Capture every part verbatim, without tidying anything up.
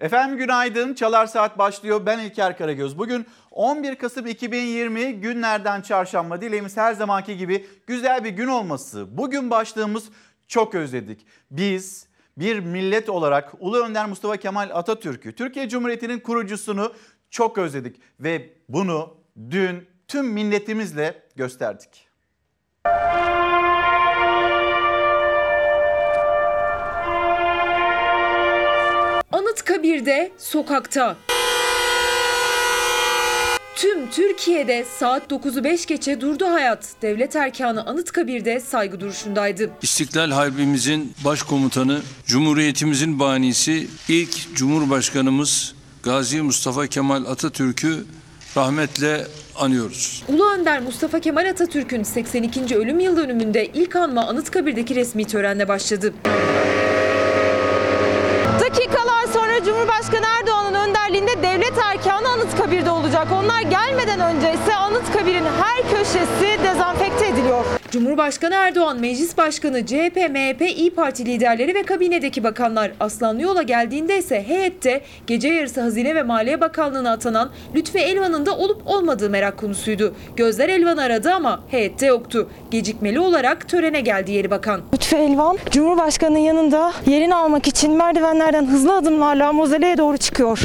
Efendim günaydın. Çalar Saat başlıyor. Ben İlker Karagöz. Bugün on bir Kasım iki bin yirmi günlerden çarşamba. Dileğimiz her zamanki gibi güzel bir gün olması. Bugün başlığımız çok özledik. Biz bir millet olarak Ulu Önder Mustafa Kemal Atatürk'ü, Türkiye Cumhuriyeti'nin kurucusunu çok özledik. Ve bunu dün tüm milletimizle gösterdik. Anıtkabir'de, sokakta. Tüm Türkiye'de saat dokuzu beş geçe durdu hayat. Devlet erkanı Anıtkabir'de saygı duruşundaydı. İstiklal Harbimizin başkomutanı, Cumhuriyetimizin banisi, ilk Cumhurbaşkanımız Gazi Mustafa Kemal Atatürk'ü rahmetle anıyoruz. Ulu Önder Mustafa Kemal Atatürk'ün seksen ikinci ölüm yıl dönümünde ilk anma Anıtkabir'deki resmi törenle başladı. Dakikalar sonra Cumhurbaşkanı Erdoğan'ın önderliğinde devlet erkanı Anıtkabir'de olacak. Onlar gelmeden önce ise Anıtkabir'in her köşesi dezenfekte ediliyor. Cumhurbaşkanı Erdoğan, Meclis Başkanı, C H P, M H P, İYİ Parti liderleri ve kabinedeki bakanlar. Aslanlı Yola geldiğinde ise heyette gece yarısı Hazine ve Maliye Bakanlığı'na atanan Lütfi Elvan'ın da olup olmadığı merak konusuydu. Gözler Elvan'ı aradı ama heyette yoktu. Gecikmeli olarak törene geldi Yeni Bakan. Lütfi Elvan, Cumhurbaşkanı'nın yanında yerini almak için merdivenlerden hızlı adımlarla mozoleye doğru çıkıyor.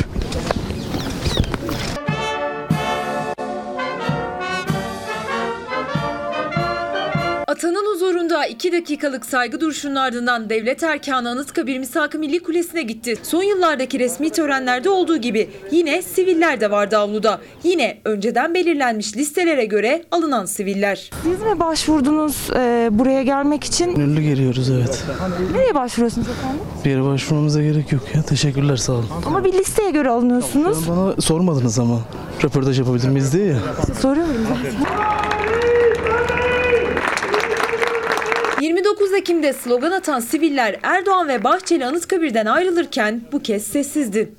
Atanın huzurunda iki dakikalık saygı duruşunun ardından devlet erkanı Anıtkabir Misak-ı Milli Kulesi'ne gitti. Son yıllardaki resmi törenlerde olduğu gibi yine siviller de vardı avluda. Yine önceden belirlenmiş listelere göre alınan siviller. Siz mi başvurdunuz e, buraya gelmek için? Gönüllü geliyoruz, evet. Nereye başvuruyorsunuz efendim? Bir yere başvurmamıza gerek yok ya. Teşekkürler, sağ olun. Ama bir listeye göre alınıyorsunuz. Bana sormadınız ama. Röportaj yapabilir miyiz diye ya. Soruyorum. yirmi dokuz Ekim'de slogan atan siviller Erdoğan ve Bahçeli Anıtkabir'den ayrılırken bu kez sessizdi.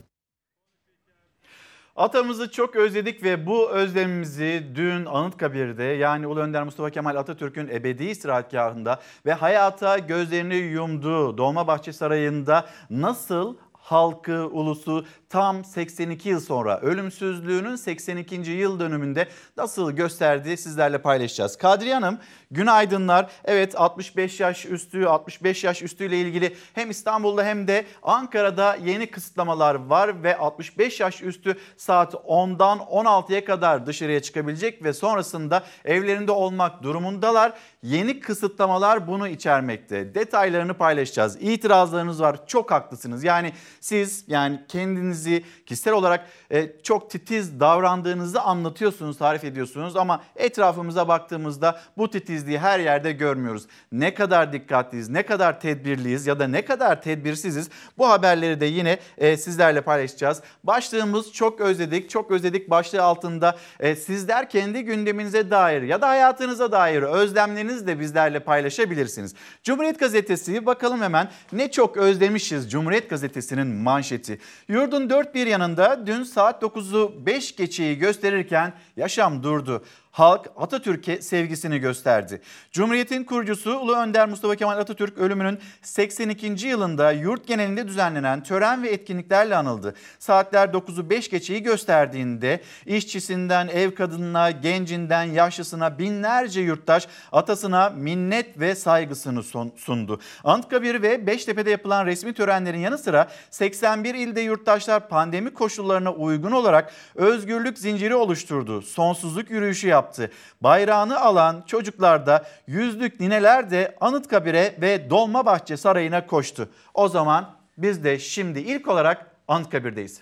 Atamızı çok özledik ve bu özlemimizi dün Anıtkabir'de, yani Ulu Önder Mustafa Kemal Atatürk'ün ebedi istirahatgahında ve hayata gözlerini yumduğu Dolmabahçe Sarayı'nda nasıl halkı, ulusu tam seksen iki yıl sonra, ölümsüzlüğünün seksen ikinci yıl dönümünde nasıl gösterdiği sizlerle paylaşacağız. Kadriye Hanım, günaydınlar. Evet, altmış beş yaş üstü, altmış beş yaş üstüyle ilgili hem İstanbul'da hem de Ankara'da yeni kısıtlamalar var ve altmış beş yaş üstü saat ondan on altıya kadar dışarıya çıkabilecek ve sonrasında evlerinde olmak durumundalar. Yeni kısıtlamalar bunu içermekte. Detaylarını paylaşacağız. İtirazlarınız var. Çok haklısınız. Yani siz, yani kendinizi kişisel olarak e, çok titiz davrandığınızı anlatıyorsunuz, tarif ediyorsunuz ama etrafımıza baktığımızda bu titizliği her yerde görmüyoruz. Ne kadar dikkatliyiz, ne kadar tedbirliyiz ya da ne kadar tedbirsiziz, bu haberleri de yine e, sizlerle paylaşacağız. Başlığımız çok özledik, çok özledik başlığı altında e, sizler kendi gündeminize dair ya da hayatınıza dair özlemlerinizi de bizlerle paylaşabilirsiniz. Cumhuriyet Gazetesi, bakalım hemen ne çok özlemişiz. Cumhuriyet Gazetesi'nin manşeti. Yurdun dört bir yanında dün saat dokuzu beş geçeyi gösterirken yaşam durdu. Halk Atatürk'e sevgisini gösterdi. Cumhuriyetin kurucusu Ulu Önder Mustafa Kemal Atatürk ölümünün seksen ikinci yılında yurt genelinde düzenlenen tören ve etkinliklerle anıldı. Saatler dokuzu beş geçeyi gösterdiğinde işçisinden ev kadınına, gencinden yaşlısına binlerce yurttaş atasına minnet ve saygısını sundu. Anıtkabir ve Beştepe'de yapılan resmi törenlerin yanı sıra seksen bir ilde yurttaşlar pandemi koşullarına uygun olarak özgürlük zinciri oluşturdu. Sonsuzluk yürüyüşü yaptı. Bayrağını alan çocuklar da, yüzlük nineler de Anıtkabir'e ve Dolmabahçe Sarayı'na koştu. O zaman biz de şimdi ilk olarak Anıtkabir'deyiz.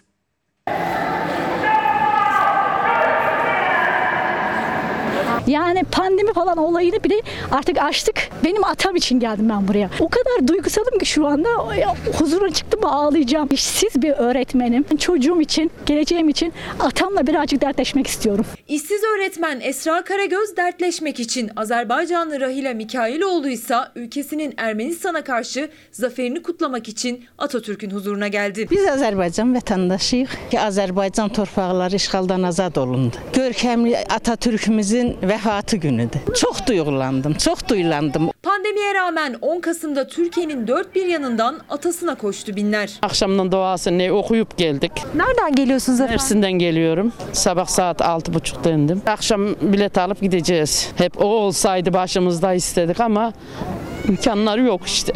Yani pandemi falan olayını bile artık aştık. Benim atam için geldim ben buraya. O kadar duygusalım ki şu anda huzura çıktım ağlayacağım. İşsiz bir öğretmenim. Çocuğum için, geleceğim için atamla birazcık dertleşmek istiyorum. İşsiz öğretmen Esra Karagöz dertleşmek için, Azerbaycanlı Rahila Mikailoğlu ise ülkesinin Ermenistan'a karşı zaferini kutlamak için Atatürk'ün huzuruna geldi. Biz Azərbaycan vətəndaşıyıq ki, Azərbaycan torpaqları işğaldan azad olundu. Görkəmli Atatürk'ümüzün və vefatı günüydü. Çok duygulandım, çok duygulandım. Pandemiye rağmen on Kasım'da Türkiye'nin dört bir yanından atasına koştu binler. Akşamdan duasını okuyup geldik. Nereden geliyorsunuz efendim? Mersin'den geliyorum. Sabah saat altı buçukta indim. Akşam bilet alıp gideceğiz. Hep o olsaydı başımızda istedik ama imkanları yok işte.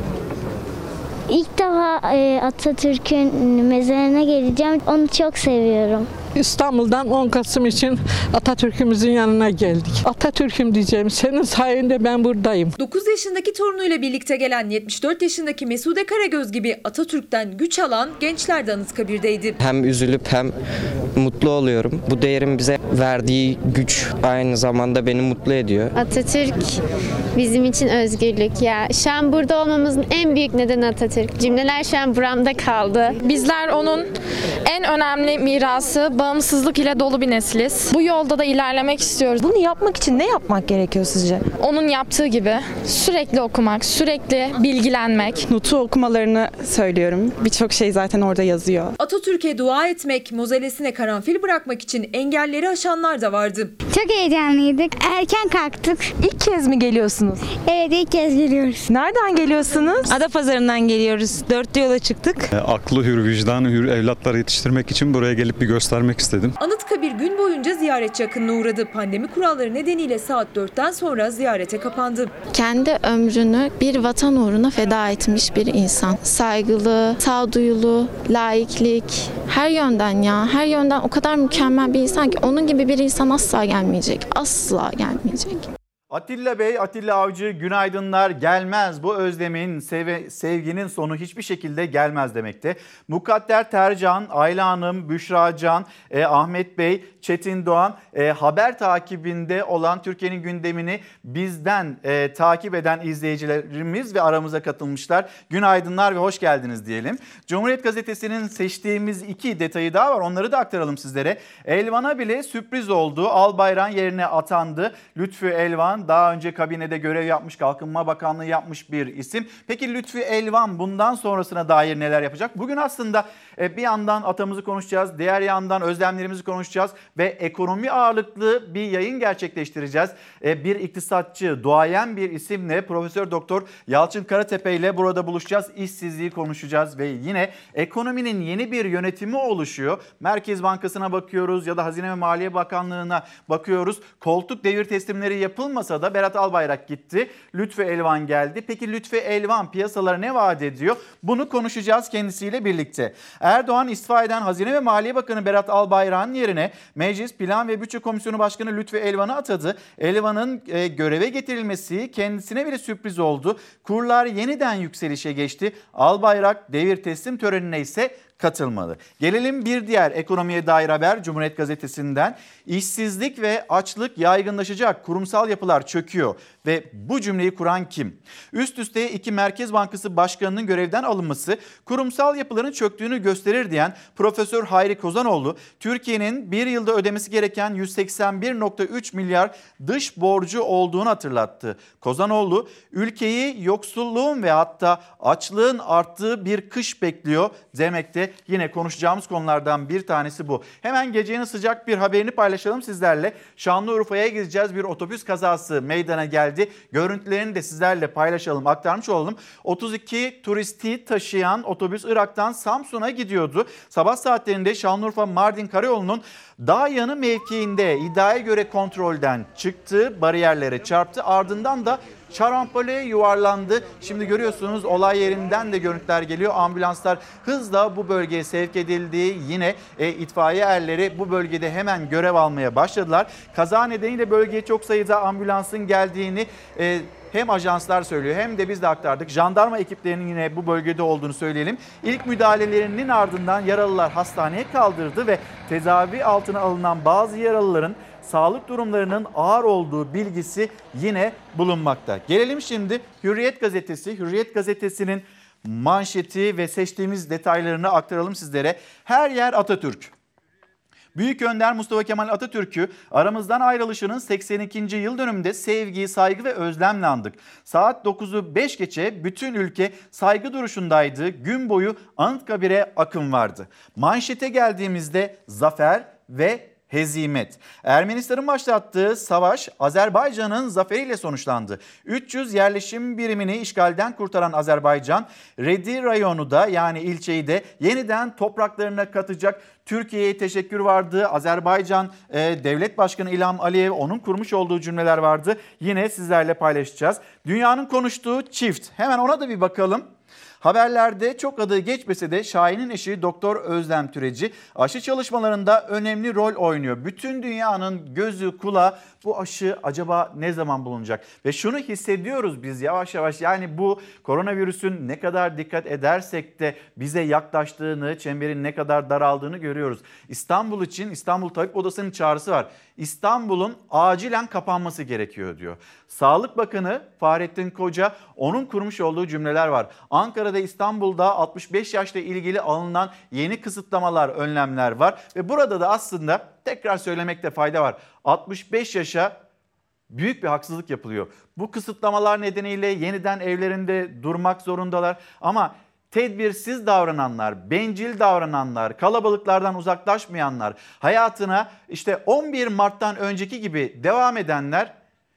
İlk defa e, Atatürk'ün mezarına geleceğim. Onu çok seviyorum. İstanbul'dan on Kasım için Atatürk'ümüzün yanına geldik. Atatürk'üm diyeceğim, senin sayende ben buradayım. dokuz yaşındaki torunuyla birlikte gelen yetmiş dört yaşındaki Mesude Karagöz gibi Atatürk'ten güç alan gençler de Anıtkabir'deydi. Hem üzülüp hem mutlu oluyorum. Bu değerin bize verdiği güç aynı zamanda beni mutlu ediyor. Atatürk bizim için özgürlük ya. Şu an burada olmamızın en büyük nedeni Atatürk. Cümleler şu an buramda kaldı. Bizler onun en önemli mirası, bağımsızlık ile dolu bir nesiliz. Bu yolda da ilerlemek istiyoruz. Bunu yapmak için ne yapmak gerekiyor sizce? Onun yaptığı gibi sürekli okumak, sürekli bilgilenmek. Notu okumalarını söylüyorum. Birçok şey zaten orada yazıyor. Atatürk'e dua etmek, mozelesine karanfil bırakmak için engelleri aşanlar da vardı. Çok heyecanlıydık. Erken kalktık. İlk kez mi geliyorsunuz? Evet, ilk kez geliyoruz. Nereden geliyorsunuz? Adapazarı'ndan geliyoruz. Dörtte yola çıktık. E, aklı hür, vicdanı hür evlatları yetiştirmek için buraya gelip bir göstermek istedim. Anıtkabir gün boyunca ziyaretçi akınına uğradı. Pandemi kuralları nedeniyle saat dörtten sonra ziyarete kapandı. Kendi ömrünü bir vatan uğruna feda etmiş bir insan. Saygılı, sağduyulu, laiklik, her yönden ya, her yönden o kadar mükemmel bir insan ki onun gibi bir insan asla gelmeyecek. Asla gelmeyecek. Atilla Bey, Atilla Avcı, günaydınlar. Gelmez, bu özlemin, sev sevginin sonu hiçbir şekilde gelmez demekte. Mukadder Tercan, Ayla Hanım, Büşra Can, e, Ahmet Bey, Çetin Doğan, e, haber takibinde olan Türkiye'nin gündemini bizden e, takip eden izleyicilerimiz ve aramıza katılmışlar. Günaydınlar ve hoş geldiniz diyelim. Cumhuriyet Gazetesi'nin seçtiğimiz iki detayı daha var, onları da aktaralım sizlere. Elvan'a bile sürpriz oldu. Albayrak yerine atandı. Lütfü Elvan daha önce kabinede görev yapmış, Kalkınma Bakanlığı yapmış bir isim. Peki Lütfü Elvan bundan sonrasına dair neler yapacak? Bugün aslında bir yandan atamızı konuşacağız, diğer yandan özlemlerimizi konuşacağız ve ekonomi ağırlıklı bir yayın gerçekleştireceğiz. Bir iktisatçı, duayen bir isimle Profesör Doktor Yalçın Karatepe ile burada buluşacağız. İşsizliği konuşacağız ve yine ekonominin yeni bir yönetimi oluşuyor. Merkez Bankası'na bakıyoruz ya da Hazine ve Maliye Bakanlığı'na bakıyoruz. Koltuk devir teslimleri yapılmasa da Berat Albayrak gitti. Lütfü Elvan geldi. Peki Lütfü Elvan piyasalara ne vaat ediyor? Bunu konuşacağız kendisiyle birlikte. Erdoğan istifa eden Hazine ve Maliye Bakanı Berat Albayrak'ın yerine Meclis Plan ve Bütçe Komisyonu Başkanı Lütfü Elvan'ı atadı. Elvan'ın e, göreve getirilmesi kendisine bile sürpriz oldu. Kurlar yeniden yükselişe geçti. Albayrak devir teslim törenine ise katılmalı. Gelelim bir diğer ekonomiye dair haber Cumhuriyet Gazetesi'nden. İşsizlik ve açlık yaygınlaşacak, kurumsal yapılar çöküyor ve bu cümleyi kuran kim? Üst üste iki Merkez Bankası Başkanı'nın görevden alınması kurumsal yapıların çöktüğünü gösterir diyen Profesör Hayri Kozanoğlu, Türkiye'nin bir yılda ödemesi gereken yüz seksen bir virgül üç milyar dış borcu olduğunu hatırlattı. Kozanoğlu, ülkeyi yoksulluğun ve hatta açlığın arttığı bir kış bekliyor demekte. Yine konuşacağımız konulardan bir tanesi bu. Hemen gecenin sıcak bir haberini paylaşalım sizlerle. Şanlıurfa'ya gideceğiz. Bir otobüs kazası meydana geldi. Görüntülerini de sizlerle paylaşalım, aktarmış olalım. otuz iki turisti taşıyan otobüs Irak'tan Samsun'a gidiyordu. Sabah saatlerinde Şanlıurfa Mardin Karayolu'nun Dağ Yanı mevkiinde iddiaya göre kontrolden çıktı, bariyerlere çarptı. Ardından da şarampole yuvarlandı. Şimdi görüyorsunuz olay yerinden de görüntüler geliyor. Ambulanslar hızla bu bölgeye sevk edildi. Yine e, itfaiye erleri bu bölgede hemen görev almaya başladılar. Kaza nedeniyle bölgeye çok sayıda ambulansın geldiğini e, hem ajanslar söylüyor hem de biz de aktardık. Jandarma ekiplerinin yine bu bölgede olduğunu söyleyelim. İlk müdahalelerinin ardından yaralılar hastaneye kaldırıldı ve tedavi altına alınan bazı yaralıların sağlık durumlarının ağır olduğu bilgisi yine bulunmakta. Gelelim şimdi Hürriyet Gazetesi. Hürriyet Gazetesi'nin manşeti ve seçtiğimiz detaylarını aktaralım sizlere. Her yer Atatürk. Büyük Önder Mustafa Kemal Atatürk'ü aramızdan ayrılışının seksen ikinci yıl dönümünde sevgi, saygı ve özlemle andık. Saat dokuzu beş geçe bütün ülke saygı duruşundaydı. Gün boyu Anıtkabir'e akın vardı. Manşete geldiğimizde zafer ve hezimet. Ermenistan'ın başlattığı savaş Azerbaycan'ın zaferiyle sonuçlandı. üç yüz yerleşim birimini işgalden kurtaran Azerbaycan, Redi rayonu da yani ilçeyi de yeniden topraklarına katacak. Türkiye'ye teşekkür vardı. Azerbaycan e, Devlet Başkanı İlham Aliyev, onun kurmuş olduğu cümleler vardı. Yine sizlerle paylaşacağız. Dünyanın konuştuğu çift. Hemen ona da bir bakalım. Haberlerde çok adı geçmese de Şahin'in eşi Doktor Özlem Türeci aşı çalışmalarında önemli rol oynuyor. Bütün dünyanın gözü kulağı bu aşı acaba ne zaman bulunacak? Ve şunu hissediyoruz biz yavaş yavaş, yani bu koronavirüsün ne kadar dikkat edersek de bize yaklaştığını, çemberin ne kadar daraldığını görüyoruz. İstanbul için İstanbul Tabip Odası'nın çağrısı var. İstanbul'un acilen kapanması gerekiyor diyor. Sağlık Bakanı Fahrettin Koca, onun kurmuş olduğu cümleler var. Ankara'da, İstanbul'da altmış beş yaşla ilgili alınan yeni kısıtlamalar, önlemler var. Ve burada da aslında tekrar söylemekte fayda var. altmış beş yaşa büyük bir haksızlık yapılıyor. Bu kısıtlamalar nedeniyle yeniden evlerinde durmak zorundalar. Ama tedbirsiz davrananlar, bencil davrananlar, kalabalıklardan uzaklaşmayanlar, hayatına işte on bir Mart'tan önceki gibi devam edenler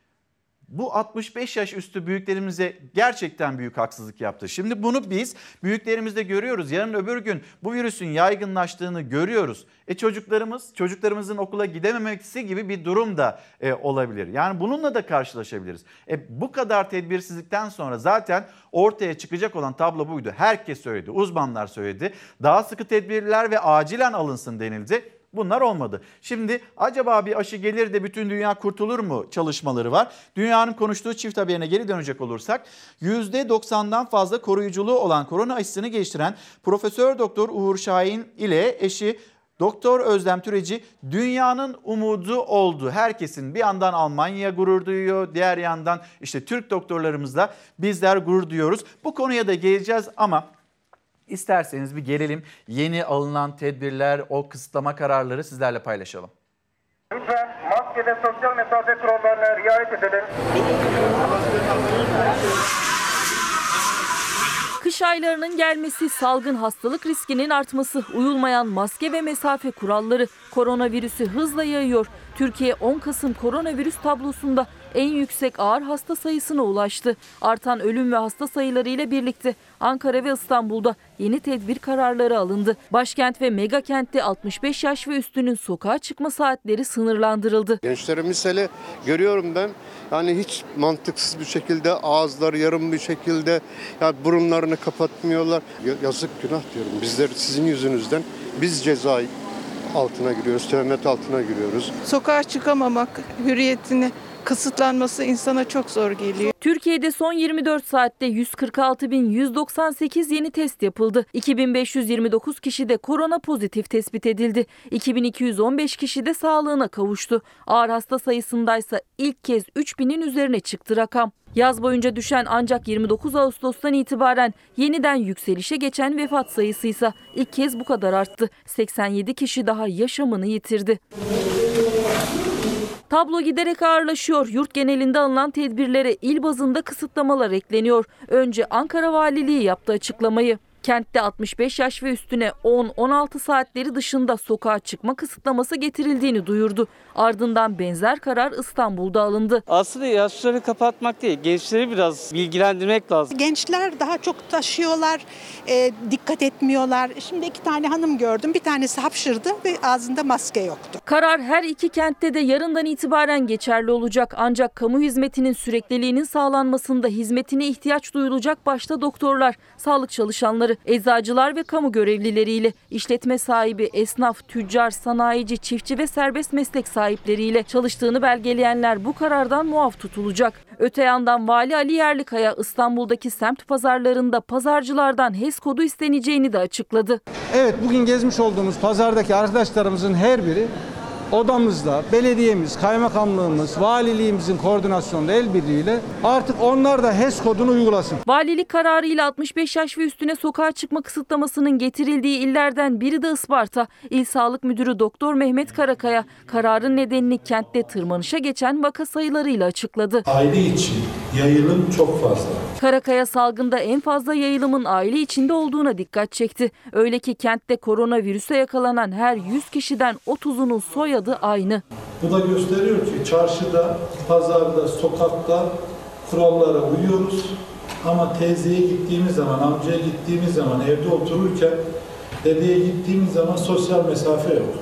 bu altmış beş yaş üstü büyüklerimize gerçekten büyük haksızlık yaptı. Şimdi bunu biz büyüklerimizde görüyoruz. Yarın öbür gün bu virüsün yaygınlaştığını görüyoruz. E çocuklarımız, çocuklarımızın okula gidememesi gibi bir durum da e, olabilir. Yani bununla da karşılaşabiliriz. E, bu kadar tedbirsizlikten sonra zaten ortaya çıkacak olan tablo buydu. Herkes söyledi, uzmanlar söyledi. Daha sıkı tedbirler ve acilen alınsın denildi. Bunlar olmadı. Şimdi acaba bir aşı gelir de bütün dünya kurtulur mu çalışmaları var. Dünyanın konuştuğu çift haberine geri dönecek olursak, yüzde doksandan fazla koruyuculuğu olan korona aşısını geliştiren Profesör Doktor Uğur Şahin ile eşi Doktor Özlem Türeci dünyanın umudu oldu. Herkesin bir yandan Almanya gurur duyuyor, diğer yandan işte Türk doktorlarımızla bizler gurur duyuyoruz. Bu konuya da geleceğiz ama İsterseniz bir gelelim, yeni alınan tedbirler, o kısıtlama kararları sizlerle paylaşalım. Lütfen maske ve sosyal mesafe kurallarına riayet edelim. Kış aylarının gelmesi, salgın hastalık riskinin artması, uyulmayan maske ve mesafe kuralları koronavirüsü hızla yayıyor. Türkiye on Kasım koronavirüs tablosunda en yüksek ağır hasta sayısına ulaştı. Artan ölüm ve hasta sayıları ile birlikte Ankara ve İstanbul'da yeni tedbir kararları alındı. Başkent ve mega kentte altmış beş yaş ve üstünün sokağa çıkma saatleri sınırlandırıldı. Gençlerimiz hele görüyorum ben, yani hiç mantıksız bir şekilde, ağızları yarım bir şekilde, yani burunlarını kapatmıyorlar. Yazık, günah diyorum. Bizler sizin yüzünüzden biz ceza altına giriyoruz, töhmet altına giriyoruz. Sokağa çıkamamak, hürriyetini kısıtlanması insana çok zor geliyor. Türkiye'de son yirmi dört saatte yüz kırk altı bin yüz doksan sekiz yeni test yapıldı. iki bin beş yüz yirmi dokuz kişi de korona pozitif tespit edildi. iki bin iki yüz on beş kişi de sağlığına kavuştu. Ağır hasta sayısındaysa ilk kez üç binin üzerine çıktı rakam. Yaz boyunca düşen ancak yirmi dokuz Ağustos'tan itibaren yeniden yükselişe geçen vefat sayısı ise ilk kez bu kadar arttı. seksen yedi kişi daha yaşamını yitirdi. Tablo giderek ağırlaşıyor. Yurt genelinde alınan tedbirlere il bazında kısıtlamalar ekleniyor. Önce Ankara Valiliği yaptı açıklamayı. Kentte altmış beş yaş ve üstüne on on altı saatleri dışında sokağa çıkma kısıtlaması getirildiğini duyurdu. Ardından benzer karar İstanbul'da alındı. Aslında yaşlıları kapatmak değil, gençleri biraz bilgilendirmek lazım. Gençler daha çok taşıyorlar, e, dikkat etmiyorlar. Şimdi iki tane hanım gördüm, bir tanesi hapşırdı ve ağzında maske yoktu. Karar her iki kentte de yarından itibaren geçerli olacak. Ancak kamu hizmetinin sürekliliğinin sağlanmasında hizmetine ihtiyaç duyulacak başta doktorlar, sağlık çalışanları, eczacılar ve kamu görevlileriyle, işletme sahibi, esnaf, tüccar, sanayici, çiftçi ve serbest meslek sahipleriyle çalıştığını belgeleyenler bu karardan muaf tutulacak. Öte yandan Vali Ali Yerlikaya İstanbul'daki semt pazarlarında pazarcılardan H E S kodu isteneceğini de açıkladı. Evet, bugün gezmiş olduğumuz pazardaki arkadaşlarımızın her biri odamızda, belediyemiz, kaymakamlığımız, valiliğimizin koordinasyonunda el birliğiyle artık onlar da H E S kodunu uygulasın. Valilik kararıyla altmış beş yaş ve üstüne sokağa çıkma kısıtlamasının getirildiği illerden biri de Isparta. İl Sağlık Müdürü Doktor Mehmet Karakaya kararın nedenini kentte tırmanışa geçen vaka sayılarıyla açıkladı. Aile için yayılım çok fazla. Karakaya salgında en fazla yayılımın aile içinde olduğuna dikkat çekti. Öyle ki kentte koronavirüse yakalanan her yüz kişiden otuzunun soyadı aynı. Bu da gösteriyor ki çarşıda, pazarda, sokakta kurallara uyuyoruz. Ama teyzeye gittiğimiz zaman, amcaya gittiğimiz zaman, evde otururken dedeye gittiğimiz zaman sosyal mesafe yok.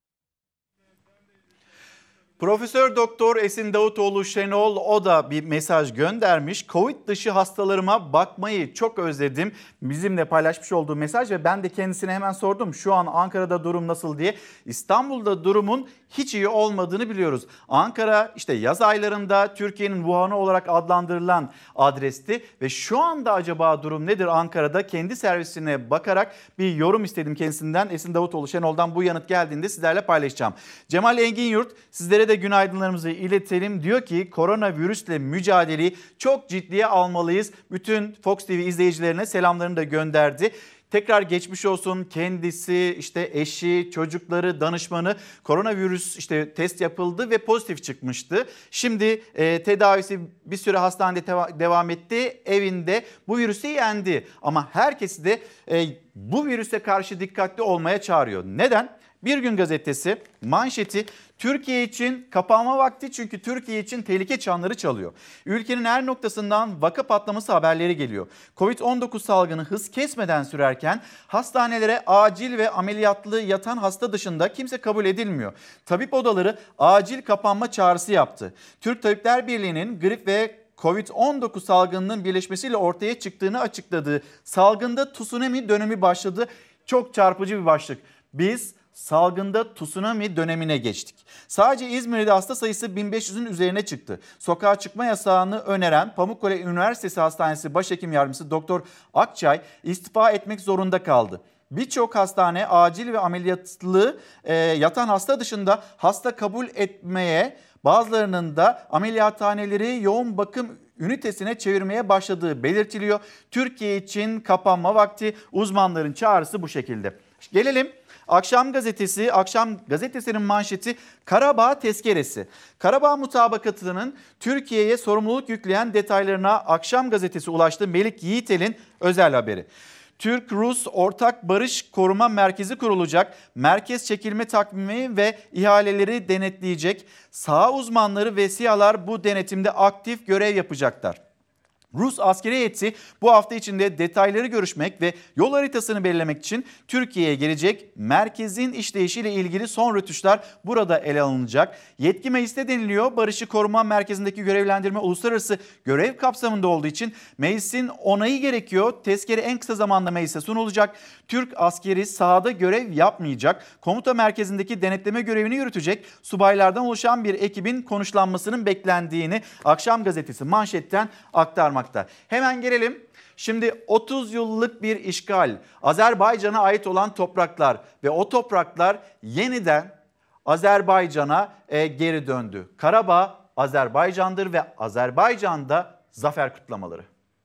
Profesör Doktor Esin Davutoğlu Şenol o da bir mesaj göndermiş. Covid dışı hastalarıma bakmayı çok özledim. Bizimle paylaşmış olduğu mesaj ve ben de kendisine hemen sordum. Şu an Ankara'da durum nasıl diye. İstanbul'da durumun hiç iyi olmadığını biliyoruz. Ankara işte yaz aylarında Türkiye'nin Wuhan'ı olarak adlandırılan adresti ve şu anda acaba durum nedir Ankara'da? Kendi servisine bakarak bir yorum istedim kendisinden. Esin Davutoğlu Şenol'dan bu yanıt geldiğinde sizlerle paylaşacağım. Cemal Enginyurt sizlere de günaydınlarımızı iletelim. Diyor ki koronavirüsle mücadeleyi çok ciddiye almalıyız. Bütün Fox T V izleyicilerine selamlarını da gönderdi. Tekrar geçmiş olsun kendisi, işte eşi, çocukları, danışmanı koronavirüs işte test yapıldı ve pozitif çıkmıştı. Şimdi e, tedavisi bir süre hastanede teva- devam etti, evinde bu virüsü yendi. Ama herkesi de e, bu virüse karşı dikkatli olmaya çağırıyor. Neden? Bir Gün Gazetesi manşeti Türkiye için kapanma vakti çünkü Türkiye için tehlike çanları çalıyor. Ülkenin her noktasından vaka patlaması haberleri geliyor. Covid on dokuz salgını hız kesmeden sürerken hastanelere acil ve ameliyatlı yatan hasta dışında kimse kabul edilmiyor. Tabip odaları acil kapanma çağrısı yaptı. Türk Tabipler Birliği'nin grip ve Covid on dokuz salgınının birleşmesiyle ortaya çıktığını açıkladığı salgında tsunami dönemi başladı. Çok çarpıcı bir başlık. Biz salgında tsunami dönemine geçtik. Sadece İzmir'de hasta sayısı bin beş yüzün üzerine çıktı. Sokağa çıkma yasağını öneren Pamukkale Üniversitesi Hastanesi Başhekim Yardımcısı Doktor Akçay istifa etmek zorunda kaldı. Birçok hastane acil ve ameliyatlı e, yatan hasta dışında hasta kabul etmeye, bazılarının da ameliyathaneleri yoğun bakım ünitesine çevirmeye başladığı belirtiliyor. Türkiye için kapanma vakti, uzmanların çağrısı bu şekilde. Gelelim Akşam Gazetesi, Akşam Gazetesi'nin manşeti Karabağ tezkeresi. Karabağ mutabakatının Türkiye'ye sorumluluk yükleyen detaylarına Akşam Gazetesi ulaştı. Melik Yiğitel'in özel haberi. Türk-Rus Ortak Barış Koruma Merkezi kurulacak. Merkez çekilme takvimi ve ihaleleri denetleyecek. Saha uzmanları ve SİHA'lar bu denetimde aktif görev yapacaklar. Rus askeri heyeti bu hafta içinde detayları görüşmek ve yol haritasını belirlemek için Türkiye'ye gelecek. Merkezin işleyişiyle ilgili son rötuşlar burada ele alınacak. Yetki mecliste deniliyor. Barışı Koruma Merkezi'ndeki görevlendirme uluslararası görev kapsamında olduğu için meclisin onayı gerekiyor. Tezkere en kısa zamanda meclise sunulacak. Türk askeri sahada görev yapmayacak. Komuta merkezindeki denetleme görevini yürütecek. Subaylardan oluşan bir ekibin konuşlanmasının beklendiğini Akşam Gazetesi manşetten aktarmakta. Hemen gelelim. Şimdi otuz yıllık bir işgal, Azerbaycan'a ait olan topraklar ve o topraklar yeniden Azerbaycan'a e, geri döndü. Karabağ Azerbaycan'dır ve Azerbaycan'da zafer kutlamaları.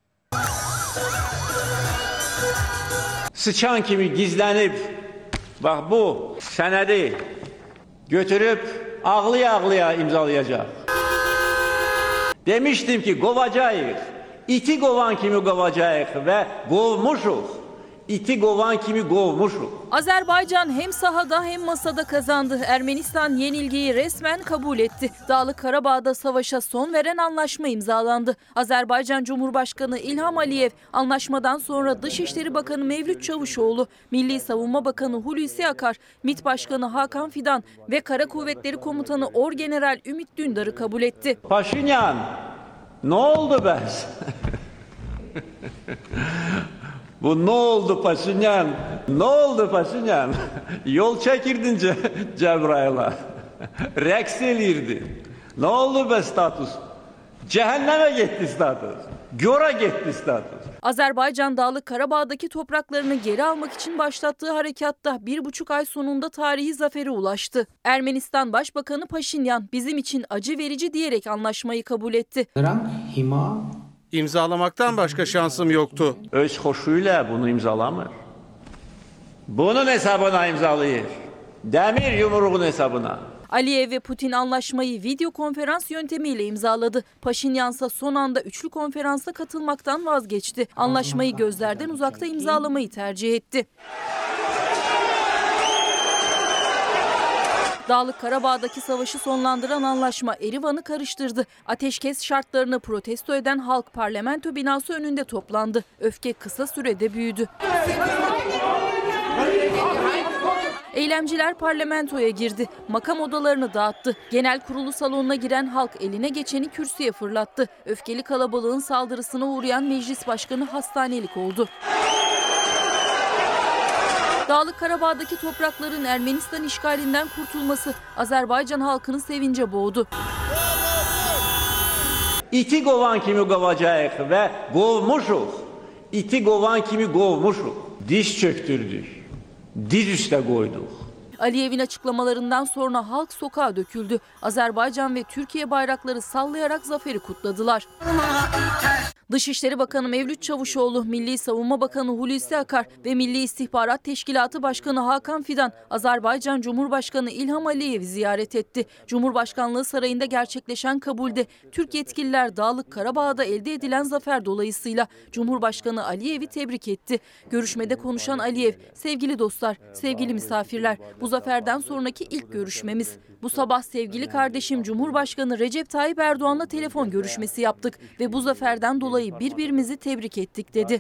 Sıçan kimi gizlenip, bak bu senedi götürüp ağlıya ağlıya imzalayacak. Demiştim ki kovacağız. İti kovan kimi kovacağız ve kovmuşuz. İti kovan kimi kovmuşuz. Azerbaycan hem sahada hem masada kazandı. Ermenistan yenilgiyi resmen kabul etti. Dağlık Karabağ'da savaşa son veren anlaşma imzalandı. Azerbaycan Cumhurbaşkanı İlham Aliyev anlaşmadan sonra Dışişleri Bakanı Mevlüt Çavuşoğlu, Milli Savunma Bakanı Hulusi Akar, MİT Başkanı Hakan Fidan ve Kara Kuvvetleri Komutanı Orgeneral Ümit Dündar'ı kabul etti. Paşinyan, ne oldu be? Bu ne oldu Paşinyan? Ne oldu Paşinyan? Yol çekirdin Ce Cebrail'a. Reks elirdin. Ne oldu be status? Cehenneme gitti status. Göre gitti status. Azerbaycan Dağlık Karabağ'daki topraklarını geri almak için başlattığı harekatta bir buçuk ay sonunda tarihi zafere ulaştı. Ermenistan Başbakanı Paşinyan bizim için acı verici diyerek anlaşmayı kabul etti. İmzalamaktan başka şansım yoktu. Öz hoşuyla bunu imzalamır. Bunun hesabına imzalıyor. Demir yumruğun hesabına. Aliyev ve Putin anlaşmayı video konferans yöntemiyle imzaladı. Paşinyansa son anda üçlü konferansa katılmaktan vazgeçti. Anlaşmayı gözlerden uzakta imzalamayı tercih etti. Dağlık Karabağ'daki savaşı sonlandıran anlaşma Erivan'ı karıştırdı. Ateşkes şartlarını protesto eden halk parlamento binası önünde toplandı. Öfke kısa sürede büyüdü. Eylemciler parlamentoya girdi. Makam odalarını dağıttı. Genel kurulu salonuna giren halk eline geçeni kürsüye fırlattı. Öfkeli kalabalığın saldırısına uğrayan meclis başkanı hastanelik oldu. Dağlık Karabağ'daki toprakların Ermenistan işgalinden kurtulması Azerbaycan halkını sevince boğdu. İti qovan kimi qovacağıq ve qovmuşuq. İti qovan kimi qovmuşuq. Diz çöktürdük. Diz üstə koyduk. Aliyev'in açıklamalarından sonra halk sokağa döküldü. Azerbaycan ve Türkiye bayrakları sallayarak zaferi kutladılar. Dışişleri Bakanı Mevlüt Çavuşoğlu, Milli Savunma Bakanı Hulusi Akar ve Milli İstihbarat Teşkilatı Başkanı Hakan Fidan, Azerbaycan Cumhurbaşkanı İlham Aliyev'i ziyaret etti. Cumhurbaşkanlığı Sarayı'nda gerçekleşen kabulde Türk yetkililer Dağlık Karabağ'da elde edilen zafer dolayısıyla Cumhurbaşkanı Aliyev'i tebrik etti. Görüşmede konuşan Aliyev, sevgili dostlar, sevgili misafirler, bu zaferden sonraki ilk görüşmemiz. Bu sabah sevgili kardeşim Cumhurbaşkanı Recep Tayyip Erdoğan'la telefon görüşmesi yaptık ve bu zaferden dolayı birbirimizi tebrik ettik dedi.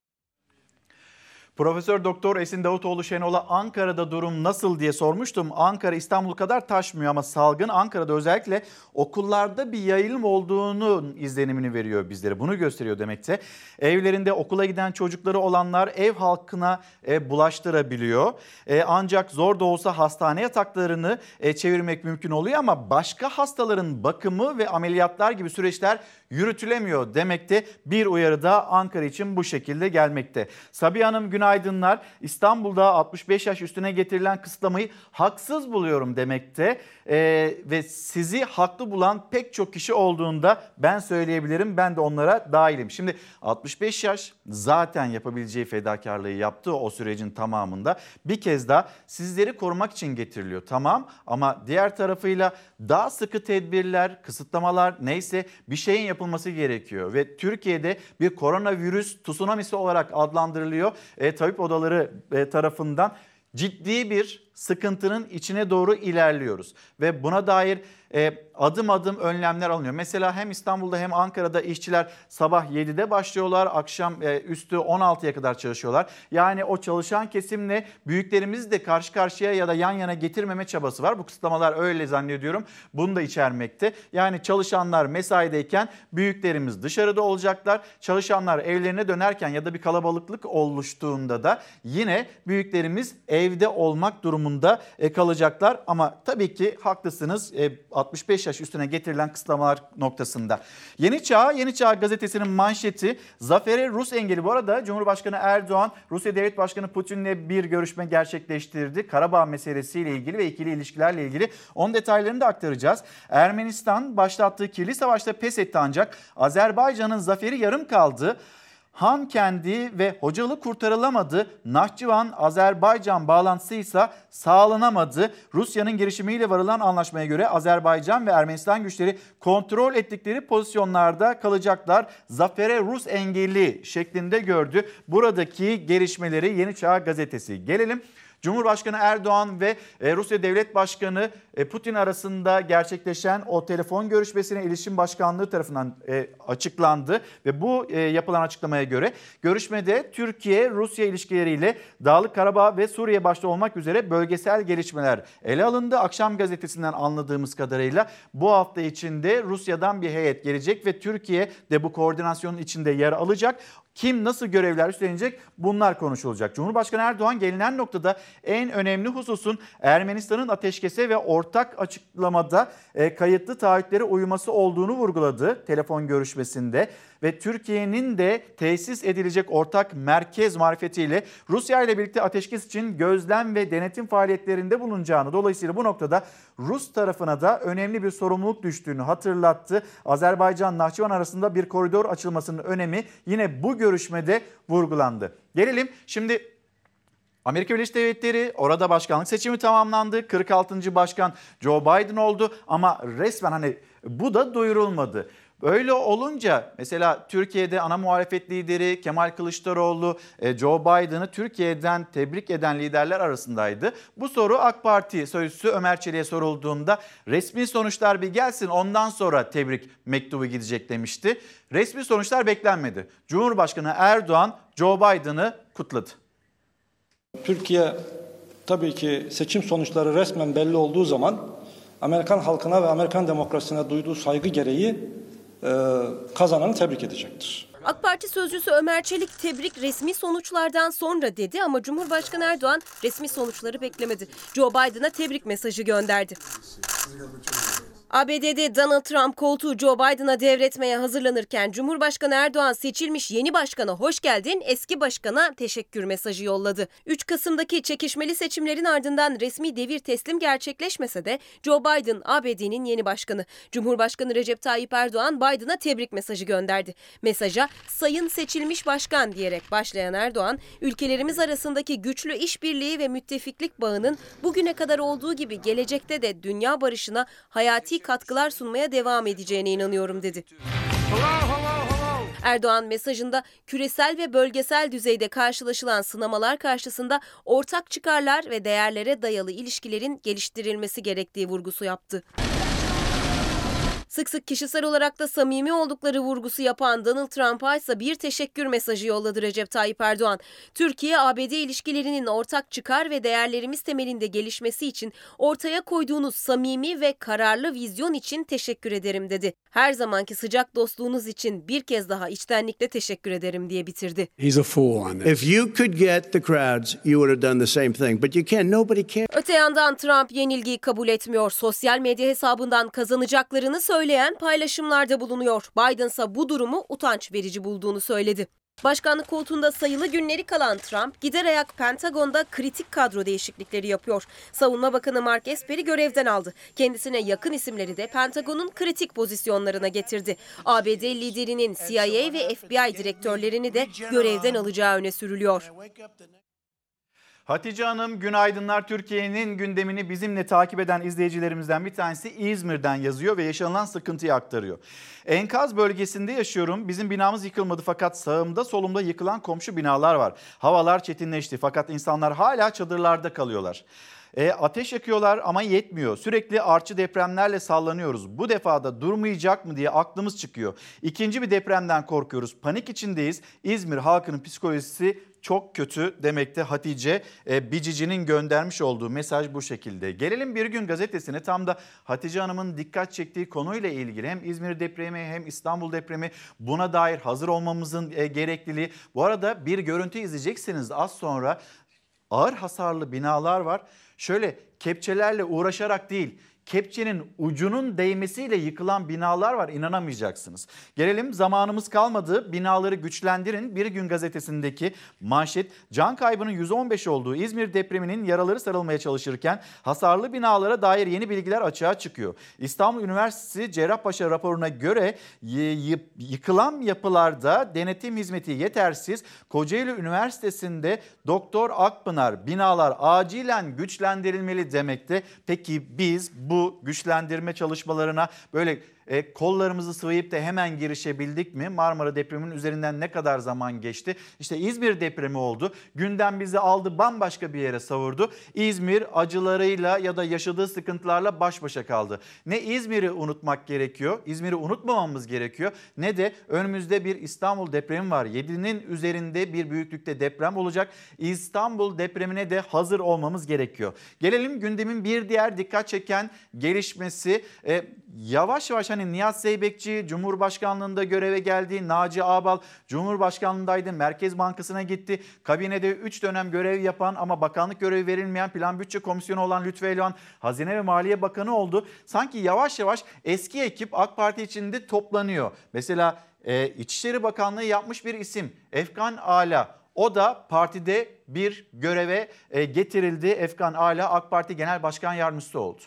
Profesör Doktor Esin Davutoğlu Şenol'a Ankara'da durum nasıl diye sormuştum. Ankara İstanbul kadar taşmıyor ama salgın Ankara'da özellikle okullarda bir yayılım olduğunun izlenimini veriyor bizlere. Bunu gösteriyor demekte. Evlerinde okula giden çocukları olanlar ev halkına e, bulaştırabiliyor. E, ancak zor da olsa hastane yataklarını e, çevirmek mümkün oluyor ama başka hastaların bakımı ve ameliyatlar gibi süreçler yürütülemiyor demekte. Bir uyarı da Ankara için bu şekilde gelmekte. Sabiha Hanım günaydınlar. İstanbul'da altmış beş yaş üstüne getirilen kısıtlamayı haksız buluyorum demekte. Ee, ve sizi haklı bulan pek çok kişi olduğunda ben söyleyebilirim. Ben de onlara dahilim. Şimdi altmış beş yaş zaten yapabileceği fedakarlığı yaptı o sürecin tamamında. Bir kez daha sizleri korumak için getiriliyor. Tamam ama diğer tarafıyla daha sıkı tedbirler, kısıtlamalar neyse bir şeyin yapılması gerekiyor. Ve Türkiye'de bir koronavirüs tsunamisi olarak adlandırılıyor. E, tabip odaları e, tarafından ciddi bir sıkıntının içine doğru ilerliyoruz. Ve buna dair e, adım adım önlemler alınıyor. Mesela hem İstanbul'da hem Ankara'da işçiler sabah yedide başlıyorlar, akşam e, üstü on altıya kadar çalışıyorlar. Yani o çalışan kesimle büyüklerimizi de karşı karşıya ya da yan yana getirmeme çabası var. Bu kısıtlamalar öyle zannediyorum. Bunu da içermekte. Yani çalışanlar mesaideyken büyüklerimiz dışarıda olacaklar. Çalışanlar evlerine dönerken ya da bir kalabalıklık oluştuğunda da yine büyüklerimiz evde olmak durumunda e, kalacaklar. Ama tabii ki haklısınız. E, altmış beş yaş üstüne getirilen kısıtlamalar noktasında. Yeni Çağ, Yeni Çağ gazetesinin manşeti zafere Rus engeli. Bu arada Cumhurbaşkanı Erdoğan, Rusya Devlet Başkanı Putin'le bir görüşme gerçekleştirdi. Karabağ meselesiyle ilgili ve ikili ilişkilerle ilgili. Onun detaylarını da aktaracağız. Ermenistan başlattığı kirli savaşta pes etti ancak Azerbaycan'ın zaferi yarım kaldı. Han kendi ve Hocalı kurtarılamadı. Nahçıvan-Azerbaycan bağlantısı ise sağlanamadı. Rusya'nın girişimiyle varılan anlaşmaya göre Azerbaycan ve Ermenistan güçleri kontrol ettikleri pozisyonlarda kalacaklar. Zafere Rus engeli şeklinde gördü buradaki gelişmeleri Yeni Çağ gazetesi. Gelelim Cumhurbaşkanı Erdoğan ve Rusya Devlet Başkanı Putin arasında gerçekleşen o telefon görüşmesine İletişim Başkanlığı tarafından açıklandı. Ve bu yapılan açıklamaya göre görüşmede Türkiye-Rusya ilişkileriyle Dağlık Karabağ ve Suriye başta olmak üzere bölgesel gelişmeler ele alındı. Akşam gazetesinden anladığımız kadarıyla bu hafta içinde Rusya'dan bir heyet gelecek ve Türkiye de bu koordinasyonun içinde yer alacak. Kim nasıl görevler üstlenecek bunlar konuşulacak. Cumhurbaşkanı Erdoğan gelinen noktada en önemli hususun Ermenistan'ın ateşkese ve ortak açıklamada e, kayıtlı taahhütlere uyması olduğunu vurguladı telefon görüşmesinde. Ve Türkiye'nin de tesis edilecek ortak merkez marifetiyle Rusya ile birlikte ateşkes için gözlem ve denetim faaliyetlerinde bulunacağını, dolayısıyla bu noktada Rus tarafına da önemli bir sorumluluk düştüğünü hatırlattı. Azerbaycan-Nahçıvan arasında bir koridor açılmasının önemi yine bu görüşmede vurgulandı. Gelelim şimdi Amerika Birleşik Devletleri, orada başkanlık seçimi tamamlandı. kırk altıncı başkan Joe Biden oldu ama resmen hani bu da duyurulmadı. Öyle olunca mesela Türkiye'de ana muhalefet lideri Kemal Kılıçdaroğlu Joe Biden'ı Türkiye'den tebrik eden liderler arasındaydı. Bu soru AK Parti sözcüsü Ömer Çelik'e sorulduğunda resmi sonuçlar bir gelsin ondan sonra tebrik mektubu gidecek demişti. Resmi sonuçlar beklenmedi. Cumhurbaşkanı Erdoğan Joe Biden'ı kutladı. Türkiye tabii ki seçim sonuçları resmen belli olduğu zaman Amerikan halkına ve Amerikan demokrasisine duyduğu saygı gereği kazananı tebrik edecektir. AK Parti sözcüsü Ömer Çelik tebrik resmi sonuçlardan sonra dedi ama Cumhurbaşkanı Erdoğan resmi sonuçları beklemedi. Joe Biden'a tebrik mesajı gönderdi. A B D'de Donald Trump koltuğu Joe Biden'a devretmeye hazırlanırken Cumhurbaşkanı Erdoğan seçilmiş yeni başkana hoş geldin, eski başkana teşekkür mesajı yolladı. üç Kasım'daki çekişmeli seçimlerin ardından resmi devir teslim gerçekleşmese de Joe Biden A B D'nin yeni başkanı. Cumhurbaşkanı Recep Tayyip Erdoğan Biden'a tebrik mesajı gönderdi. Mesaja "Sayın seçilmiş başkan" diyerek başlayan Erdoğan, ülkelerimiz arasındaki güçlü işbirliği ve müttefiklik bağının bugüne kadar olduğu gibi gelecekte de dünya barışına hayati katkılar sunmaya devam edeceğine inanıyorum dedi. Erdoğan mesajında küresel ve bölgesel düzeyde karşılaşılan sınamalar karşısında ortak çıkarlar ve değerlere dayalı ilişkilerin geliştirilmesi gerektiği vurgusu yaptı. Sık sık kişisel olarak da samimi oldukları vurgusu yapan Donald Trump'a ise bir teşekkür mesajı yolladı Recep Tayyip Erdoğan. Türkiye-A B D ilişkilerinin ortak çıkar ve değerlerimiz temelinde gelişmesi için ortaya koyduğunuz samimi ve kararlı vizyon için teşekkür ederim dedi. Her zamanki sıcak dostluğunuz için bir kez daha içtenlikle teşekkür ederim diye bitirdi. He's a fool on this. If you could get the crowds, you would have done the same thing, but you can't. Nobody can. Öte yandan Trump yenilgiyi kabul etmiyor. Sosyal medya hesabından kazanacaklarını söyleyen paylaşımlarda bulunuyor. Biden ise bu durumu utanç verici bulduğunu söyledi. Başkanlık koltuğunda sayılı günleri kalan Trump, gider ayak Pentagon'da kritik kadro değişiklikleri yapıyor. Savunma Bakanı Mark Esper'i görevden aldı. Kendisine yakın isimleri de Pentagon'un kritik pozisyonlarına getirdi. A B D liderinin C I A ve F B I direktörlerini de görevden alacağı öne sürülüyor. Hatice Hanım, günaydınlar. Türkiye'nin gündemini bizimle takip eden izleyicilerimizden bir tanesi İzmir'den yazıyor ve yaşanılan sıkıntıyı aktarıyor. Enkaz bölgesinde yaşıyorum. Bizim binamız yıkılmadı fakat sağımda solumda yıkılan komşu binalar var. Havalar çetinleşti fakat insanlar hala çadırlarda kalıyorlar. E, ateş yakıyorlar ama yetmiyor. Sürekli artçı depremlerle sallanıyoruz. Bu defada durmayacak mı diye aklımız çıkıyor. İkinci bir depremden korkuyoruz. Panik içindeyiz. İzmir halkının psikolojisi çok kötü demekte Hatice e, Bicici'nin göndermiş olduğu mesaj bu şekilde. Gelelim Bir Gün Gazetesi'ne, tam da Hatice Hanım'ın dikkat çektiği konuyla ilgili hem İzmir depremi hem İstanbul depremi, buna dair hazır olmamızın e, gerekliliği. Bu arada bir görüntü izleyeceksiniz az sonra. Ağır hasarlı binalar var. Şöyle kepçelerle uğraşarak değil, kepçenin ucunun değmesiyle yıkılan binalar var, inanamayacaksınız. Gelelim, zamanımız kalmadı. Binaları güçlendirin. Bir Gün Gazetesi'ndeki manşet, can kaybının yüz on beş olduğu İzmir depreminin yaraları sarılmaya çalışırken hasarlı binalara dair yeni bilgiler açığa çıkıyor. İstanbul Üniversitesi Cerrahpaşa raporuna göre yıkılan yapılarda denetim hizmeti yetersiz. Kocaeli Üniversitesi'nde Doktor Akpınar binalar acilen güçlendirilmeli demekte. Peki biz bu Bu güçlendirme çalışmalarına böyle e, kollarımızı sıvayıp da hemen girişebildik mi? Marmara depreminin üzerinden ne kadar zaman geçti? İşte İzmir depremi oldu. Gündem bizi aldı, bambaşka bir yere savurdu. İzmir acılarıyla ya da yaşadığı sıkıntılarla baş başa kaldı. Ne İzmir'i unutmak gerekiyor, İzmir'i unutmamamız gerekiyor, ne de önümüzde bir İstanbul depremi var. yedinin üzerinde bir büyüklükte deprem olacak. İstanbul depremine de hazır olmamız gerekiyor. Gelelim gündemin bir diğer dikkat çeken gelişmesi. E, yavaş yavaş hani Nihat Zeybekçi Cumhurbaşkanlığında göreve geldi. Naci Ağbal Cumhurbaşkanlığındaydı. Merkez Bankası'na gitti. Kabinede üç dönem görev yapan ama bakanlık görevi verilmeyen Plan Bütçe Komisyonu olan Lütfü Elvan Hazine ve Maliye Bakanı oldu. Sanki yavaş yavaş eski ekip AK Parti içinde toplanıyor. Mesela e, İçişleri Bakanlığı yapmış bir isim Efkan Ala. O da partide bir göreve e, getirildi. Efkan Ala AK Parti Genel Başkan Yardımcısı oldu.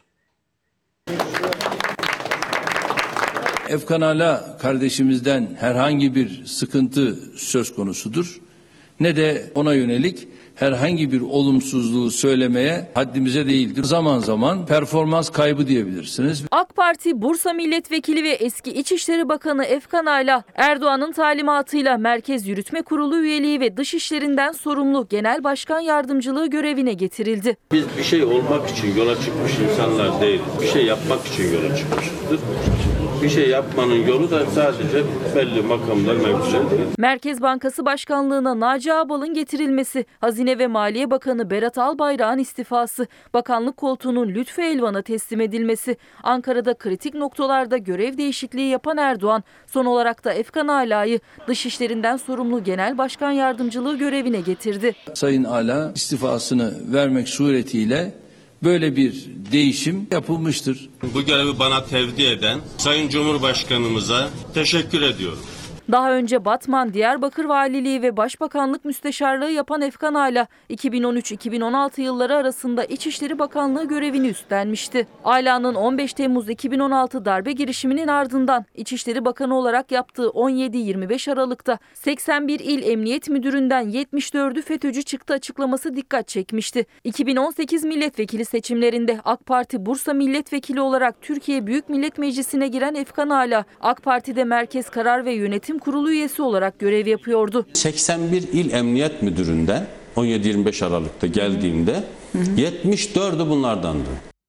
Efkan Ala kardeşimizden herhangi bir sıkıntı söz konusudur, ne de ona yönelik herhangi bir olumsuzluğu söylemeye haddimize değildir. Zaman zaman performans kaybı diyebilirsiniz. AK Parti Bursa Milletvekili ve eski İçişleri Bakanı Efkan Ala, Erdoğan'ın talimatıyla Merkez Yürütme Kurulu üyeliği ve dışişlerinden sorumlu Genel Başkan Yardımcılığı görevine getirildi. Biz bir şey olmak için yola çıkmış insanlar değiliz. Bir şey yapmak için yola çıkmışızdır. Bir şey yapmanın yolu da sadece belli makamlar mevcut değil. Merkez Bankası Başkanlığı'na Naci Ağbal'ın getirilmesi, Hazine ve Maliye Bakanı Berat Albayrak'ın istifası, bakanlık koltuğunun Lütfü Elvan'a teslim edilmesi, Ankara'da kritik noktalarda görev değişikliği yapan Erdoğan, son olarak da Efkan Ala'yı Dışişlerinden sorumlu Genel Başkan Yardımcılığı görevine getirdi. Sayın Ala istifasını vermek suretiyle böyle bir değişim yapılmıştır. Bu görevi bana tevdi eden Sayın Cumhurbaşkanımıza teşekkür ediyorum. Daha önce Batman, Diyarbakır Valiliği ve Başbakanlık Müsteşarlığı yapan Efkan Ala, iki bin on üç iki bin on altı yılları arasında İçişleri Bakanlığı görevini üstlenmişti. Ala'nın on beş Temmuz iki bin on altı darbe girişiminin ardından İçişleri Bakanı olarak yaptığı on yedi yirmi beş Aralık'ta seksen bir il emniyet müdüründen yetmiş dördü FETÖ'cü çıktı açıklaması dikkat çekmişti. iki bin on sekiz milletvekili seçimlerinde AK Parti Bursa milletvekili olarak Türkiye Büyük Millet Meclisi'ne giren Efkan Ala, AK Parti'de Merkez Karar ve Yönetim Kurulu üyesi olarak görev yapıyordu. seksen bir il emniyet müdüründen on yedi yirmi beş Aralık'ta geldiğimde hı hı. yetmiş dördü bunlardandı.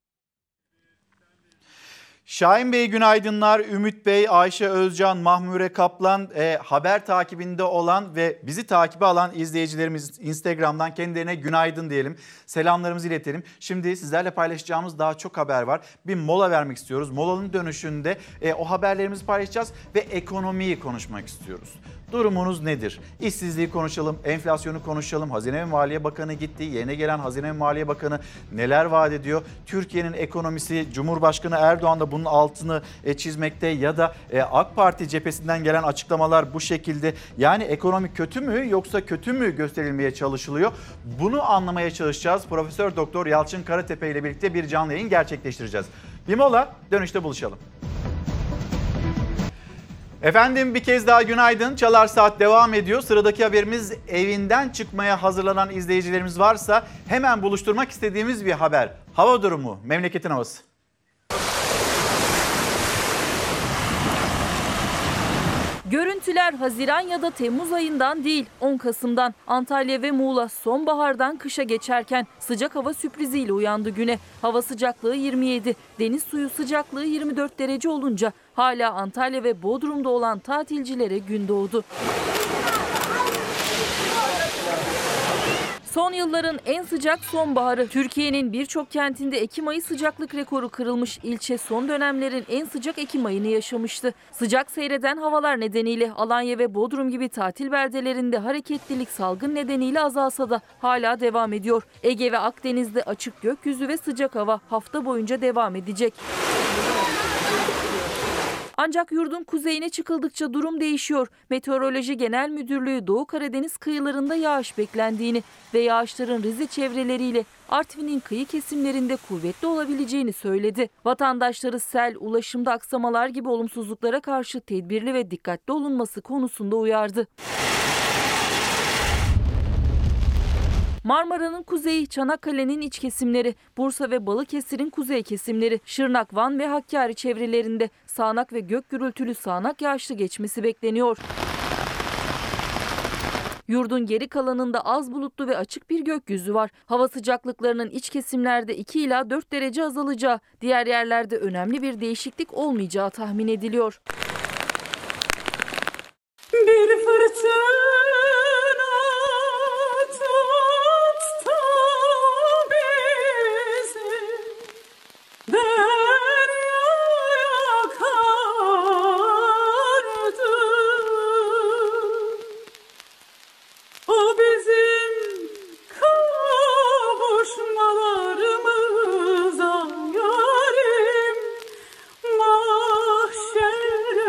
Şahin Bey günaydınlar. Ümit Bey, Ayşe Özcan, Mahmure Kaplan, e, haber takibinde olan ve bizi takibe alan izleyicilerimiz Instagram'dan kendilerine günaydın diyelim. Selamlarımızı iletelim. Şimdi sizlerle paylaşacağımız daha çok haber var. Bir mola vermek istiyoruz. Molanın dönüşünde e, o haberlerimizi paylaşacağız ve ekonomiyi konuşmak istiyoruz. Durumunuz nedir? İşsizliği konuşalım, enflasyonu konuşalım. Hazine ve Maliye Bakanı gitti. Yeni gelen Hazine ve Maliye Bakanı neler vaat ediyor? Türkiye'nin ekonomisi, Cumhurbaşkanı Erdoğan da bunun altını çizmekte ya da AK Parti cephesinden gelen açıklamalar bu şekilde. Yani ekonomi kötü mü yoksa kötü mü gösterilmeye çalışılıyor? Bunu anlamaya çalışacağız. Profesör Doktor Yalçın Karatepe ile birlikte bir canlı yayın gerçekleştireceğiz. Bir mola, dönüşte buluşalım. Efendim bir kez daha günaydın. Çalar Saat devam ediyor. Sıradaki haberimiz evinden çıkmaya hazırlanan izleyicilerimiz varsa hemen buluşturmak istediğimiz bir haber. Hava durumu, memleketin havası. Görüntüler Haziran ya da Temmuz ayından değil, on Kasım'dan. Antalya ve Muğla sonbahardan kışa geçerken sıcak hava sürpriziyle uyandı güne. Hava sıcaklığı yirmi yedi, deniz suyu sıcaklığı yirmi dört derece olunca hala Antalya ve Bodrum'da olan tatilcilere gün doğdu. Son yılların en sıcak sonbaharı. Türkiye'nin birçok kentinde Ekim ayı sıcaklık rekoru kırılmış. İlçe son dönemlerin en sıcak Ekim ayını yaşamıştı. Sıcak seyreden havalar nedeniyle Alanya ve Bodrum gibi tatil beldelerinde hareketlilik salgın nedeniyle azalsa da hala devam ediyor. Ege ve Akdeniz'de açık gökyüzü ve sıcak hava hafta boyunca devam edecek. Ancak yurdun kuzeyine çıkıldıkça durum değişiyor. Meteoroloji Genel Müdürlüğü Doğu Karadeniz kıyılarında yağış beklendiğini ve yağışların Rize çevreleriyle Artvin'in kıyı kesimlerinde kuvvetli olabileceğini söyledi. Vatandaşları sel, ulaşımda aksamalar gibi olumsuzluklara karşı tedbirli ve dikkatli olunması konusunda uyardı. Marmara'nın kuzeyi, Çanakkale'nin iç kesimleri, Bursa ve Balıkesir'in kuzey kesimleri, Şırnak, Van ve Hakkari çevrelerinde sağanak ve gök gürültülü sağanak yağışlı geçmesi bekleniyor. Yurdun geri kalanında az bulutlu ve açık bir gökyüzü var. Hava sıcaklıklarının iç kesimlerde iki ila dört derece azalacağı, diğer yerlerde önemli bir değişiklik olmayacağı tahmin ediliyor. Bir fırtına mahşerde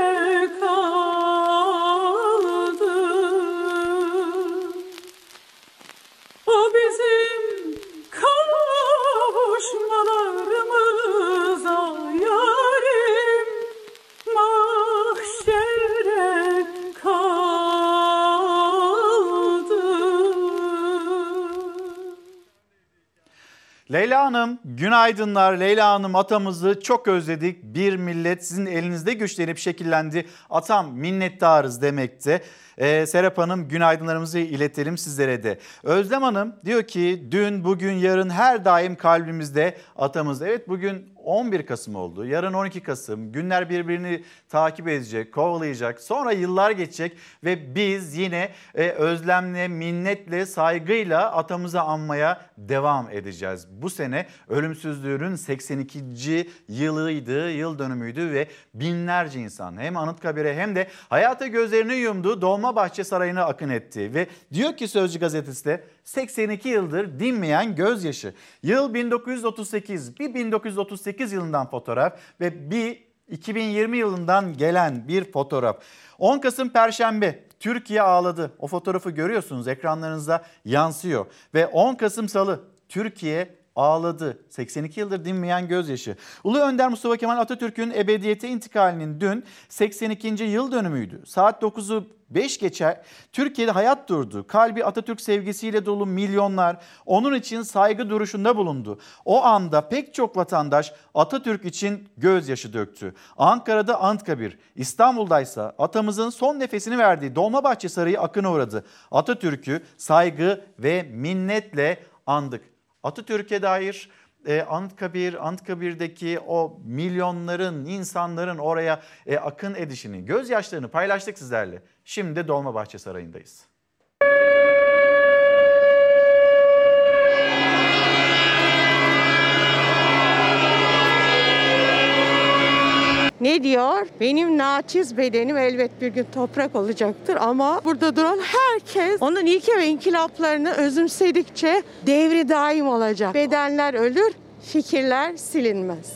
Leyla Hanım, günaydınlar. Leyla Hanım, atamızı çok özledik. Bir millet sizin elinizde güçlenip şekillendi. Atam minnettarız demekte. Ee, Serap Hanım, günaydınlarımızı iletelim sizlere de. Özlem Hanım diyor ki dün, bugün, yarın her daim kalbimizde atamız. Evet, bugün on bir Kasım oldu. Yarın on iki Kasım. Günler birbirini takip edecek, kovalayacak. Sonra yıllar geçecek ve biz yine e, özlemle, minnetle, saygıyla atamızı anmaya devam edeceğiz. Bu sene ölümsüzlüğünün seksen ikinci yılıydı, yıl dönümüydü ve binlerce insan hem Anıtkabir'e hem de hayata gözlerini yumdu, Dolmabahçe Sarayı'na akın etti. Ve diyor ki Sözcü gazetesi de seksen iki yıldır dinmeyen gözyaşı. Yıl bin dokuz yüz otuz sekiz, bir bin dokuz yüz otuz sekiz yılından fotoğraf ve bir iki bin yirmi yılından gelen bir fotoğraf. on Kasım Perşembe, Türkiye ağladı. O fotoğrafı görüyorsunuz, ekranlarınıza yansıyor. Ve on Kasım Salı, Türkiye ağladı. seksen iki yıldır dinmeyen gözyaşı. Ulu Önder Mustafa Kemal Atatürk'ün ebediyete intikalinin dün seksen ikinci yıl dönümüydü. Saat dokuzu beş geçer, Türkiye'de hayat durdu. Kalbi Atatürk sevgisiyle dolu milyonlar onun için saygı duruşunda bulundu. O anda pek çok vatandaş Atatürk için gözyaşı döktü. Ankara'da Anıtkabir, İstanbul'daysa atamızın son nefesini verdiği Dolmabahçe Sarayı akına uğradı. Atatürk'ü saygı ve minnetle andık. Atatürk'e dair e, Anıtkabir, Anıtkabir'deki o milyonların, insanların oraya e, akın edişini, gözyaşlarını paylaştık sizlerle. Şimdi de Dolmabahçe Sarayı'ndayız. Ne diyor? Benim naçiz bedenim elbet bir gün toprak olacaktır ama burada duran herkes onun ilke ve inkılaplarını özümsedikçe devri daim olacak. Bedenler ölür, fikirler silinmez.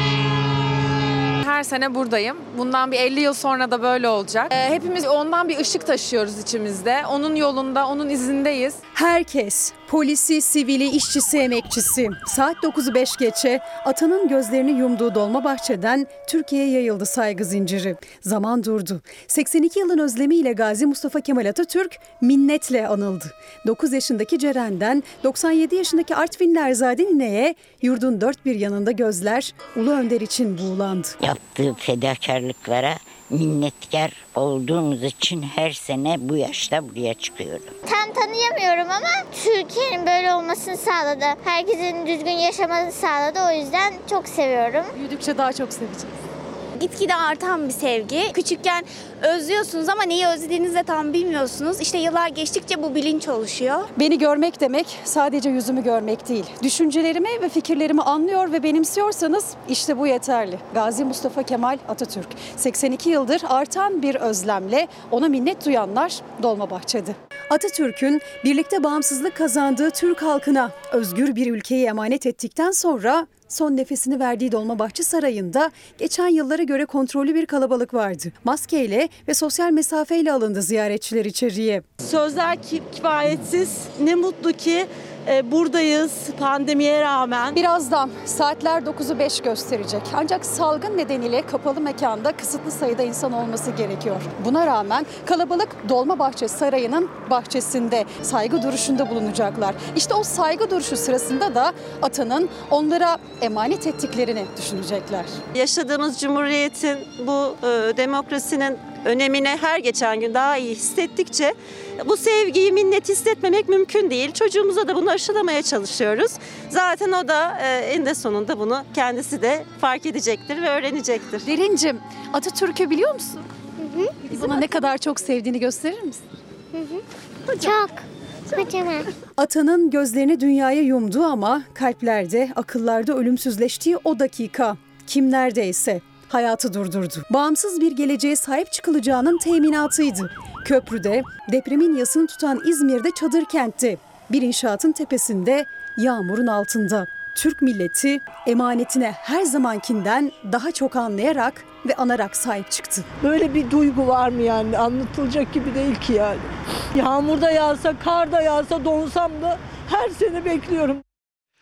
Her sene buradayım. Bundan bir elli yıl sonra da böyle olacak. Ee, hepimiz ondan bir ışık taşıyoruz içimizde. Onun yolunda, onun izindeyiz. Herkes, polisi, sivili, işçisi, emekçisi. Saat dokuzu beş geçe atanın gözlerini yumduğu Dolmabahçe'den Türkiye'ye yayıldı saygı zinciri. Zaman durdu. seksen iki yılın özlemiyle Gazi Mustafa Kemal Atatürk minnetle anıldı. dokuz yaşındaki Ceren'den doksan yedi yaşındaki Artvinli Erzade Nine'ye yurdun dört bir yanında gözler Ulu Önder için buğulandı. Yaptığı fedakarlıklara minnetkar olduğumuz için her sene bu yaşta buraya çıkıyorum. Tam tanıyamıyorum ama Türkiye'nin böyle olmasını sağladı. Herkesin düzgün yaşamasını sağladı. O yüzden çok seviyorum. Büyüdükçe daha çok seveceğiz. Gitgide artan bir sevgi. Küçükken özlüyorsunuz ama neyi özlediğinizi de tam bilmiyorsunuz. İşte yıllar geçtikçe bu bilinç oluşuyor. Beni görmek demek sadece yüzümü görmek değil. Düşüncelerimi ve fikirlerimi anlıyor ve benimsiyorsanız işte bu yeterli. Gazi Mustafa Kemal Atatürk. seksen iki yıldır artan bir özlemle ona minnet duyanlar Dolmabahçe'de. Atatürk'ün birlikte bağımsızlık kazandığı Türk halkına özgür bir ülkeyi emanet ettikten sonra son nefesini verdiği Dolmabahçe Sarayı'nda geçen yıllara göre kontrollü bir kalabalık vardı. Maskeyle ve sosyal mesafeyle alındı ziyaretçiler içeriye. Sözler kifayetsiz. Ne mutlu ki e, buradayız pandemiye rağmen. Birazdan saatler dokuzu beş gösterecek. Ancak salgın nedeniyle kapalı mekanda kısıtlı sayıda insan olması gerekiyor. Buna rağmen kalabalık Dolmabahçe Sarayı'nın bahçesinde saygı duruşunda bulunacaklar. İşte o saygı duruşu sırasında da atanın onlara emanet ettiklerini düşünecekler. Yaşadığımız cumhuriyetin, bu e, demokrasinin önemine her geçen gün daha iyi hissettikçe bu sevgiyi, minnet hissetmemek mümkün değil. Çocuğumuza da bunu aşılamaya çalışıyoruz. Zaten o da e, eninde sonunda bunu kendisi de fark edecektir ve öğrenecektir. Derincim, Atatürk'ü biliyor musun? Hı hı. Bana ne kadar çok sevdiğini gösterir misin? Hı hı. Çok. Kocaman. Atanın gözlerini dünyaya yumdu ama kalplerde, akıllarda ölümsüzleştiği o dakika kim neredeyse hayatı durdurdu. Bağımsız bir geleceğe sahip çıkılacağının teminatıydı. Köprüde, depremin yasını tutan İzmir'de çadır kentti. Bir inşaatın tepesinde, yağmurun altında. Türk milleti emanetine her zamankinden daha çok anlayarak ve anarak sahip çıktı. Böyle bir duygu var mı yani? Anlatılacak gibi değil ki yani. Yağmurda yağsa, karda yağsa, donsam da her sene bekliyorum.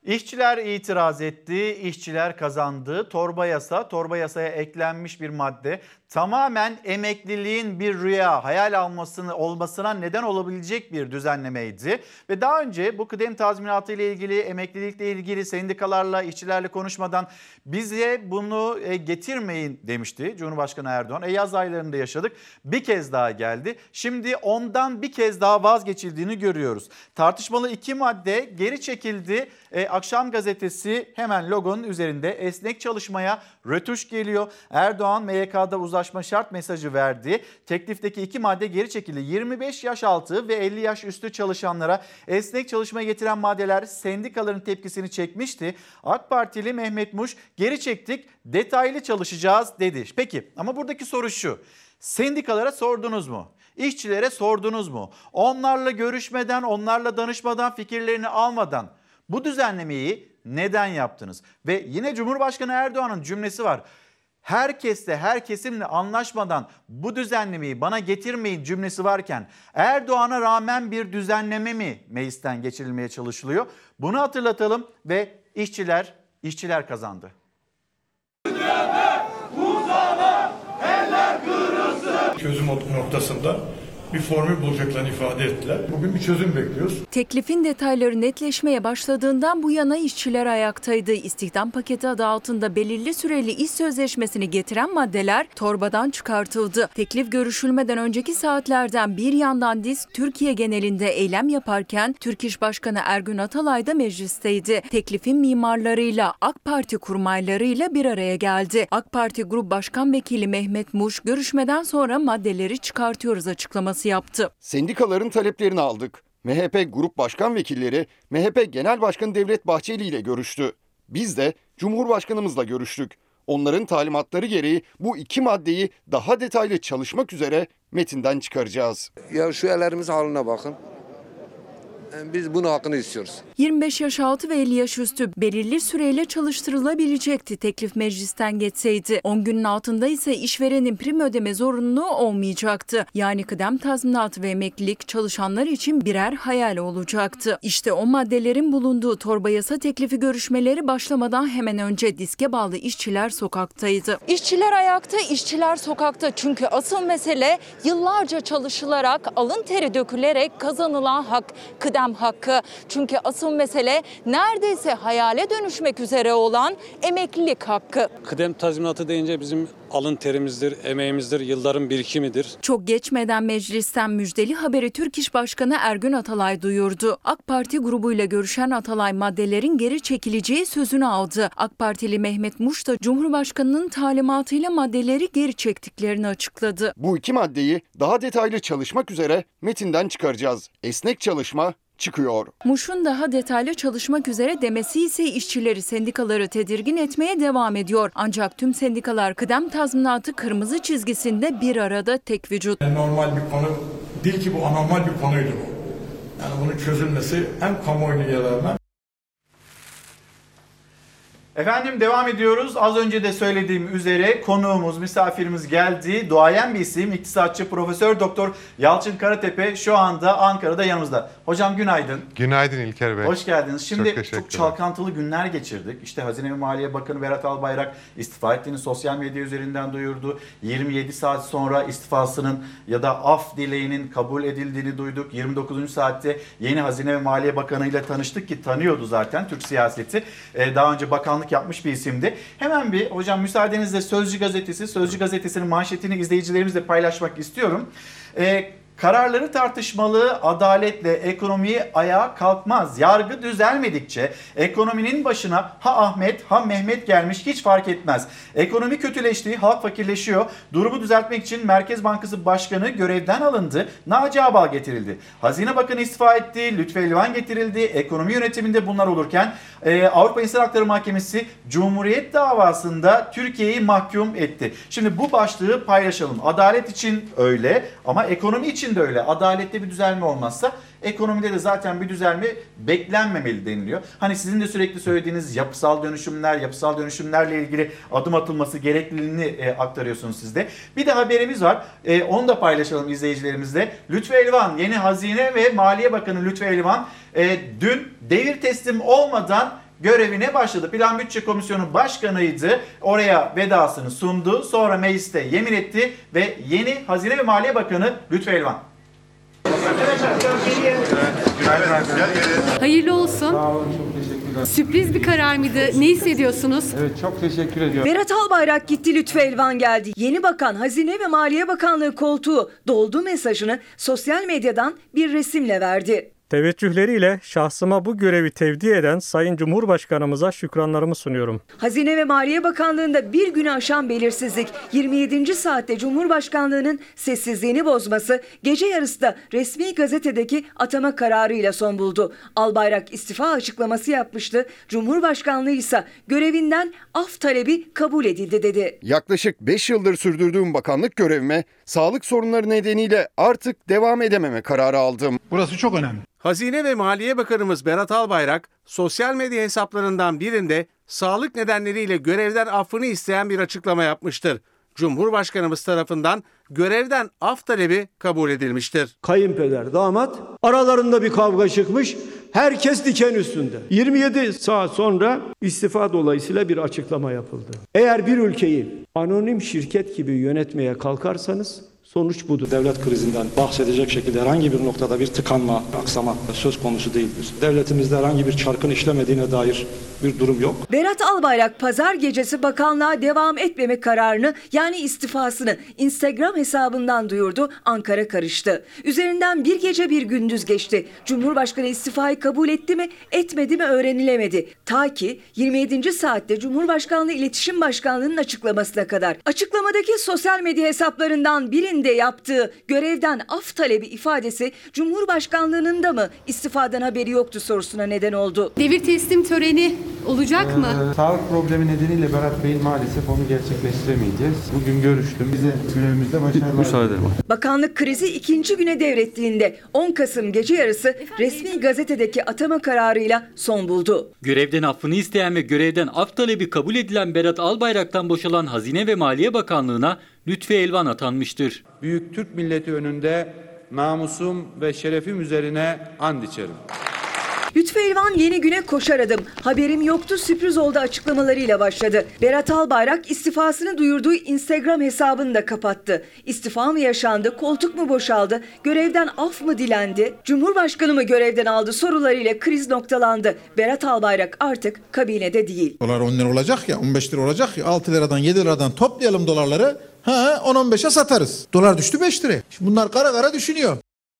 İşçiler itiraz etti, işçiler kazandı. Torba yasa, torba yasaya eklenmiş bir madde. Tamamen emekliliğin bir rüya, hayal almasını, olmasına neden olabilecek bir düzenlemeydi. Ve daha önce bu kıdem tazminatı ile ilgili, emeklilikle ilgili sendikalarla, işçilerle konuşmadan bize bunu getirmeyin demişti Cumhurbaşkanı Erdoğan. E yaz aylarında yaşadık, bir kez daha geldi. Şimdi ondan bir kez daha vazgeçildiğini görüyoruz. Tartışmalı iki madde geri çekildi. E, Akşam gazetesi hemen logonun üzerinde esnek çalışmaya rötuş geliyor. Erdoğan M Y K'da uzlaşma şart mesajı verdi. Teklifteki iki madde geri çekildi. yirmi beş yaş altı ve elli yaş üstü çalışanlara esnek çalışmaya getiren maddeler sendikaların tepkisini çekmişti. AK Partili Mehmet Muş geri çektik, detaylı çalışacağız dedi. Peki ama buradaki soru şu: sendikalara sordunuz mu? İşçilere sordunuz mu? Onlarla görüşmeden, onlarla danışmadan, fikirlerini almadan bu düzenlemeyi neden yaptınız? Ve yine Cumhurbaşkanı Erdoğan'ın cümlesi var. Herkesle, her kesimle anlaşmadan bu düzenlemeyi bana getirmeyin cümlesi varken Erdoğan'a rağmen bir düzenleme mi meclisten geçirilmeye çalışılıyor? Bunu hatırlatalım ve işçiler, işçiler kazandı. Çözüm noktasında bir formül bulacaklarını ifade ettiler. Bugün bir çözüm bekliyoruz. Teklifin detayları netleşmeye başladığından bu yana işçiler ayaktaydı. İstihdam paketi adı altında belirli süreli iş sözleşmesini getiren maddeler torbadan çıkartıldı. Teklif görüşülmeden önceki saatlerden bir yandan DİSK Türkiye genelinde eylem yaparken Türk İş Başkanı Ergün Atalay da meclisteydi. Teklifin mimarlarıyla, AK Parti kurmaylarıyla bir araya geldi. AK Parti Grup Başkan Vekili Mehmet Muş görüşmeden sonra maddeleri çıkartıyoruz açıklaması yaptı. Sendikaların taleplerini aldık. M H P Grup Başkan Vekilleri M H P Genel Başkanı Devlet Bahçeli ile görüştü. Biz de Cumhurbaşkanımızla görüştük. Onların talimatları gereği bu iki maddeyi daha detaylı çalışmak üzere metinden çıkaracağız. Ya şu ellerimizin haline bakın. Biz bunu hakkını istiyoruz. yirmi beş yaş altı ve elli yaş üstü belirli süreyle çalıştırılabilecekti teklif meclisten geçseydi. on günün altında ise işverenin prim ödeme zorunluluğu olmayacaktı. Yani kıdem tazminatı ve emeklilik çalışanlar için birer hayal olacaktı. İşte o maddelerin bulunduğu torba yasa teklifi görüşmeleri başlamadan hemen önce DİSK'e bağlı işçiler sokaktaydı. İşçiler ayakta, işçiler sokakta. Çünkü asıl mesele yıllarca çalışılarak, alın teri dökülerek kazanılan hak, kıdem hakkı. Çünkü asıl mesele neredeyse hayale dönüşmek üzere olan emeklilik hakkı. Kıdem tazminatı deyince bizim alın terimizdir, emeğimizdir, yılların birikimidir. Çok geçmeden meclisten müjdeli haberi Türk İş Başkanı Ergün Atalay duyurdu. AK Parti grubuyla görüşen Atalay maddelerin geri çekileceği sözünü aldı. AK Partili Mehmet Muş da Cumhurbaşkanı'nın talimatıyla maddeleri geri çektiklerini açıkladı. Bu iki maddeyi daha detaylı çalışmak üzere metinden çıkaracağız. Esnek çalışma çıkıyor. Muş'un daha detaylı çalışmak üzere demesi ise işçileri, sendikaları tedirgin etmeye devam ediyor. Ancak tüm sendikalar kıdem tazminatı kırmızı çizgisinde bir arada tek vücut. Normal bir konu değil ki, bu anormal bir konuydu bu. Yani bunun çözülmesi hem kamuoyuna yararına. Efendim devam ediyoruz. Az önce de söylediğim üzere konuğumuz, misafirimiz geldi. Duayen bir isim, iktisatçı Profesör Doktor Yalçın Karatepe şu anda Ankara'da yanımızda. Hocam günaydın. Günaydın İlker Bey. Hoş geldiniz. Şimdi çok, çok çalkantılı günler geçirdik. İşte Hazine ve Maliye Bakanı Berat Albayrak istifa ettiğini sosyal medya üzerinden duyurdu. yirmi yedi saat sonra istifasının ya da af dileğinin kabul edildiğini duyduk. yirmi dokuzuncu saatte yeni Hazine ve Maliye Bakanı ile tanıştık ki tanıyordu zaten Türk siyaseti. Ee, daha önce bakanlık yapmış bir isimdi. Hemen bir hocam müsaadenizle Sözcü Gazetesi, Sözcü Gazetesi'nin manşetini izleyicilerimizle paylaşmak istiyorum. Ee, Kararları tartışmalı, adaletle ekonomi ayağa kalkmaz. Yargı düzelmedikçe ekonominin başına ha Ahmet ha Mehmet gelmiş hiç fark etmez. Ekonomi kötüleşti, halk fakirleşiyor. Durumu düzeltmek için Merkez Bankası Başkanı görevden alındı. Naci Ağbal getirildi. Hazine Bakanı istifa etti, Lütfü Elvan getirildi. Ekonomi yönetiminde bunlar olurken e, Avrupa İnsan Hakları Mahkemesi Cumhuriyet davasında Türkiye'yi mahkum etti. Şimdi bu başlığı paylaşalım. Adalet için öyle ama ekonomi için de öyle. Adalette bir düzelme olmazsa ekonomide de zaten bir düzelme beklenmemeli deniliyor. Hani sizin de sürekli söylediğiniz yapısal dönüşümler, yapısal dönüşümlerle ilgili adım atılması gerekliliğini e, aktarıyorsunuz siz de. Bir de haberimiz var. E, onu da paylaşalım izleyicilerimizle. Lütfü Elvan, yeni Hazine ve Maliye Bakanı Lütfü Elvan e, dün devir teslim olmadan görevine başladı. Plan Bütçe Komisyonu Başkanıydı. Oraya vedasını sundu. Sonra mecliste yemin etti ve yeni Hazine ve Maliye Bakanı Lütfü Elvan. Hayırlı olsun. Sağ olun, çok teşekkürler. Sürpriz bir karar mıydı? Ne hissediyorsunuz? Evet, çok teşekkür ediyorum. Berat Albayrak gitti, Lütfü Elvan geldi. Yeni bakan Hazine ve Maliye Bakanlığı koltuğu doldu mesajını sosyal medyadan bir resimle verdi. Teveccühleriyle şahsıma bu görevi tevdi eden Sayın Cumhurbaşkanımıza şükranlarımı sunuyorum. Hazine ve Maliye Bakanlığı'nda bir günü aşan belirsizlik, yirmi yedinci saatte Cumhurbaşkanlığı'nın sessizliğini bozması, gece yarısı da resmi gazetedeki atama kararıyla son buldu. Albayrak istifa açıklaması yapmıştı. Cumhurbaşkanlığı ise görevinden af talebi kabul edildi dedi. Yaklaşık beş yıldır sürdürdüğüm bakanlık görevime sağlık sorunları nedeniyle artık devam edememe kararı aldım. Burası çok önemli. Hazine ve Maliye Bakanımız Berat Albayrak sosyal medya hesaplarından birinde sağlık nedenleriyle görevden affını isteyen bir açıklama yapmıştır. Cumhurbaşkanımız tarafından görevden af talebi kabul edilmiştir. Kayınpeder, damat aralarında bir kavga çıkmış. Herkes diken üstünde. yirmi yedi saat sonra istifa dolayısıyla bir açıklama yapıldı. Eğer bir ülkeyi anonim şirket gibi yönetmeye kalkarsanız sonuç budur. Devlet krizinden bahsedecek şekilde herhangi bir noktada bir tıkanma, aksama söz konusu değildir. Devletimizde herhangi bir çarkın işlemediğine dair bir durum yok. Berat Albayrak pazar gecesi bakanlığa devam etmeme kararını, yani istifasını Instagram hesabından duyurdu. Ankara karıştı. Üzerinden bir gece bir gündüz geçti. Cumhurbaşkanı istifayı kabul etti mi, etmedi mi öğrenilemedi. Ta ki yirmi yedinci saatte Cumhurbaşkanlığı İletişim Başkanlığı'nın açıklamasına kadar. Açıklamadaki sosyal medya hesaplarından birinde yaptığı görevden af talebi ifadesi Cumhurbaşkanlığının da mı istifadan haberi yoktu sorusuna neden oldu. Devir teslim töreni olacak mı? Ee, sağlık problemi nedeniyle Berat Bey'in maalesef onu gerçekleştiremeyeceğiz. Bugün görüştüm. Bize görevimizde başarılar. Müsaade ederim. Bakanlık krizi ikinci güne devrettiğinde on Kasım gece yarısı resmi gazetedeki atama kararıyla son buldu. Görevden affını isteyen ve görevden af talebi kabul edilen Berat Albayrak'tan boşalan Hazine ve Maliye Bakanlığı'na Lütfü Elvan atanmıştır. Büyük Türk milleti önünde namusum ve şerefim üzerine and içerim. Lütfü Elvan yeni güne koşar adım. Haberim yoktu, sürpriz oldu açıklamalarıyla başladı. Berat Albayrak istifasını duyurduğu Instagram hesabını da kapattı. İstifa mı yaşandı, koltuk mu boşaldı, görevden af mı dilendi, Cumhurbaşkanı mı görevden aldı sorularıyla kriz noktalandı. Berat Albayrak artık kabinede değil. Dolar on lira olacak ya, on beş lira olacak ya, altı liradan yedi liradan toplayalım dolarları. Ha, on on beşe satarız. Dolar düştü beş liraya. Şimdi bunlar kara kara düşünüyor.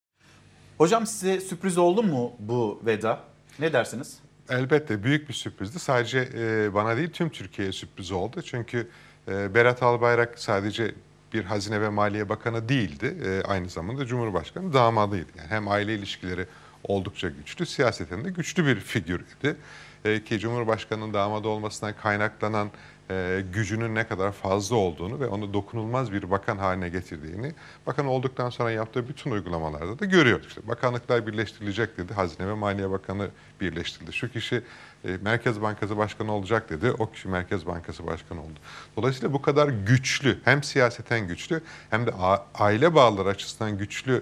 Hocam size sürpriz oldu mu bu veda? Ne dersiniz? Elbette büyük bir sürprizdi. Sadece e, bana değil tüm Türkiye'ye sürpriz oldu. Çünkü e, Berat Albayrak sadece bir Hazine ve Maliye Bakanı değildi. E, aynı zamanda Cumhurbaşkanı damadıydı. Yani hem aile ilişkileri oldukça güçlü, siyaseten de güçlü bir figürdü. E, ki Cumhurbaşkanı'nın damadı olmasından kaynaklanan e, gücünün ne kadar fazla olduğunu ve onu dokunulmaz bir bakan haline getirdiğini bakan olduktan sonra yaptığı bütün uygulamalarda da görüyoruz. İşte bakanlıklar birleştirilecek dedi, Hazine ve Maliye Bakanı birleştirildi. Şu kişi e, Merkez Bankası Başkanı olacak dedi, o kişi Merkez Bankası Başkanı oldu. Dolayısıyla bu kadar güçlü, hem siyaseten güçlü hem de aile bağları açısından güçlü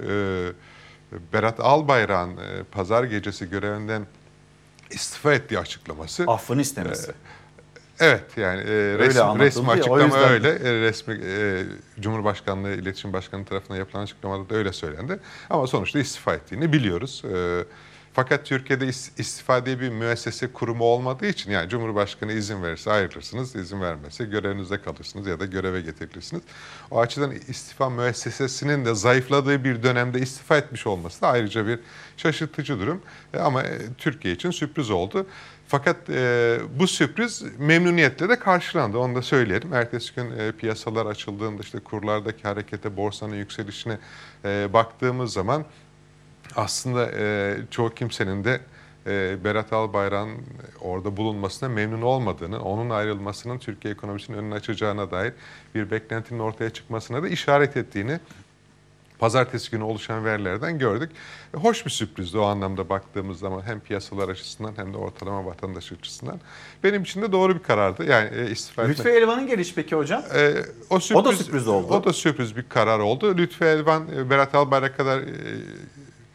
e, Berat Albayrak'ın e, pazar gecesi görevinden istifa ettiği açıklaması. Affını istemesi. E, evet yani e, resmi, resmi açıklama ya, öyle. E, resmi e, Cumhurbaşkanlığı İletişim Başkanı tarafından yapılan açıklamada da öyle söylendi. Ama sonuçta istifa ettiğini biliyoruz. E, fakat Türkiye'de istifa diye bir müessese kurumu olmadığı için, yani Cumhurbaşkanı izin verirse ayrılırsınız, izin vermezse görevinizde kalırsınız ya da göreve getirilirsiniz. O açıdan istifa müessesesinin de zayıfladığı bir dönemde istifa etmiş olması da ayrıca bir şaşırtıcı durum. E, ama e, Türkiye için sürpriz oldu. Fakat e, bu sürpriz memnuniyetle de karşılandı, onu da söyleyelim. Ertesi gün e, piyasalar açıldığında işte kurlardaki harekete, borsanın yükselişine e, baktığımız zaman aslında e, çoğu kimsenin de e, Berat Albayrak'ın orada bulunmasına memnun olmadığını, onun ayrılmasının Türkiye ekonomisinin önünü açacağına dair bir beklentinin ortaya çıkmasına da işaret ettiğini pazartesi günü oluşan verilerden gördük. Hoş bir sürprizdi o anlamda baktığımız zaman, hem piyasalar açısından hem de ortalama vatandaş açısından. Benim için de doğru bir karardı. Yani e, istifa etmek. Lütfü Elvan'ın gelişi peki hocam? E, o, sürpriz, o da sürpriz oldu. O da sürpriz bir karar oldu. Lütfü Elvan, Berat Albayrak kadar e,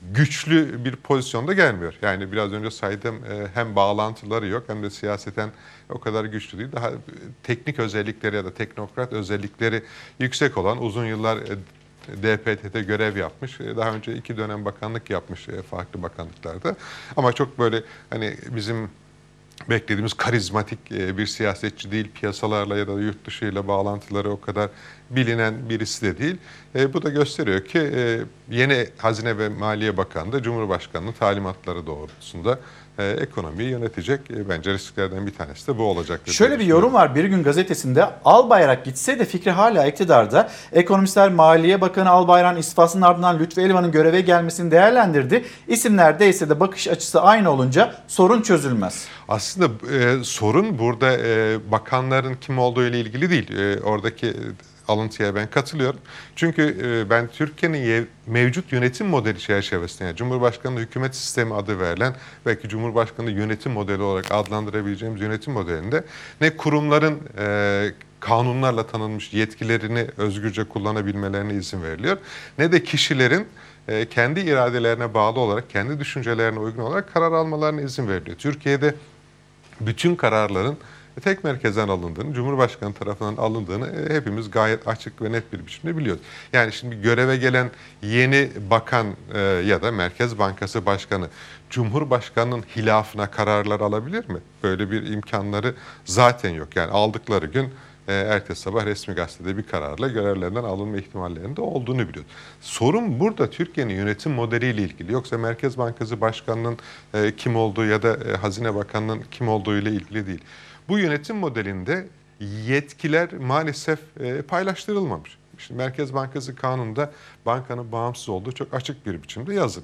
güçlü bir pozisyonda gelmiyor. Yani biraz önce saydım e, hem bağlantıları yok hem de siyaseten o kadar güçlü değil. Daha teknik özellikleri ya da teknokrat özellikleri yüksek olan, uzun yıllar e, D P T'de görev yapmış. Daha önce iki dönem bakanlık yapmış farklı bakanlıklarda. Ama çok böyle hani bizim beklediğimiz karizmatik bir siyasetçi değil. Piyasalarla ya da yurt dışıyla bağlantıları o kadar bilinen birisi de değil. E, bu da gösteriyor ki e, yeni Hazine ve Maliye Bakanı da Cumhurbaşkanı'nın talimatları doğrultusunda e, ekonomiyi yönetecek. E, bence risklerden bir tanesi de bu olacaktır. Şöyle bir yorum var Bir Gün gazetesinde. Albayrak gitse de fikri hala iktidarda. Ekonomistler Maliye Bakanı Albayrak'ın istifasının ardından Lütfü Elvan'ın göreve gelmesini değerlendirdi. İsimler değişse de bakış açısı aynı olunca sorun çözülmez. Aslında e, sorun burada e, bakanların kim olduğu ile ilgili değil. E, oradaki alıntıya ben katılıyorum. Çünkü e, ben Türkiye'nin mevcut yönetim modeli çerçevesinde, yani Cumhurbaşkanlığı hükümet sistemi adı verilen, belki Cumhurbaşkanlığı yönetim modeli olarak adlandırabileceğimiz yönetim modelinde ne kurumların e, kanunlarla tanınmış yetkilerini özgürce kullanabilmelerine izin veriliyor, ne de kişilerin e, kendi iradelerine bağlı olarak, kendi düşüncelerine uygun olarak karar almalarına izin veriliyor. Türkiye'de bütün kararların tek merkezden alındığını, Cumhurbaşkanı tarafından alındığını hepimiz gayet açık ve net bir biçimde biliyoruz. Yani şimdi göreve gelen yeni bakan e, ya da Merkez Bankası Başkanı Cumhurbaşkanı'nın hilafına kararlar alabilir mi? Böyle bir imkanları zaten yok. Yani aldıkları gün e, ertesi sabah resmi gazetede bir kararla görevlerinden alınma ihtimallerinde olduğunu biliyoruz. Sorun burada Türkiye'nin yönetim modeliyle ilgili. Yoksa Merkez Bankası Başkanı'nın e, kim olduğu ya da e, Hazine Bakanı'nın kim olduğu ile ilgili değil. Bu yönetim modelinde yetkiler maalesef e, paylaştırılmamış. Şimdi Merkez Bankası Kanunu'nda bankanın bağımsız olduğu çok açık bir biçimde yazılı.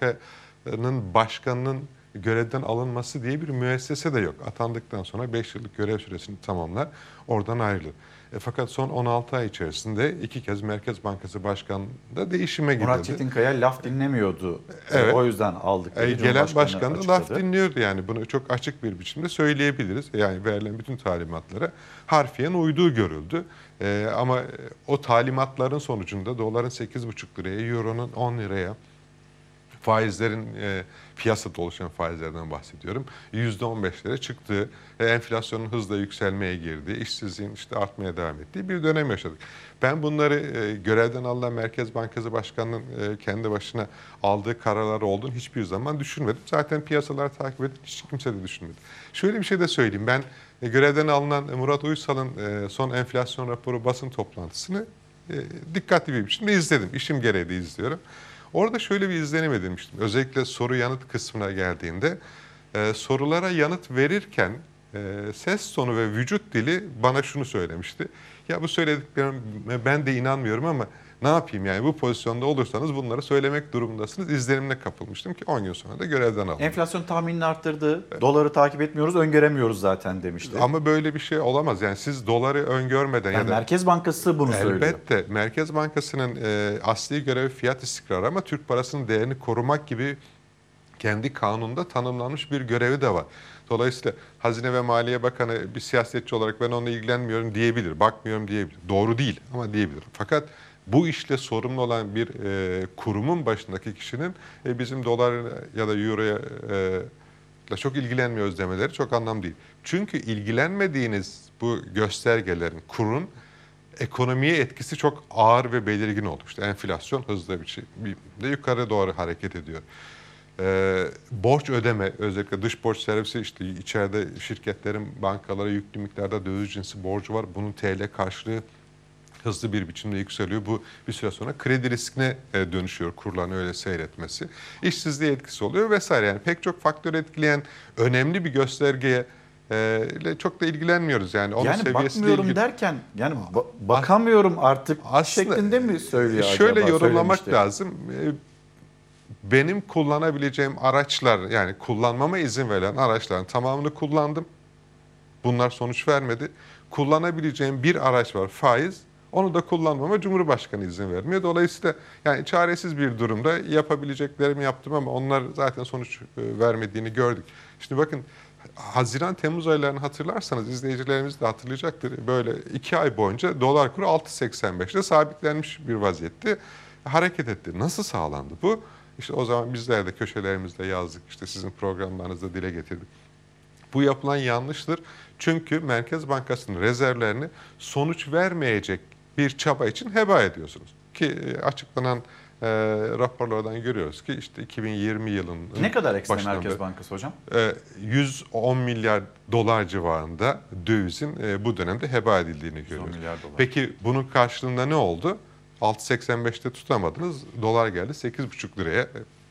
Bankanın başkanının görevden alınması diye bir müessese de yok. Atandıktan sonra beş yıllık görev süresini tamamlar, oradan ayrılır. E, fakat son on altı ay içerisinde iki kez Merkez Bankası Başkanı'nda değişime gidildi. Murat Çetinkaya laf dinlemiyordu. Evet. O yüzden aldık. E, gelen başkan da laf dinliyordu, yani bunu çok açık bir biçimde söyleyebiliriz. Yani verilen bütün talimatlara harfiyen uyduğu görüldü. E, ama o talimatların sonucunda doların sekiz buçuk liraya, euronun on liraya, faizlerin e, piyasada oluşan faizlerden bahsediyorum, yüzde on beşlere çıktığı, e, enflasyonun hızla yükselmeye girdiği, işsizliğin işte artmaya devam ettiği bir dönem yaşadık. Ben bunları e, görevden alınan Merkez Bankası Başkanı'nın e, kendi başına aldığı kararları olduğunu hiçbir zaman düşünmedim. Zaten piyasalar takip edip hiç kimse de düşünmedi. Şöyle bir şey de söyleyeyim. Ben e, görevden alınan Murat Uysal'ın e, son enflasyon raporu basın toplantısını e, dikkatli bir biçimde izledim. İşim gereği de izliyorum. Orada şöyle bir izlenim edinmiştim. Özellikle soru yanıt kısmına geldiğinde e, sorulara yanıt verirken e, ses tonu ve vücut dili bana şunu söylemişti. Ya bu söylediklerime ben de inanmıyorum ama ne yapayım, yani bu pozisyonda olursanız bunları söylemek durumundasınız. İzlenimine kapılmıştım ki on gün sonra da görevden aldım. Enflasyon tahminini arttırdı. Evet. Doları takip etmiyoruz, öngöremiyoruz zaten demişti. Ama böyle bir şey olamaz. Yani siz doları öngörmeden yani ya da... Merkez Bankası bunu elbette, söylüyor. Elbette. Merkez Bankası'nın e, asli görevi fiyat istikrarı ama Türk parasının değerini korumak gibi kendi kanununda tanımlanmış bir görevi de var. Dolayısıyla Hazine ve Maliye Bakanı bir siyasetçi olarak ben onunla ilgilenmiyorum diyebilir, bakmıyorum diyebilir. Doğru değil ama diyebilir. Fakat bu işle sorumlu olan bir e, kurumun başındaki kişinin e, bizim dolar ya da euroya e, çok ilgilenmiyoruz demeleri çok anlamlı değil. Çünkü ilgilenmediğiniz bu göstergelerin, kurun ekonomiye etkisi çok ağır ve belirgin oldu. İşte enflasyon hızlı bir şey, bir de yukarı doğru hareket ediyor. Ee, borç ödeme, özellikle dış borç servisi, işte içeride şirketlerin bankalara yüklü miktarda döviz cinsi borcu var. Bunun T L karşılığı hızlı bir biçimde yükseliyor. Bu bir süre sonra kredi riskine e, dönüşüyor kurların öyle seyretmesi. İşsizliğe etkisi oluyor vesaire. Yani pek çok faktör etkileyen önemli bir göstergeye e, ile çok da ilgilenmiyoruz. Yani onun yani bakmıyorum ilgili... derken yani ba- bakamıyorum artık aslında, şeklinde mi söylüyor acaba? Şöyle yorumlamak lazım. Benim kullanabileceğim araçlar, yani kullanmama izin verilen araçların tamamını kullandım. Bunlar sonuç vermedi. Kullanabileceğim bir araç var, faiz. Onu da kullanmama Cumhurbaşkanı izin vermiyor. Dolayısıyla yani çaresiz bir durumda yapabileceklerimi yaptım ama onlar zaten sonuç vermediğini gördük. Şimdi bakın Haziran-Temmuz aylarını hatırlarsanız izleyicilerimiz de hatırlayacaktır. Böyle iki ay boyunca dolar kuru altı seksen beşte sabitlenmiş bir vaziyette hareket etti. Nasıl sağlandı bu? İşte o zaman bizler de köşelerimizde yazdık, işte sizin programlarınızda dile getirdik. Bu yapılan yanlıştır. Çünkü Merkez Bankası'nın rezervlerini sonuç vermeyecek bir çaba için heba ediyorsunuz. Ki açıklanan e, raporlardan görüyoruz ki işte iki bin yirmi yılının ne kadar eksine başında, Merkez Bankası hocam? E, yüz on milyar dolar civarında dövizin e, bu dönemde heba edildiğini görüyoruz. Peki bunun karşılığında ne oldu? altı seksen beşte tutamadınız, dolar geldi sekiz buçuk liraya.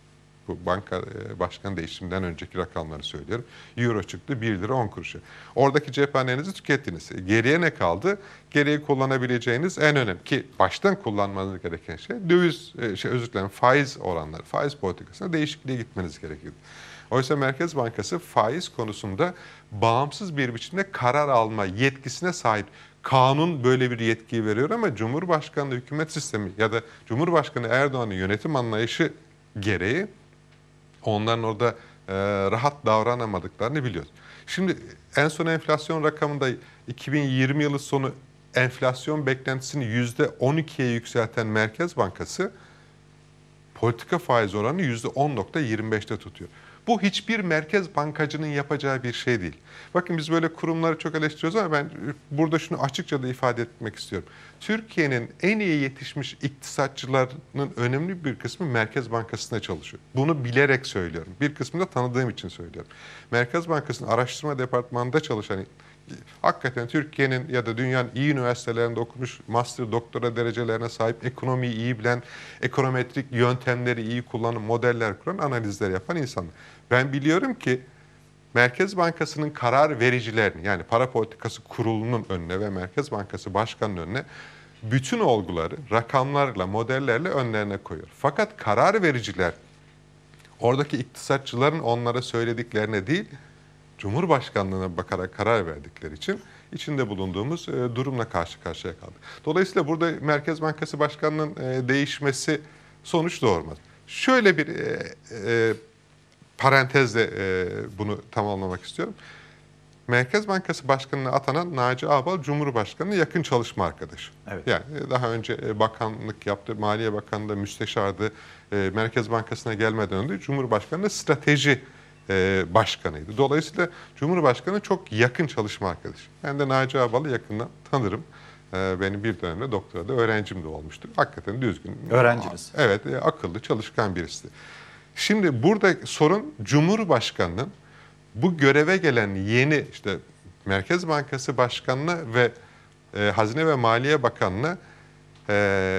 Bu banka başkan değişiminden önceki rakamları söylüyorum. Euro çıktı bir lira on kuruşa. Oradaki cephanenizi tükettiniz. Geriye ne kaldı? Geriye kullanabileceğiniz en önemli ki baştan kullanmanız gereken şey döviz, şey, özür dilerim faiz oranları, faiz politikasına değişikliğe gitmeniz gerekiyor. Oysa Merkez Bankası faiz konusunda bağımsız bir biçimde karar alma yetkisine sahip. Kanun böyle bir yetkiyi veriyor ama Cumhurbaşkanlığı hükümet sistemi ya da Cumhurbaşkanı Erdoğan'ın yönetim anlayışı gereği onların orada e, rahat davranamadıklarını biliyoruz. Şimdi en son enflasyon rakamında iki bin yirmi yılı sonu enflasyon beklentisini yüzde on ikiye yükselten Merkez Bankası politika faiz oranını yüzde on nokta yirmi beşte tutuyor. Bu hiçbir merkez bankacının yapacağı bir şey değil. Bakın biz böyle kurumları çok eleştiriyoruz ama ben burada şunu açıkça da ifade etmek istiyorum. Türkiye'nin en iyi yetişmiş iktisatçılarının önemli bir kısmı Merkez Bankası'nda çalışıyor. Bunu bilerek söylüyorum. Bir kısmını da tanıdığım için söylüyorum. Merkez Bankası'nın araştırma departmanında çalışan, hakikaten Türkiye'nin ya da dünyanın iyi üniversitelerinde okumuş, master, doktora derecelerine sahip, ekonomiyi iyi bilen, ekonometrik yöntemleri iyi kullanan, modeller kuran, analizler yapan insanlar. Ben biliyorum ki Merkez Bankası'nın karar vericilerini, yani para politikası kurulunun önüne ve Merkez Bankası Başkanı'nın önüne bütün olguları rakamlarla, modellerle önlerine koyuyor. Fakat karar vericiler oradaki iktisatçıların onlara söylediklerine değil, Cumhurbaşkanlığına bakarak karar verdikleri için içinde bulunduğumuz e, durumla karşı karşıya kaldık. Dolayısıyla burada Merkez Bankası Başkanı'nın e, değişmesi sonuç doğurmaz. Şöyle bir e, e, parantezle e, bunu tamamlamak istiyorum. Merkez Bankası Başkanı'na atanan Naci Ağbal, Cumhurbaşkanı'nın yakın çalışma arkadaşı. Evet. Yani daha önce bakanlık yaptı, Maliye Bakanı'nda müsteşardı, e, Merkez Bankası'na gelmeden önce Cumhurbaşkanı'nda strateji e, başkanıydı. Dolayısıyla Cumhurbaşkanı çok yakın çalışma arkadaşı. Ben de Naci Ağbal'ı yakından tanırım. E, benim bir dönemde doktorada öğrencim de olmuştu. Hakikaten düzgün. Öğrenciniz. Evet, e, akıllı, çalışkan birisi. Şimdi burada sorun Cumhurbaşkanı'nın bu göreve gelen yeni işte Merkez Bankası Başkanı'na ve e, Hazine ve Maliye Bakanı'na e,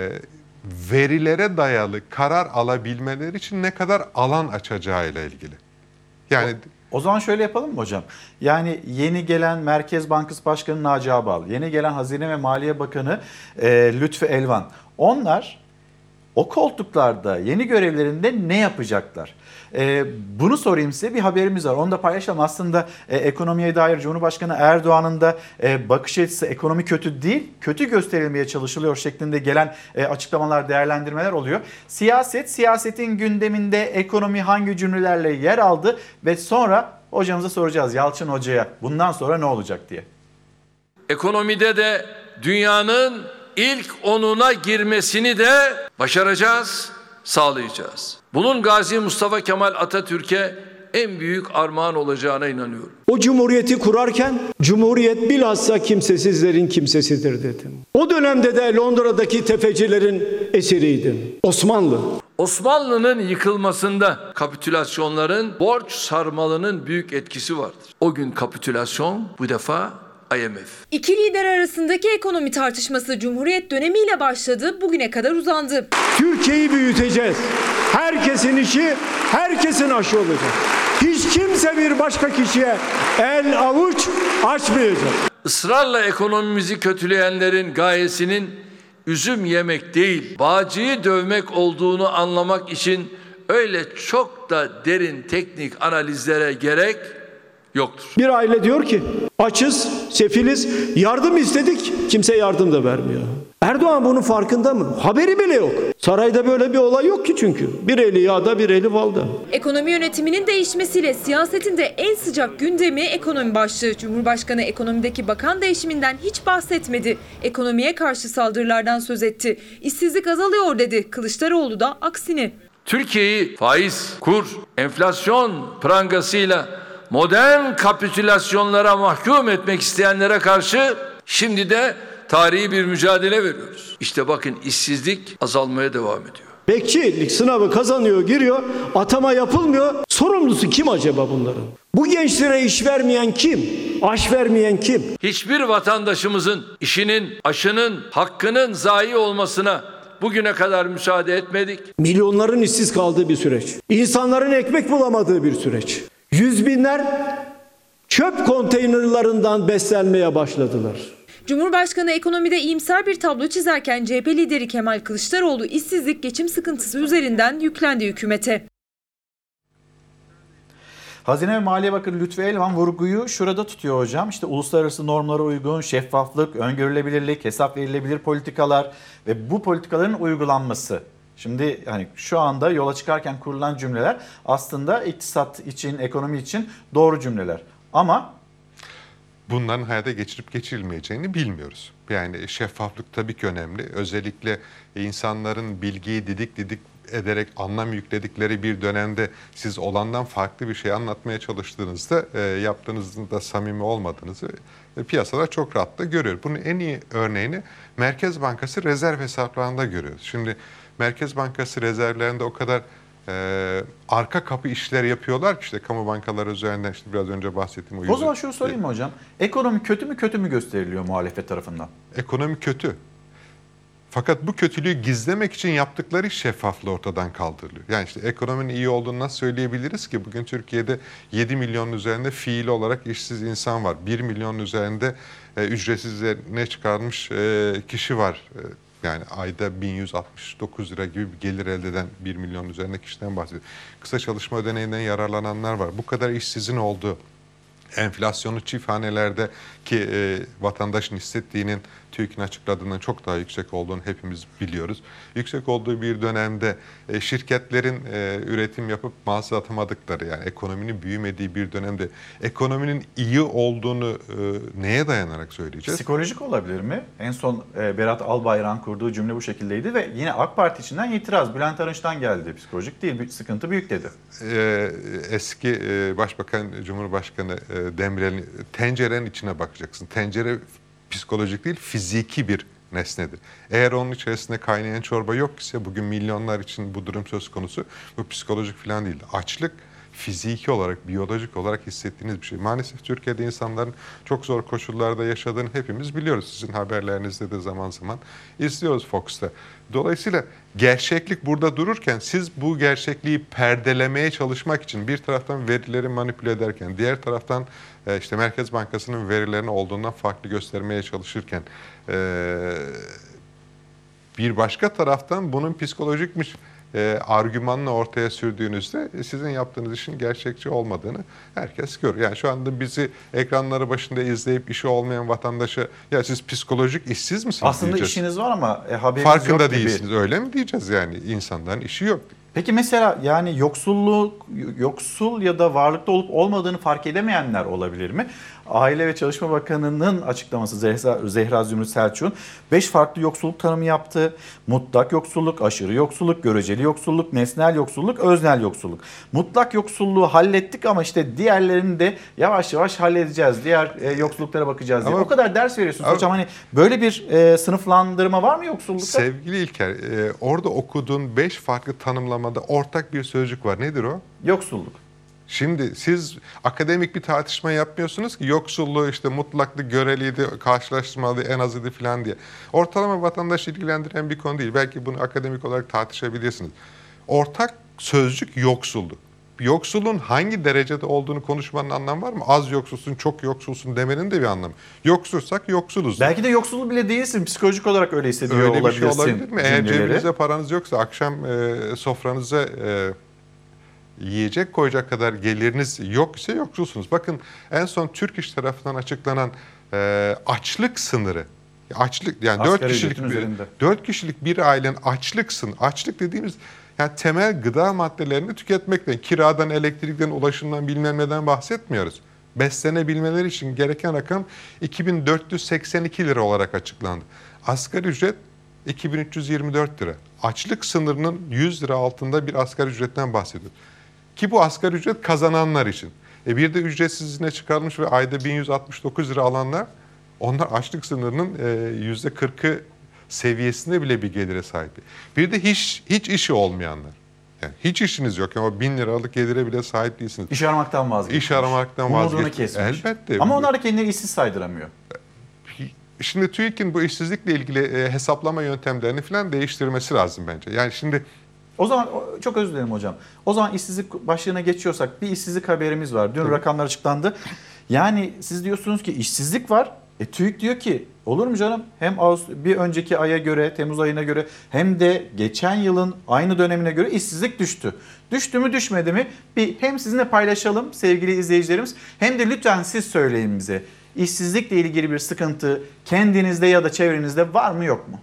verilere dayalı karar alabilmeleri için ne kadar alan açacağıyla ilgili. Yani o, o zaman şöyle yapalım mı hocam? Yani yeni gelen Merkez Bankası Başkanı Naci Ağbal, yeni gelen Hazine ve Maliye Bakanı e, Lütfü Elvan. Onlar o koltuklarda yeni görevlerinde ne yapacaklar? Ee, bunu sorayım size, bir haberimiz var. Onu da paylaşalım. Aslında e, ekonomiye dair Cumhurbaşkanı Erdoğan'ın da e, bakış açısı ekonomi kötü değil, kötü gösterilmeye çalışılıyor şeklinde gelen e, açıklamalar, değerlendirmeler oluyor. Siyaset, siyasetin gündeminde ekonomi hangi cümlelerle yer aldı ve sonra hocamıza soracağız, Yalçın Hoca'ya bundan sonra ne olacak diye. Ekonomide de dünyanın ilk onuna girmesini de başaracağız, sağlayacağız. Bunun Gazi Mustafa Kemal Atatürk'e en büyük armağan olacağına inanıyorum. O cumhuriyeti kurarken Cumhuriyet bilhassa kimsesizlerin kimsesidir dedim. O dönemde de Londra'daki tefecilerin esiriydim. Osmanlı. Osmanlı'nın yıkılmasında kapitülasyonların, borç sarmalının büyük etkisi vardır. O gün kapitülasyon, bu defa I M F. İki lider arasındaki ekonomi tartışması Cumhuriyet dönemiyle başladı, bugüne kadar uzandı. Türkiye'yi büyüteceğiz. Herkesin işi, herkesin aşı olacak. Hiç kimse bir başka kişiye el avuç açmayacak. Israrla ekonomimizi kötüleyenlerin gayesinin üzüm yemek değil, bağcıyı dövmek olduğunu anlamak için öyle çok da derin teknik analizlere gerek yoktur. Bir aile diyor ki açız, sefiliz, yardım istedik, kimse yardım da vermiyor. Erdoğan bunun farkında mı? Haberi bile yok. Sarayda böyle bir olay yok ki çünkü. Bir eli yağda, bir eli balda. Ekonomi yönetiminin değişmesiyle siyasetin de en sıcak gündemi ekonomi başlığı. Cumhurbaşkanı ekonomideki bakan değişiminden hiç bahsetmedi. Ekonomiye karşı saldırılardan söz etti. İşsizlik azalıyor dedi. Kılıçdaroğlu da aksine. Türkiye'yi faiz, kur, enflasyon prangasıyla modern kapitülasyonlara mahkum etmek isteyenlere karşı şimdi de tarihi bir mücadele veriyoruz. İşte bakın işsizlik azalmaya devam ediyor. Bekçilik sınavı kazanıyor, giriyor, atama yapılmıyor. Sorumlusu kim acaba bunların? Bu gençlere iş vermeyen kim? Aş vermeyen kim? Hiçbir vatandaşımızın işinin, aşının, hakkının zayi olmasına bugüne kadar müsaade etmedik. Milyonların işsiz kaldığı bir süreç. İnsanların ekmek bulamadığı bir süreç. Yüz binler çöp konteynerlarından beslenmeye başladılar. Cumhurbaşkanı ekonomide iyimser bir tablo çizerken C H P lideri Kemal Kılıçdaroğlu işsizlik, geçim sıkıntısı üzerinden yüklendi hükümete. Hazine ve Maliye Bakanı Lütfi Elvan vurguyu şurada tutuyor hocam. İşte uluslararası normlara uygun şeffaflık, öngörülebilirlik, hesap verilebilir politikalar ve bu politikaların uygulanması. Şimdi hani şu anda yola çıkarken kurulan cümleler aslında iktisat için, ekonomi için doğru cümleler. Ama bunların hayata geçirip geçirilmeyeceğini bilmiyoruz. Yani şeffaflık tabii ki önemli. Özellikle insanların bilgiyi didik didik ederek anlam yükledikleri bir dönemde siz olandan farklı bir şey anlatmaya çalıştığınızda e, yaptığınızda samimi olmadığınızı e, piyasalar çok rahatlıkla görüyor. Bunun en iyi örneğini Merkez Bankası rezerv hesaplarında görüyoruz. Şimdi Merkez Bankası rezervlerinde o kadar e, arka kapı işler yapıyorlar ki işte kamu bankaları üzerinden işte biraz önce bahsettiğim o O zaman şunu sorayım mı hocam? Ekonomi kötü mü kötü mü gösteriliyor muhalefet tarafından? Ekonomi kötü. Fakat bu kötülüğü gizlemek için yaptıkları şeffaflığı ortadan kaldırılıyor. Yani işte ekonominin iyi olduğunu nasıl söyleyebiliriz ki? Bugün Türkiye'de yedi milyonun üzerinde fiili olarak işsiz insan var. bir milyonun üzerinde e, ücretsizliğine çıkarılmış e, kişi var. E, yani ayda bin yüz altmış dokuz lira gibi bir gelir elde eden bir milyon üzerinde kişiden bahsediyor. Kısa çalışma ödeneğinden yararlananlar var. Bu kadar işsizin olduğu, enflasyonu çift hanelerde ki e, vatandaşın hissettiğinin TÜİK'in açıkladığından çok daha yüksek olduğunu hepimiz biliyoruz. Yüksek olduğu bir dönemde e, şirketlerin e, üretim yapıp mal satamadıkları, yani ekonominin büyümediği bir dönemde ekonominin iyi olduğunu e, neye dayanarak söyleyeceğiz? Psikolojik olabilir mi? En son e, Berat Albayrak'ın kurduğu cümle bu şekildeydi ve yine AK Parti içinden itiraz. Bülent Arınç'tan geldi. Psikolojik değil, bir sıkıntı büyük dedi. E, eski e, Başbakan Cumhurbaşkanı e, Demirel'in tencerenin içine bakacaksın. Tencere psikolojik değil, fiziki bir nesnedir. Eğer onun içerisinde kaynayan çorba yok ise bugün milyonlar için bu durum söz konusu. Bu psikolojik falan değil. Açlık fiziki olarak, biyolojik olarak hissettiğiniz bir şey. Maalesef Türkiye'de insanların çok zor koşullarda yaşadığını hepimiz biliyoruz. Sizin haberlerinizde de zaman zaman izliyoruz Fox'ta. Dolayısıyla gerçeklik burada dururken siz bu gerçekliği perdelemeye çalışmak için bir taraftan verileri manipüle ederken, diğer taraftan işte Merkez Bankası'nın verilerini olduğundan farklı göstermeye çalışırken, bir başka taraftan bunun psikolojikmiş E, argümanla ortaya sürdüğünüzde sizin yaptığınız işin gerçekçi olmadığını herkes görüyor. Yani şu anda bizi ekranları başında izleyip işi olmayan vatandaşa ya siz psikolojik işsiz misiniz Aslında diyeceğiz. işiniz var ama e, haberiniz farkında yok gibi. değilsiniz. Öyle mi diyeceğiz yani? İnsanların işi yok. Peki mesela yani yoksulluk, yoksul ya da varlıkta olup olmadığını fark edemeyenler olabilir mi? Aile ve Çalışma Bakanı'nın açıklaması Zehra, Zehra Zümrüt Selçuk'un beş farklı yoksulluk tanımı yaptı. Mutlak yoksulluk, aşırı yoksulluk, göreceli yoksulluk, nesnel yoksulluk, öznel yoksulluk. Mutlak yoksulluğu hallettik ama işte diğerlerini de yavaş yavaş halledeceğiz. Diğer e, yoksulluklara bakacağız diye. Ama, o kadar ders veriyorsunuz ama, hocam. Hani böyle bir e, sınıflandırma var mı yoksullukta? Sevgili İlker, e, orada okuduğun beş farklı tanımlamada ortak bir sözcük var. Nedir o? Yoksulluk. Şimdi siz akademik bir tartışma yapmıyorsunuz ki yoksulluğu işte mutlaklı, göreliydi, karşılaştırmalı, en azıydı falan diye. Ortalama vatandaşı ilgilendiren bir konu değil. Belki bunu akademik olarak tartışabilirsiniz. Ortak sözcük yoksulluk. Yoksulluğun hangi derecede olduğunu konuşmanın anlamı var mı? Az yoksulsun, çok yoksulsun demenin de bir anlamı. Yoksulsak yoksuluz. Belki de yoksul bile değilsin. Psikolojik olarak öyle hissediyor öyle olabilirsin. Öyle bir şey olabilir mi? Eğer cümleleri. cebinizde paranız yoksa akşam e, sofranıza e, yiyecek koyacak kadar geliriniz yok ise yoksulsunuz. Bakın en son Türk İş tarafından açıklanan e, açlık sınırı. Açlık yani dört kişilik bir dört kişilik bir ailenin açlık sınırı. Açlık dediğimiz yani temel gıda maddelerini tüketmekten, kiradan, elektrikten, ulaşımdan bilmem neden bahsetmiyoruz. Beslenebilmeleri için gereken rakam iki bin dört yüz seksen iki lira olarak açıklandı. Asgari ücret iki bin üç yüz yirmi dört lira. açlık sınırının yüz lira altında bir asgari ücretten bahsediyoruz. Ki bu asgari ücret kazananlar için. E bir de ücretsiz izne çıkarılmış ve ayda bin yüz altmış dokuz lira alanlar, onlar açlık sınırının yüzde kırkı seviyesinde bile bir gelire sahip. Bir de hiç hiç işi olmayanlar. Yani hiç işiniz yok ama bin liralık gelire bile sahip değilsiniz. İş aramaktan vazgeçmiş. İş aramaktan Umudunu vazgeçmiş. kesmiş. Elbette. Ama onlar da kendileri işsiz saydıramıyor. Şimdi TÜİK'in bu işsizlikle ilgili hesaplama yöntemlerini falan değiştirmesi lazım bence. Yani şimdi O zaman çok özür dilerim hocam. O zaman işsizlik başlığına geçiyorsak bir işsizlik haberimiz var. Dün Tabii. rakamlar açıklandı. Yani siz diyorsunuz ki işsizlik var. E TÜİK diyor ki olur mu canım? Hem bir önceki aya göre, Temmuz ayına göre hem de geçen yılın aynı dönemine göre işsizlik düştü. Düştü mü düşmedi mi? Bir hem sizinle paylaşalım sevgili izleyicilerimiz hem de lütfen siz söyleyin bize. İşsizlikle ilgili bir sıkıntı kendinizde ya da çevrenizde var mı yok mu?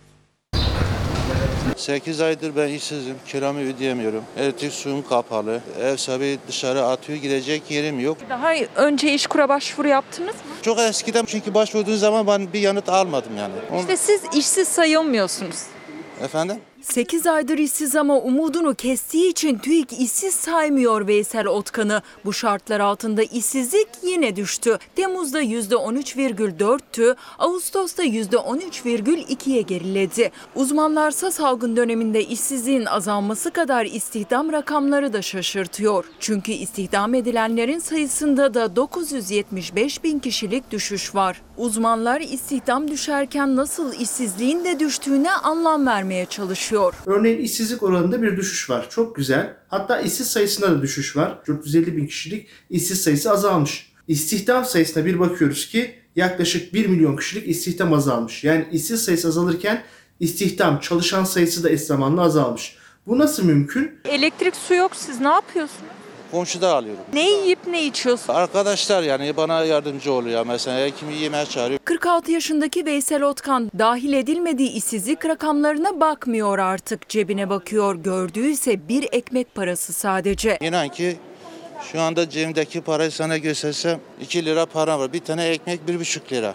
sekiz aydır ben işsizim, kiramı ödeyemiyorum. Elektrik suyum kapalı, ev sahibi dışarı atıyor, gidecek yerim yok. Daha önce İşkur'a başvuru yaptınız mı? Çok eskiden çünkü başvurduğum zaman ben bir yanıt almadım yani. İşte siz işsiz sayılmıyorsunuz. Efendim? sekiz aydır işsiz ama umudunu kestiği için TÜİK işsiz saymıyor Veysel Otkan'ı. Bu şartlar altında işsizlik yine düştü. Temmuz'da yüzde on üç virgül dörttü, Ağustos'ta yüzde on üç virgül ikiye geriledi. Uzmanlarsa salgın döneminde işsizliğin azalması kadar istihdam rakamları da şaşırtıyor. Çünkü istihdam edilenlerin sayısında da dokuz yüz yetmiş beş bin kişilik düşüş var. Uzmanlar istihdam düşerken nasıl işsizliğin de düştüğüne anlam vermeye çalışıyor. Örneğin işsizlik oranında bir düşüş var. Çok güzel. Hatta işsiz sayısında da düşüş var. dört yüz elli bin kişilik işsiz sayısı azalmış. İstihdam sayısına bir bakıyoruz ki yaklaşık bir milyon kişilik istihdam azalmış. Yani işsiz sayısı azalırken istihdam, çalışan sayısı da eş zamanlı azalmış. Bu nasıl mümkün? Elektrik, su yok. Siz ne yapıyorsunuz? Komşuda alıyorum. Ne yiyip ne içiyorsun? Arkadaşlar yani bana yardımcı oluyor. Mesela kimi yemeğe çağırıyor. kırk altı yaşındaki Veysel Otkan dahil edilmediği işsizlik rakamlarına bakmıyor artık. Cebine bakıyor. Gördüğü ise bir ekmek parası sadece. İnan ki şu anda cebimdeki parayı sana göstersem iki lira para var. Bir tane ekmek bir buçuk lira.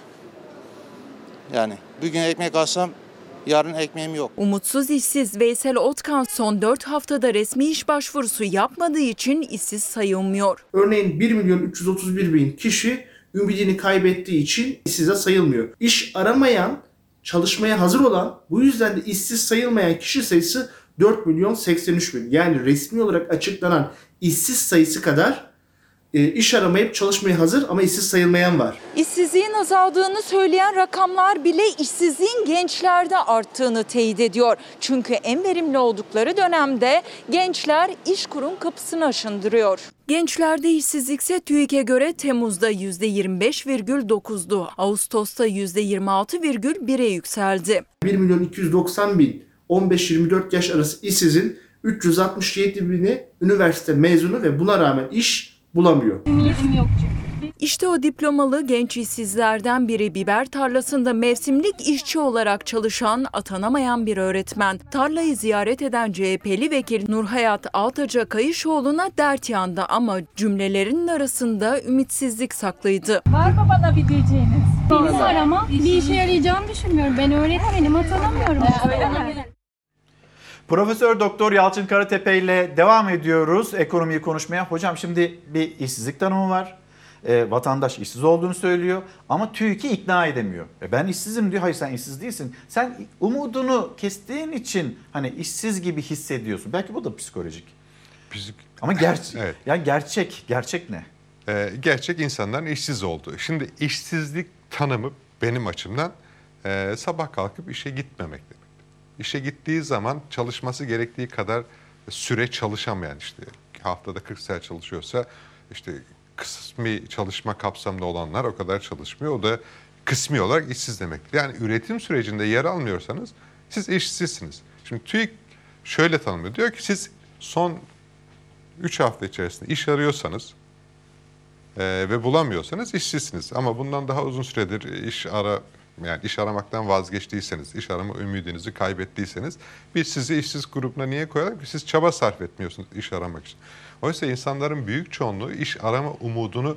Yani bugün ekmek alsam yarın ekmeğim yok. Umutsuz işsiz Veysel Otkan son dört haftada resmi iş başvurusu yapmadığı için işsiz sayılmıyor. Örneğin bir milyon üç yüz otuz bir bin kişi ümidini kaybettiği için işsize sayılmıyor. İş aramayan, çalışmaya hazır olan, bu yüzden de işsiz sayılmayan kişi sayısı dört milyon seksen üç bin. Yani resmi olarak açıklanan işsiz sayısı kadar iş aramayıp çalışmaya hazır ama işsiz sayılmayan var. İşsizliğin azaldığını söyleyen rakamlar bile işsizliğin gençlerde arttığını teyit ediyor. Çünkü en verimli oldukları dönemde gençler İşkur'un kapısını aşındırıyor. Gençlerde işsizlikse TÜİK'e göre Temmuz'da yüzde yirmi beş virgül dokuzdu. Ağustos'ta yüzde yirmi altı virgül bire yükseldi. bir milyon iki yüz doksan bin on beş yirmi dört yaş arası işsizin üç yüz altmış yedi bini üniversite mezunu ve buna rağmen iş bulamıyor. İşte o diplomalı genç işsizlerden biri biber tarlasında mevsimlik işçi olarak çalışan, atanamayan bir öğretmen. Tarlayı ziyaret eden C H P'li vekil Nurhayat Altaca Kayışoğlu'na dert yandı ama cümlelerinin arasında ümitsizlik saklıydı. Var mı bana bir diyeceğiniz? Benim var ama bir işe yarayacağını düşünmüyorum. Ben öğretmenim, atanamıyorum. Öyle mi? Profesör Doktor Yalçın Karatepe ile devam ediyoruz ekonomiyi konuşmaya. Hocam şimdi bir işsizlik tanımı var. E, vatandaş işsiz olduğunu söylüyor ama TÜİK'i ikna edemiyor. E, ben işsizim diyor. Hayır sen işsiz değilsin. Sen umudunu kestiğin için hani işsiz gibi hissediyorsun. Belki bu da psikolojik. Psik... Ama gerçek. Evet. Yani gerçek. Gerçek ne? Ee, gerçek insanların işsiz olduğu. Şimdi işsizlik tanımı benim açımdan e, sabah kalkıp işe gitmemek demek. İşe gittiği zaman çalışması gerektiği kadar süre çalışamayan, işte haftada kırk saat çalışıyorsa işte kısmi çalışma kapsamında olanlar o kadar çalışmıyor. O da kısmi olarak işsiz demektir. Yani üretim sürecinde yer almıyorsanız siz işsizsiniz. Şimdi TÜİK şöyle tanımlıyor. Diyor ki siz son üç hafta içerisinde iş arıyorsanız e, ve bulamıyorsanız işsizsiniz. Ama bundan daha uzun süredir iş ara yani iş aramaktan vazgeçtiyseniz, iş arama ümidinizi kaybettiyseniz biz sizi işsiz grubuna niye koyalım ki? Siz çaba sarf etmiyorsunuz iş aramak için. Oysa insanların büyük çoğunluğu iş arama umudunu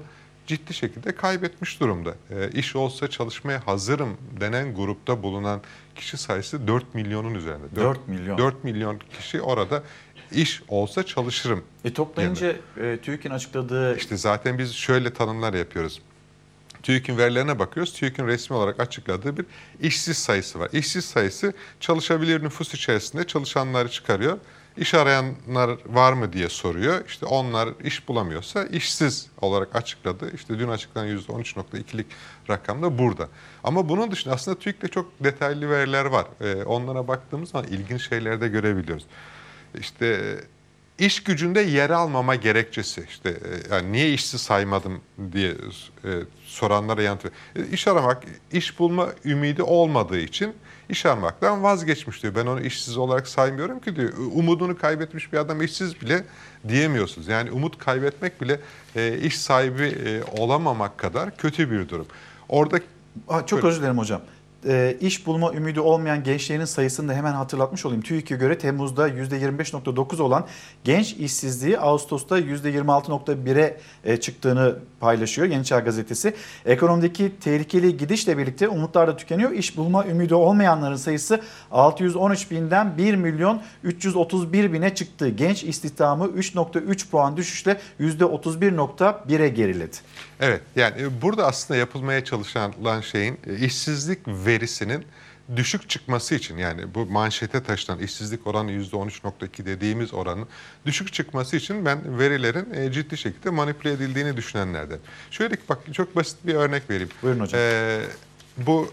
ciddi şekilde kaybetmiş durumda. E, iş olsa çalışmaya hazırım denen grupta bulunan kişi sayısı dört milyonun üzerinde. dört milyon. dört milyon kişi orada iş olsa çalışırım. E toplayınca e, TÜİK'in açıkladığı... İşte zaten biz şöyle tanımlar yapıyoruz. TÜİK'in verilerine bakıyoruz. TÜİK'in resmi olarak açıkladığı bir işsiz sayısı var. İşsiz sayısı çalışabilir nüfus içerisinde çalışanları çıkarıyor. İş arayanlar var mı diye soruyor. İşte onlar iş bulamıyorsa işsiz olarak açıkladı. İşte dün açıklanan yüzde on üç nokta ikilik rakam da burada. Ama bunun dışında aslında TÜİK'te çok detaylı veriler var. Ee, onlara baktığımız zaman ilginç şeyler de görebiliyoruz. İşte iş gücünde yer almama gerekçesi, işte yani niye işsiz saymadım diye e, soranlara yanıt veriyor. İş aramak, iş bulma ümidi olmadığı için iş aramaktan vazgeçmiş diyor. Ben onu işsiz olarak saymıyorum ki diyor. Umudunu kaybetmiş bir adam işsiz bile diyemiyorsunuz. Yani umut kaybetmek bile e, iş sahibi e, olamamak kadar kötü bir durum. Orada Aa, çok özür dilerim hocam. E, iş bulma ümidi olmayan gençlerin sayısını da hemen hatırlatmış olayım. TÜİK'e göre Temmuz'da yüzde yirmi beş nokta dokuz olan genç işsizliği Ağustos'ta yüzde yirmi altı nokta bire e, çıktığını paylaşıyor Yeni Çağ Gazetesi. Ekonomideki tehlikeli gidişle birlikte umutlar da tükeniyor. İş bulma ümidi olmayanların sayısı altı yüz on üç binden bir milyon üç yüz otuz bir bine çıktı. Genç istihdamı üç nokta üç puan düşüşle yüzde otuz bir nokta bire geriledi. Evet, yani burada aslında yapılmaya çalışılan şeyin işsizlik verisinin düşük çıkması için, yani bu manşete taşınan işsizlik oranı yüzde on üç nokta iki dediğimiz oranın düşük çıkması için ben verilerin ciddi şekilde manipüle edildiğini düşünenlerden. Şöyle bak, çok basit bir örnek vereyim. Buyurun hocam. Ee, bu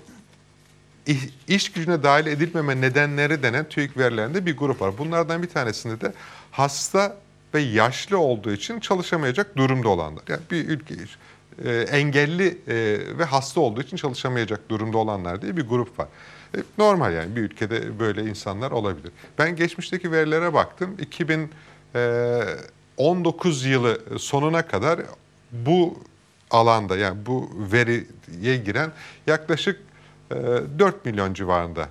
iş gücüne dahil edilmeme nedenleri denen TÜİK verilerinde bir grup var. Bunlardan bir tanesinde de hasta ve yaşlı olduğu için çalışamayacak durumda olanlar. Yani bir ülke e, engelli e, ve hasta olduğu için çalışamayacak durumda olanlar diye bir grup var. E, normal, yani bir ülkede böyle insanlar olabilir. Ben geçmişteki verilere baktım. iki bin on dokuz yılı sonuna kadar bu alanda, yani bu veriye giren yaklaşık e, dört milyon civarında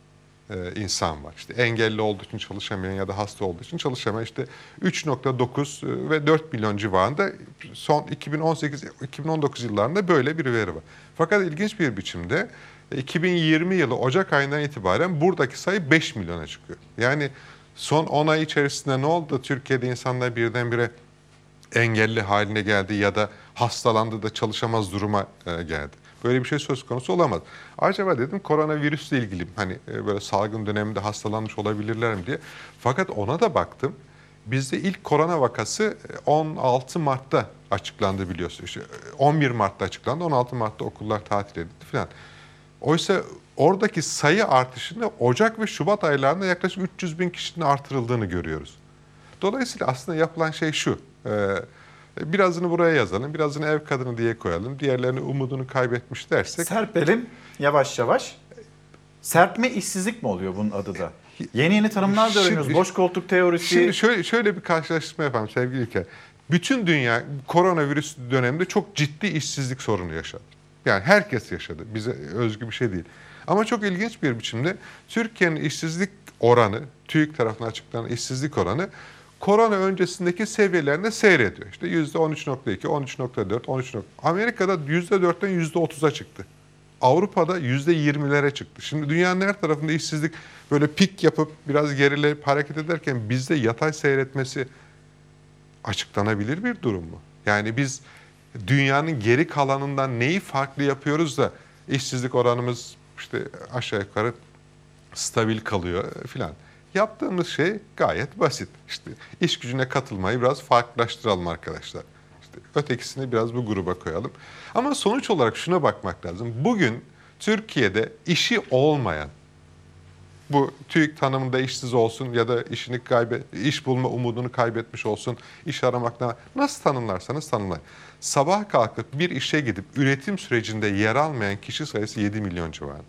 insan var. İşte engelli olduğu için çalışamayan ya da hasta olduğu için çalışamayan işte üç nokta dokuz ve dört milyon civarında son iki bin on sekiz iki bin on dokuz yıllarında böyle bir veri var. Fakat ilginç bir biçimde iki bin yirmi yılı Ocak ayından itibaren buradaki sayı beş milyona çıkıyor. Yani son on ay içerisinde ne oldu da Türkiye'de insanlar birdenbire engelli haline geldi ya da hastalandı da çalışamaz duruma geldi. Böyle bir şey söz konusu olamaz. Acaba dedim koronavirüsle ilgili hani böyle salgın döneminde hastalanmış olabilirler mi diye. Fakat ona da baktım. Bizde ilk korona vakası on altı Mart'ta açıklandı biliyorsunuz. İşte on bir Mart'ta açıklandı. on altı Mart'ta okullar tatil edildi falan. Oysa oradaki sayı artışını Ocak ve Şubat aylarında yaklaşık üç yüz bin kişinin artırıldığını görüyoruz. Dolayısıyla aslında yapılan şey şu. Birazını buraya yazalım, birazını ev kadını diye koyalım. Diğerlerini umudunu kaybetmiş dersek. Serpelim yavaş yavaş. Serpme işsizlik mi oluyor bunun adı da? Yeni yeni tanımlar da öğreniyoruz. Şimdi, boş koltuk teorisi. Şimdi şöyle, şöyle bir karşılaştırma yapalım sevgili İlker. Bütün dünya koronavirüs döneminde çok ciddi işsizlik sorunu yaşadı. Yani herkes yaşadı. Bize özgü bir şey değil. Ama çok ilginç bir biçimde Türkiye'nin işsizlik oranı, TÜİK tarafından açıklanan işsizlik oranı korona öncesindeki seviyelerinde seyrediyor. İşte yüzde on üç nokta iki, on üç nokta dört, on üç. Amerika'da yüzde dörtten yüzde otuza çıktı. Avrupa'da yüzde yirmilere çıktı. Şimdi dünyanın her tarafında işsizlik böyle pik yapıp biraz gerileyip hareket ederken bizde yatay seyretmesi açıklanabilir bir durum mu? Yani biz dünyanın geri kalanından neyi farklı yapıyoruz da işsizlik oranımız işte aşağı yukarı stabil kalıyor filan. Yaptığımız şey gayet basit. İşte iş gücüne katılmayı biraz farklılaştıralım arkadaşlar. İşte ötekisini biraz bu gruba koyalım. Ama sonuç olarak şuna bakmak lazım. Bugün Türkiye'de işi olmayan, bu TÜİK tanımında işsiz olsun ya da işini kaybet, iş bulma umudunu kaybetmiş olsun, iş aramakla nasıl tanımlarsanız tanımlayın. Sabah kalkıp bir işe gidip üretim sürecinde yer almayan kişi sayısı yedi milyon civarında.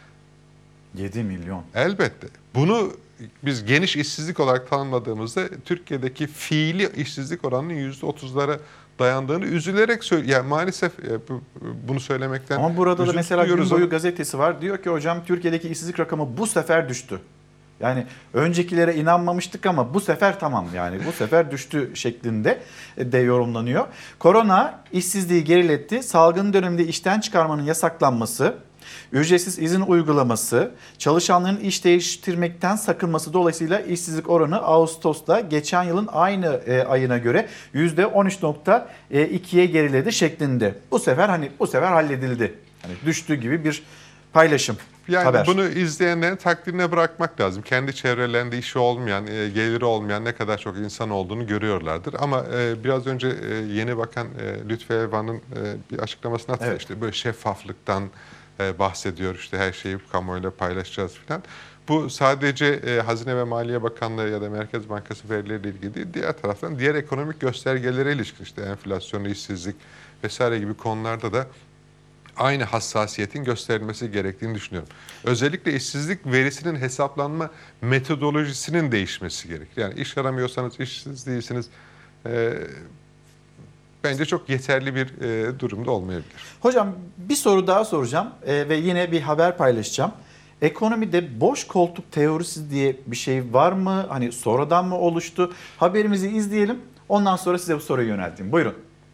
yedi milyon. Elbette. Bunu biz geniş işsizlik olarak tanımladığımızda Türkiye'deki fiili işsizlik oranının yüzde otuzlara dayandığını üzülerek söylüyor. Yani maalesef bunu söylemekten ama burada da mesela Gün Boyu ama... gazetesi var. Diyor ki hocam Türkiye'deki işsizlik rakamı bu sefer düştü. Yani öncekilere inanmamıştık ama bu sefer tamam, yani bu sefer düştü şeklinde de yorumlanıyor. Korona işsizliği geriletti. Salgın döneminde işten çıkarmanın yasaklanması, ücretsiz izin uygulaması, çalışanların iş değiştirmekten sakınması dolayısıyla işsizlik oranı Ağustos'ta geçen yılın aynı e, ayına göre yüzde on üç nokta ikiye geriledi şeklinde. Bu sefer hani bu sefer halledildi. Hani düştüğü gibi bir paylaşım. Yani haber. Bunu izleyenlerin takdirine bırakmak lazım. Kendi çevrelerinde işi olmayan, e, geliri olmayan ne kadar çok insan olduğunu görüyorlardır. Ama e, biraz önce e, yeni bakan e, Lütfü Elvan'ın e, bir açıklamasını hatırlayın. Evet. İşte böyle şeffaflıktan e, bahsediyor. İşte her şeyi kamuoyuyla paylaşacağız falan. Bu sadece e, Hazine ve Maliye Bakanlığı ya da Merkez Bankası verileriyle ilgili değil. Diğer taraftan diğer ekonomik göstergelere ilişkin, işte enflasyon, işsizlik vesaire gibi konularda da aynı hassasiyetin gösterilmesi gerektiğini düşünüyorum. Özellikle işsizlik verisinin hesaplanma metodolojisinin değişmesi gerekir. Yani iş aramıyorsanız, işsiz değilsiniz, e, bence çok yeterli bir e, durumda olmayabilir. Hocam bir soru daha soracağım e, ve yine bir haber paylaşacağım. Ekonomide boş koltuk teorisi diye bir şey var mı? Hani sonradan mı oluştu? Haberimizi izleyelim. Ondan sonra size bu soruyu yönelteyim. Buyurun.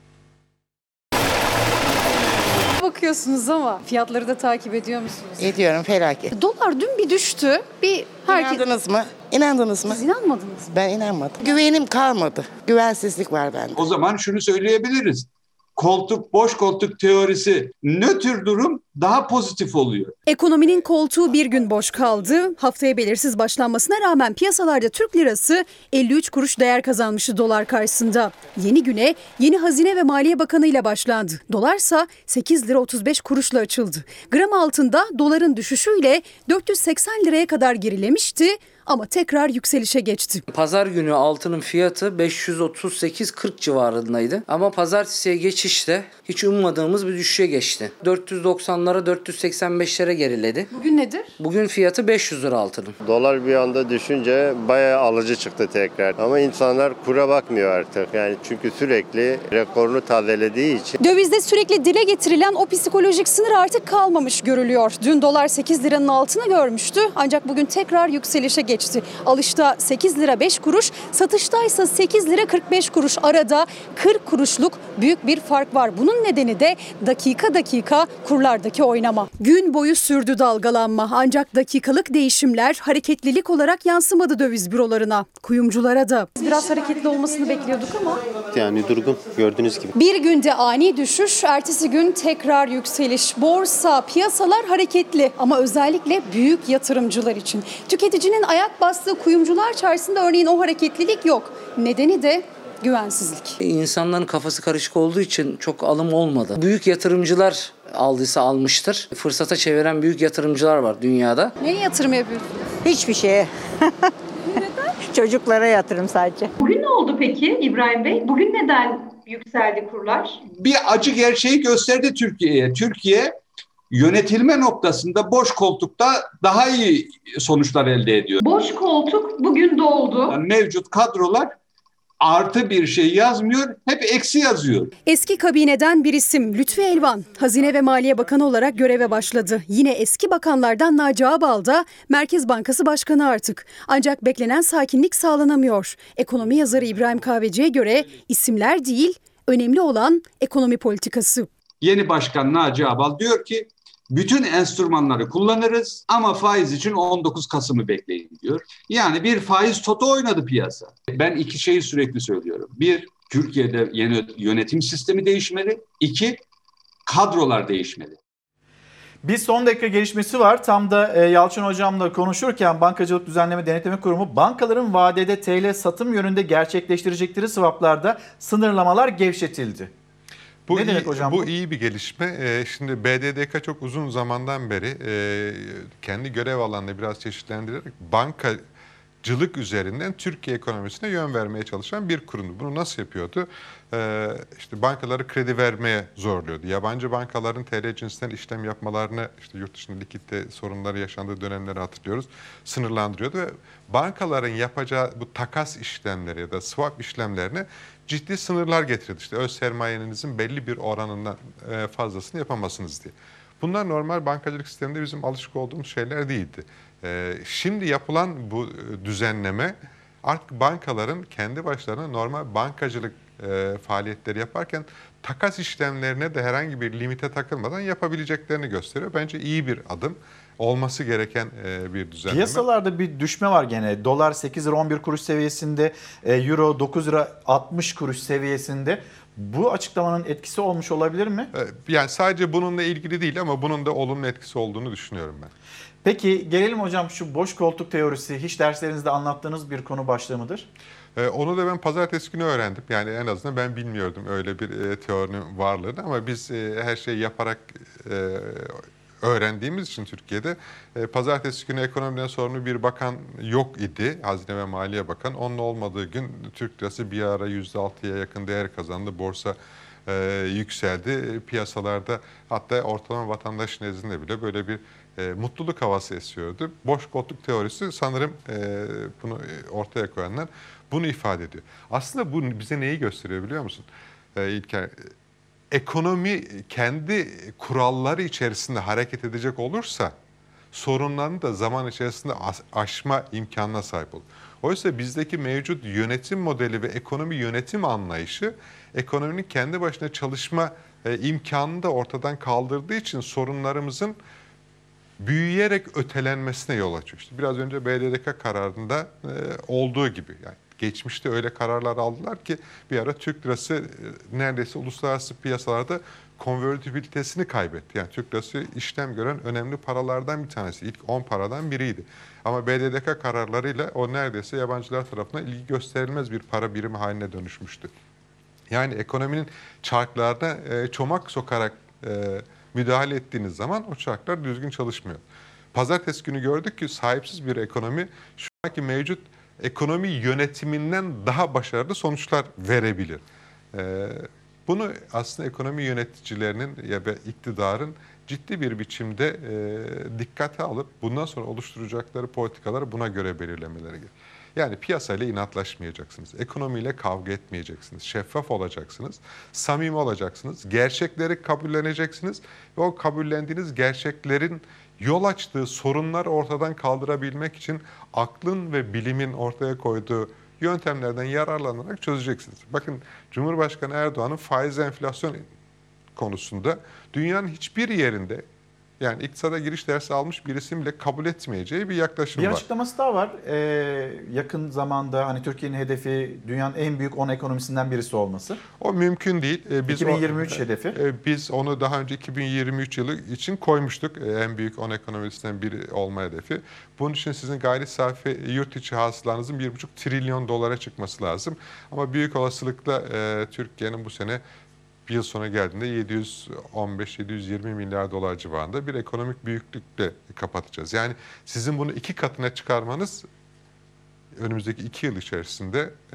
Bakıyorsunuz ama fiyatları da takip ediyor musunuz? Ediyorum, felaket. Dolar dün bir düştü. Bir herkes... İnandınız mı? İnandınız mı? Siz inanmadınız mı? Ben inanmadım. Güvenim kalmadı. Güvensizlik var bende. O zaman şunu söyleyebiliriz. Koltuk, boş koltuk teorisi nötr durum daha pozitif oluyor. Ekonominin koltuğu bir gün boş kaldı. Haftaya belirsiz başlanmasına rağmen piyasalarda Türk lirası elli üç kuruş değer kazanmıştı dolar karşısında. Yeni güne yeni Hazine ve Maliye Bakanı ile başlandı. Dolarsa sekiz lira otuz beş kuruşla açıldı. Gram altında doların düşüşüyle dört yüz seksen liraya kadar gerilemişti ama tekrar yükselişe geçti. Pazar günü altının fiyatı beş yüz otuz sekiz kırk civarındaydı. Ama pazartesiye geçişte hiç ummadığımız bir düşüşe geçti. dört yüz doksanlara dört yüz seksen beşlere geriledi. Bugün nedir? Bugün fiyatı beş yüz lira altının. Dolar bir anda düşünce bayağı alıcı çıktı tekrar. Ama insanlar kura bakmıyor artık. Yani çünkü sürekli rekorunu tazelediği için. Dövizde sürekli dile getirilen o psikolojik sınır artık kalmamış görülüyor. Dün dolar sekiz liranın altını görmüştü ancak bugün tekrar yükselişe geçti. Alışta sekiz lira beş kuruş, satıştaysa sekiz lira kırk beş kuruş. Arada kırk kuruşluk büyük bir fark var. Bunun nedeni de dakika dakika kurlardaki oynama. Gün boyu sürdü dalgalanma ancak dakikalık değişimler hareketlilik olarak yansımadı döviz bürolarına. Kuyumculara da. Biraz hareketli olmasını bekliyorduk ama. Yani durgun gördüğünüz gibi. Bir günde ani düşüş, ertesi gün tekrar yükseliş. Borsa, piyasalar hareketli ama özellikle büyük yatırımcılar için. Tüketicinin ayak bastığı kuyumcular çarşısında örneğin o hareketlilik yok. Nedeni de güvensizlik. İnsanların kafası karışık olduğu için çok alım olmadı. Büyük yatırımcılar aldıysa almıştır. Fırsata çeviren büyük yatırımcılar var dünyada. Neye yatırım yapıyorsunuz? Hiçbir şeye. Çocuklara yatırım sadece. Bugün ne oldu peki İbrahim Bey? Bugün neden yükseldi kurlar? Bir acı gerçeği gösterdi Türkiye'ye. Türkiye yönetilme noktasında boş koltukta daha iyi sonuçlar elde ediyor. Boş koltuk bugün doldu. Yani mevcut kadrolar artı bir şey yazmıyor, hep eksi yazıyor. Eski kabineden bir isim Lütfü Elvan, Hazine ve Maliye Bakanı olarak göreve başladı. Yine eski bakanlardan Naci Ağbal da Merkez Bankası Başkanı artık. Ancak beklenen sakinlik sağlanamıyor. Ekonomi yazarı İbrahim Kahveci'ye göre isimler değil, önemli olan ekonomi politikası. Yeni Başkan Naci Ağbal diyor ki, bütün enstrümanları kullanırız ama faiz için on dokuz Kasım'ı bekleyin diyor. Yani bir faiz toto oynadı piyasa. Ben iki şeyi sürekli söylüyorum. Bir, Türkiye'de yeni yönetim sistemi değişmeli. İki, kadrolar değişmeli. Bir son dakika gelişmesi var. Tam da Yalçın Hocam'la konuşurken Bankacılık Düzenleme Denetleme Kurumu bankaların vadede T L satım yönünde gerçekleştirecekleri swaplarda sınırlamalar gevşetildi. Bu ne iyi, demek hocam? Bu, bu iyi bir gelişme. Ee, şimdi B D D K çok uzun zamandan beri e, kendi görev alanını biraz çeşitlendirerek bankacılık üzerinden Türkiye ekonomisine yön vermeye çalışan bir kurumdu. Bunu nasıl yapıyordu? Ee, işte bankaları kredi vermeye zorluyordu. Yabancı bankaların T L cinsinden işlem yapmalarını, işte yurt dışında likitte sorunları yaşandığı dönemleri hatırlıyoruz, sınırlandırıyordu ve bankaların yapacağı bu takas işlemleri ya da swap işlemlerine ciddi sınırlar getirdi. İşte öz sermayenizin belli bir oranından fazlasını yapamazsınız diye. Bunlar normal bankacılık sisteminde bizim alışık olduğumuz şeyler değildi. E, şimdi yapılan bu düzenleme artık bankaların kendi başlarına normal bankacılık e, faaliyetleri yaparken takas işlemlerine de herhangi bir limite takılmadan yapabileceklerini gösteriyor. Bence iyi bir adım. Olması gereken e, bir düzenleme. Piyasalarda bir düşme var gene. Dolar sekiz lira on bir kuruş seviyesinde, e, euro dokuz lira altmış kuruş seviyesinde. Bu açıklamanın etkisi olmuş olabilir mi? E, yani sadece bununla ilgili değil ama bunun da olumlu etkisi olduğunu düşünüyorum ben. Peki gelelim hocam şu boş koltuk teorisi hiç derslerinizde anlattığınız bir konu başlığı mıdır? Ee, onu da ben pazartesi günü öğrendim. Yani en azından ben bilmiyordum öyle bir e, teorinin varlığını ama biz e, her şeyi yaparak e, öğrendiğimiz için Türkiye'de e, pazartesi günü ekonomiden sorumlu bir bakan yok idi. Hazine ve Maliye Bakanı. Onun olmadığı gün Türk lirası bir ara yüzde altıya yakın değer kazandı. Borsa e, yükseldi. Piyasalarda hatta ortalama vatandaş nezdinde bile böyle bir E, mutluluk havası esiyordu. Boş koltuk teorisi sanırım e, bunu ortaya koyanlar bunu ifade ediyor. Aslında bu bize neyi gösteriyor biliyor musun? E, İlker, ekonomi kendi kuralları içerisinde hareket edecek olursa sorunlarını da zaman içerisinde aşma imkanına sahip olur. Oysa bizdeki mevcut yönetim modeli ve ekonomi yönetim anlayışı ekonominin kendi başına çalışma e, imkanını da ortadan kaldırdığı için sorunlarımızın büyüyerek ötelenmesine yol açıyor. İşte biraz önce B D D K kararında e, olduğu gibi. Yani geçmişte öyle kararlar aldılar ki bir ara Türk lirası e, neredeyse uluslararası piyasalarda konvertibilitesini kaybetti. Yani Türk lirası işlem gören önemli paralardan bir tanesi. İlk on paradan biriydi. Ama B D D K kararlarıyla o neredeyse yabancılar tarafından ilgi gösterilmez bir para birimi haline dönüşmüştü. Yani ekonominin çarklarına e, çomak sokarak e, müdahale ettiğiniz zaman o çarklar düzgün çalışmıyor. Pazartesi günü gördük ki sahipsiz bir ekonomi şu anki mevcut ekonomi yönetiminden daha başarılı sonuçlar verebilir. Ee, bunu aslında ekonomi yöneticilerinin ya da iktidarın ciddi bir biçimde e, dikkate alıp bundan sonra oluşturacakları politikaları buna göre belirlemeleri gerekiyor. Yani piyasayla inatlaşmayacaksınız, ekonomiyle kavga etmeyeceksiniz, şeffaf olacaksınız, samimi olacaksınız, gerçekleri kabulleneceksiniz ve o kabullendiğiniz gerçeklerin yol açtığı sorunları ortadan kaldırabilmek için aklın ve bilimin ortaya koyduğu yöntemlerden yararlanarak çözeceksiniz. Bakın Cumhurbaşkanı Erdoğan'ın faiz enflasyon konusunda dünyanın hiçbir yerinde yani iktisada giriş dersi almış birisinin bile kabul etmeyeceği bir yaklaşım bir var. Bir açıklaması daha var. Ee, yakın zamanda hani Türkiye'nin hedefi dünyanın en büyük on ekonomisinden birisi olması. O mümkün değil. Ee, biz iki bin yirmi üç o, hedefi. E, biz onu daha önce iki bin yirmi üç yılı için koymuştuk. E, en büyük on ekonomisinden biri olma hedefi. Bunun için sizin gayri safi yurt içi hasılanızın bir buçuk trilyon dolara çıkması lazım. Ama büyük olasılıkla e, Türkiye'nin bu sene bir yıl sonra geldiğinde yedi yüz on beş yedi yüz yirmi milyar dolar civarında bir ekonomik büyüklükle kapatacağız. Yani sizin bunu iki katına çıkarmanız önümüzdeki iki yıl içerisinde e,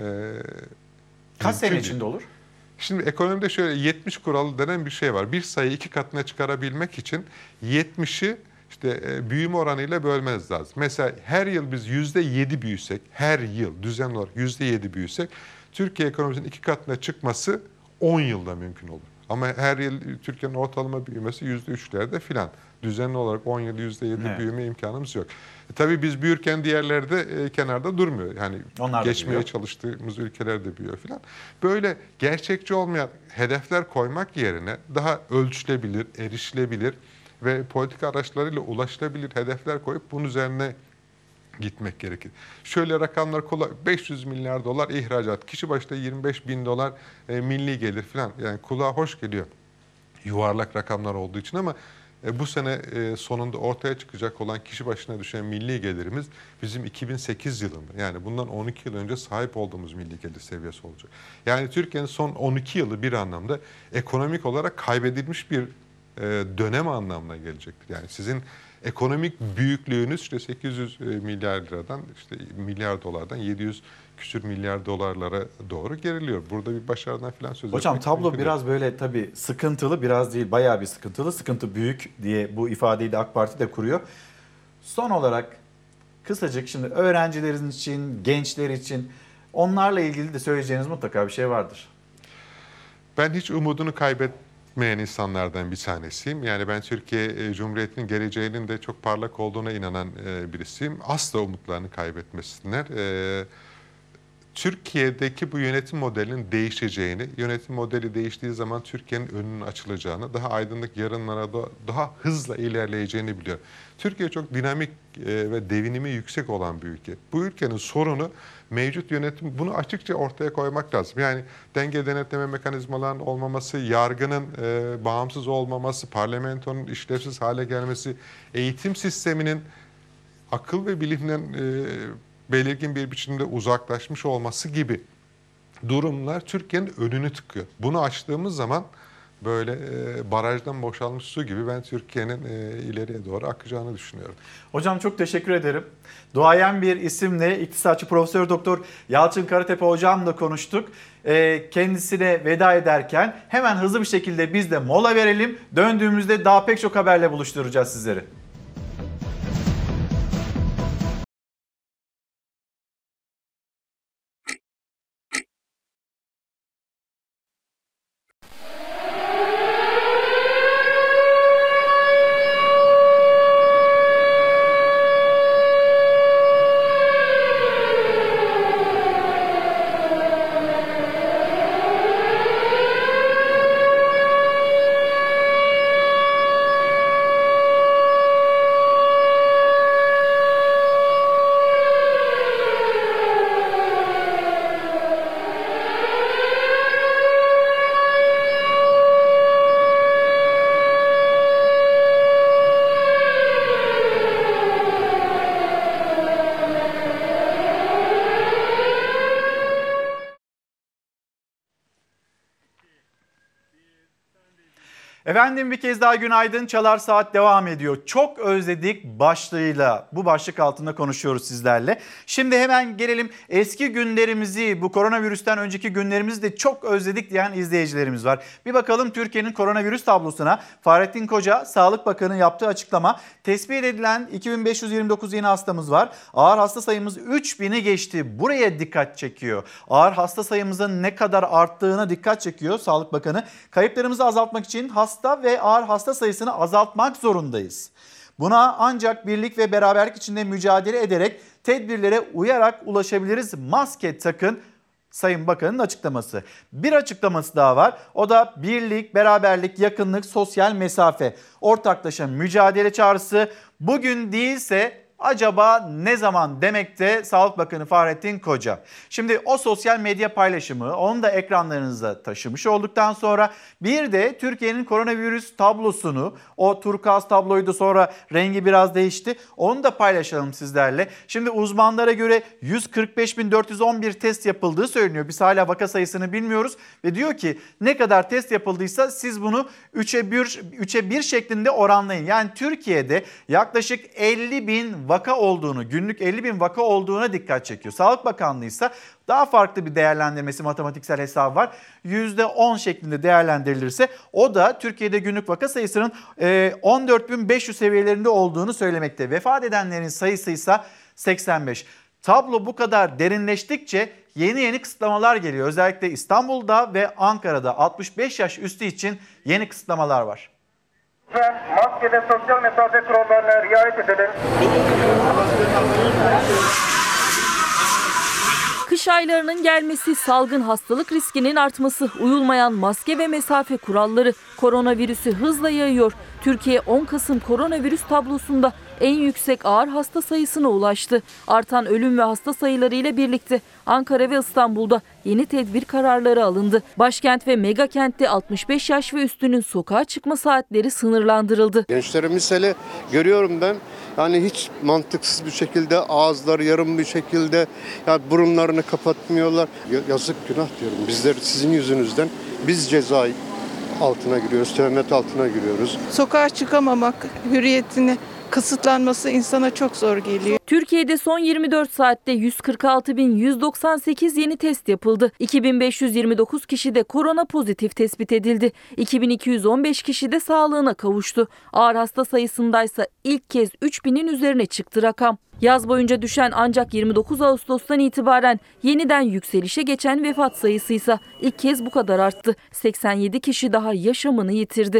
kaç sene içinde olur? Şimdi ekonomide şöyle yetmiş kuralı denen bir şey var. Bir sayıyı iki katına çıkarabilmek için yetmişi işte e, büyüme oranıyla bölmeniz lazım. Mesela her yıl biz yüzde yedi büyüsek, her yıl düzenli olarak yüzde yedi büyüsek Türkiye ekonomisinin iki katına çıkması on yılda mümkün olur. Ama her yıl Türkiye'nin ortalama büyümesi yüzde üçlerde filan. Düzenli olarak on yıl yüzde yedi evet. büyüme imkanımız yok. E, tabii biz büyürken diğerleri de e, kenarda durmuyor. Yani onlar geçmeye çalıştığımız ülkeler de büyüyor filan. Böyle gerçekçi olmayan hedefler koymak yerine daha ölçülebilir, erişilebilir ve politika araçlarıyla ulaşılabilir hedefler koyup bunun üzerine gitmek gerekir. Şöyle rakamlar kolay. beş yüz milyar dolar ihracat. Kişi başına yirmi beş bin dolar e, milli gelir falan. Yani kulağa hoş geliyor. Yuvarlak rakamlar olduğu için ama e, bu sene e, sonunda ortaya çıkacak olan kişi başına düşen milli gelirimiz bizim iki bin sekiz yılında. Yani bundan on iki yıl önce sahip olduğumuz milli gelir seviyesi olacak. Yani Türkiye'nin son on iki yılı bir anlamda ekonomik olarak kaybedilmiş bir e, dönem anlamına gelecektir. Yani sizin ekonomik büyüklüğünüz işte sekiz yüz milyar liradan işte milyar dolardan yedi yüz küsür milyar dolarlara doğru geriliyor. Burada bir başarıdan falan söz etmek. Hocam tablo biraz böyle tabii sıkıntılı, biraz değil bayağı bir sıkıntılı. Sıkıntı büyük diye bu ifadeyi de AK Parti de kuruyor. Son olarak kısacık şimdi öğrencilerin için, gençler için onlarla ilgili de söyleyeceğiniz mutlaka bir şey vardır. Ben hiç umudunu kaybet gitmeyen insanlardan bir tanesiyim. Yani ben Türkiye e, Cumhuriyeti'nin geleceğinin de çok parlak olduğuna inanan e, birisiyim. Asla umutlarını kaybetmesinler. E, Türkiye'deki bu yönetim modelinin değişeceğini, yönetim modeli değiştiği zaman Türkiye'nin önünün açılacağını, daha aydınlık yarınlara da daha hızla ilerleyeceğini biliyor. Türkiye çok dinamik ve devinimi yüksek olan bir ülke. Bu ülkenin sorunu mevcut yönetim, bunu açıkça ortaya koymak lazım. Yani denge denetleme mekanizmalarının olmaması, yargının e, bağımsız olmaması, parlamentonun işlevsiz hale gelmesi, eğitim sisteminin akıl ve bilimden e, belirgin bir biçimde uzaklaşmış olması gibi durumlar Türkiye'nin önünü tıkıyor. Bunu açtığımız zaman böyle e, barajdan boşalmış su gibi ben Türkiye'nin e, ileriye doğru akacağını düşünüyorum. Hocam çok teşekkür ederim. Duayen bir isimle iktisatçı Profesör Doktor Yalçın Karatepe hocamla konuştuk. E, kendisine veda ederken hemen hızlı bir şekilde biz de mola verelim. Döndüğümüzde daha pek çok haberle buluşturacağız sizleri. Efendim bir kez daha günaydın. Çalar Saat devam ediyor. Çok özledik başlığıyla bu başlık altında konuşuyoruz sizlerle. Şimdi hemen gelelim eski günlerimizi, bu koronavirüsten önceki günlerimizi de çok özledik diyen izleyicilerimiz var. Bir bakalım Türkiye'nin koronavirüs tablosuna. Fahrettin Koca, Sağlık Bakanı yaptığı açıklama. Tespit edilen iki bin beş yüz yirmi dokuz yeni hastamız var. Ağır hasta sayımız üç bini geçti. Buraya dikkat çekiyor. Ağır hasta sayımızın ne kadar arttığına dikkat çekiyor Sağlık Bakanı. Kayıplarımızı azaltmak için hasta ve ağır hasta sayısını azaltmak zorundayız. Buna ancak birlik ve beraberlik içinde mücadele ederek tedbirlere uyarak ulaşabiliriz. Maske takın. Sayın Bakan'ın açıklaması. Bir açıklaması daha var. O da birlik, beraberlik, yakınlık, sosyal mesafe. Ortaklaşa mücadele çağrısı. Bugün değilse acaba ne zaman demekte Sağlık Bakanı Fahrettin Koca. Şimdi o sosyal medya paylaşımı, onu da ekranlarınıza taşımış olduktan sonra bir de Türkiye'nin koronavirüs tablosunu, o turkuaz tabloydu, sonra rengi biraz değişti, onu da paylaşalım sizlerle. Şimdi uzmanlara göre yüz kırk beş bin dört yüz on bir test yapıldığı söyleniyor. Biz hala vaka sayısını bilmiyoruz ve diyor ki ne kadar test yapıldıysa siz bunu üçe bir şeklinde oranlayın. Yani Türkiye'de yaklaşık elli bin vaka olduğunu, günlük elli bin vaka olduğuna dikkat çekiyor. Sağlık Bakanlığı ise daha farklı bir değerlendirmesi, matematiksel hesabı var. yüzde on şeklinde değerlendirilirse o da Türkiye'de günlük vaka sayısının on dört bin beş yüz seviyelerinde olduğunu söylemekte. Vefat edenlerin sayısı ise seksen beş. Tablo bu kadar derinleştikçe yeni yeni kısıtlamalar geliyor. Özellikle İstanbul'da ve Ankara'da altmış beş yaş üstü için yeni kısıtlamalar var. Maske ve sosyal mesafe kurallarına riayet edelim. Kış aylarının gelmesi, salgın hastalık riskinin artması, uyulmayan maske ve mesafe kuralları koronavirüsü hızla yayıyor. Türkiye on Kasım koronavirüs tablosunda en yüksek ağır hasta sayısına ulaştı. Artan ölüm ve hasta sayıları ile birlikte Ankara ve İstanbul'da yeni tedbir kararları alındı. Başkent ve mega kentte altmış beş yaş ve üstünün sokağa çıkma saatleri sınırlandırıldı. Gençlerimiz hele görüyorum ben, yani hiç mantıksız bir şekilde, ağızları yarım bir şekilde, yani burunlarını kapatmıyorlar. Yazık, günah diyorum. Bizler sizin yüzünüzden biz ceza altına giriyoruz, töhmet altına giriyoruz. Sokağa çıkamamak, hürriyetini kısıtlanması insana çok zor geliyor. Türkiye'de son yirmi dört saatte yüz kırk altı bin yüz doksan sekiz yeni test yapıldı. iki bin beş yüz yirmi dokuz kişi de korona pozitif tespit edildi. iki bin iki yüz on beş kişi de sağlığına kavuştu. Ağır hasta sayısındaysa ilk kez üç binin üzerine çıktı rakam. Yaz boyunca düşen ancak yirmi dokuz Ağustos'tan itibaren yeniden yükselişe geçen vefat sayısı ise ilk kez bu kadar arttı. seksen yedi kişi daha yaşamını yitirdi.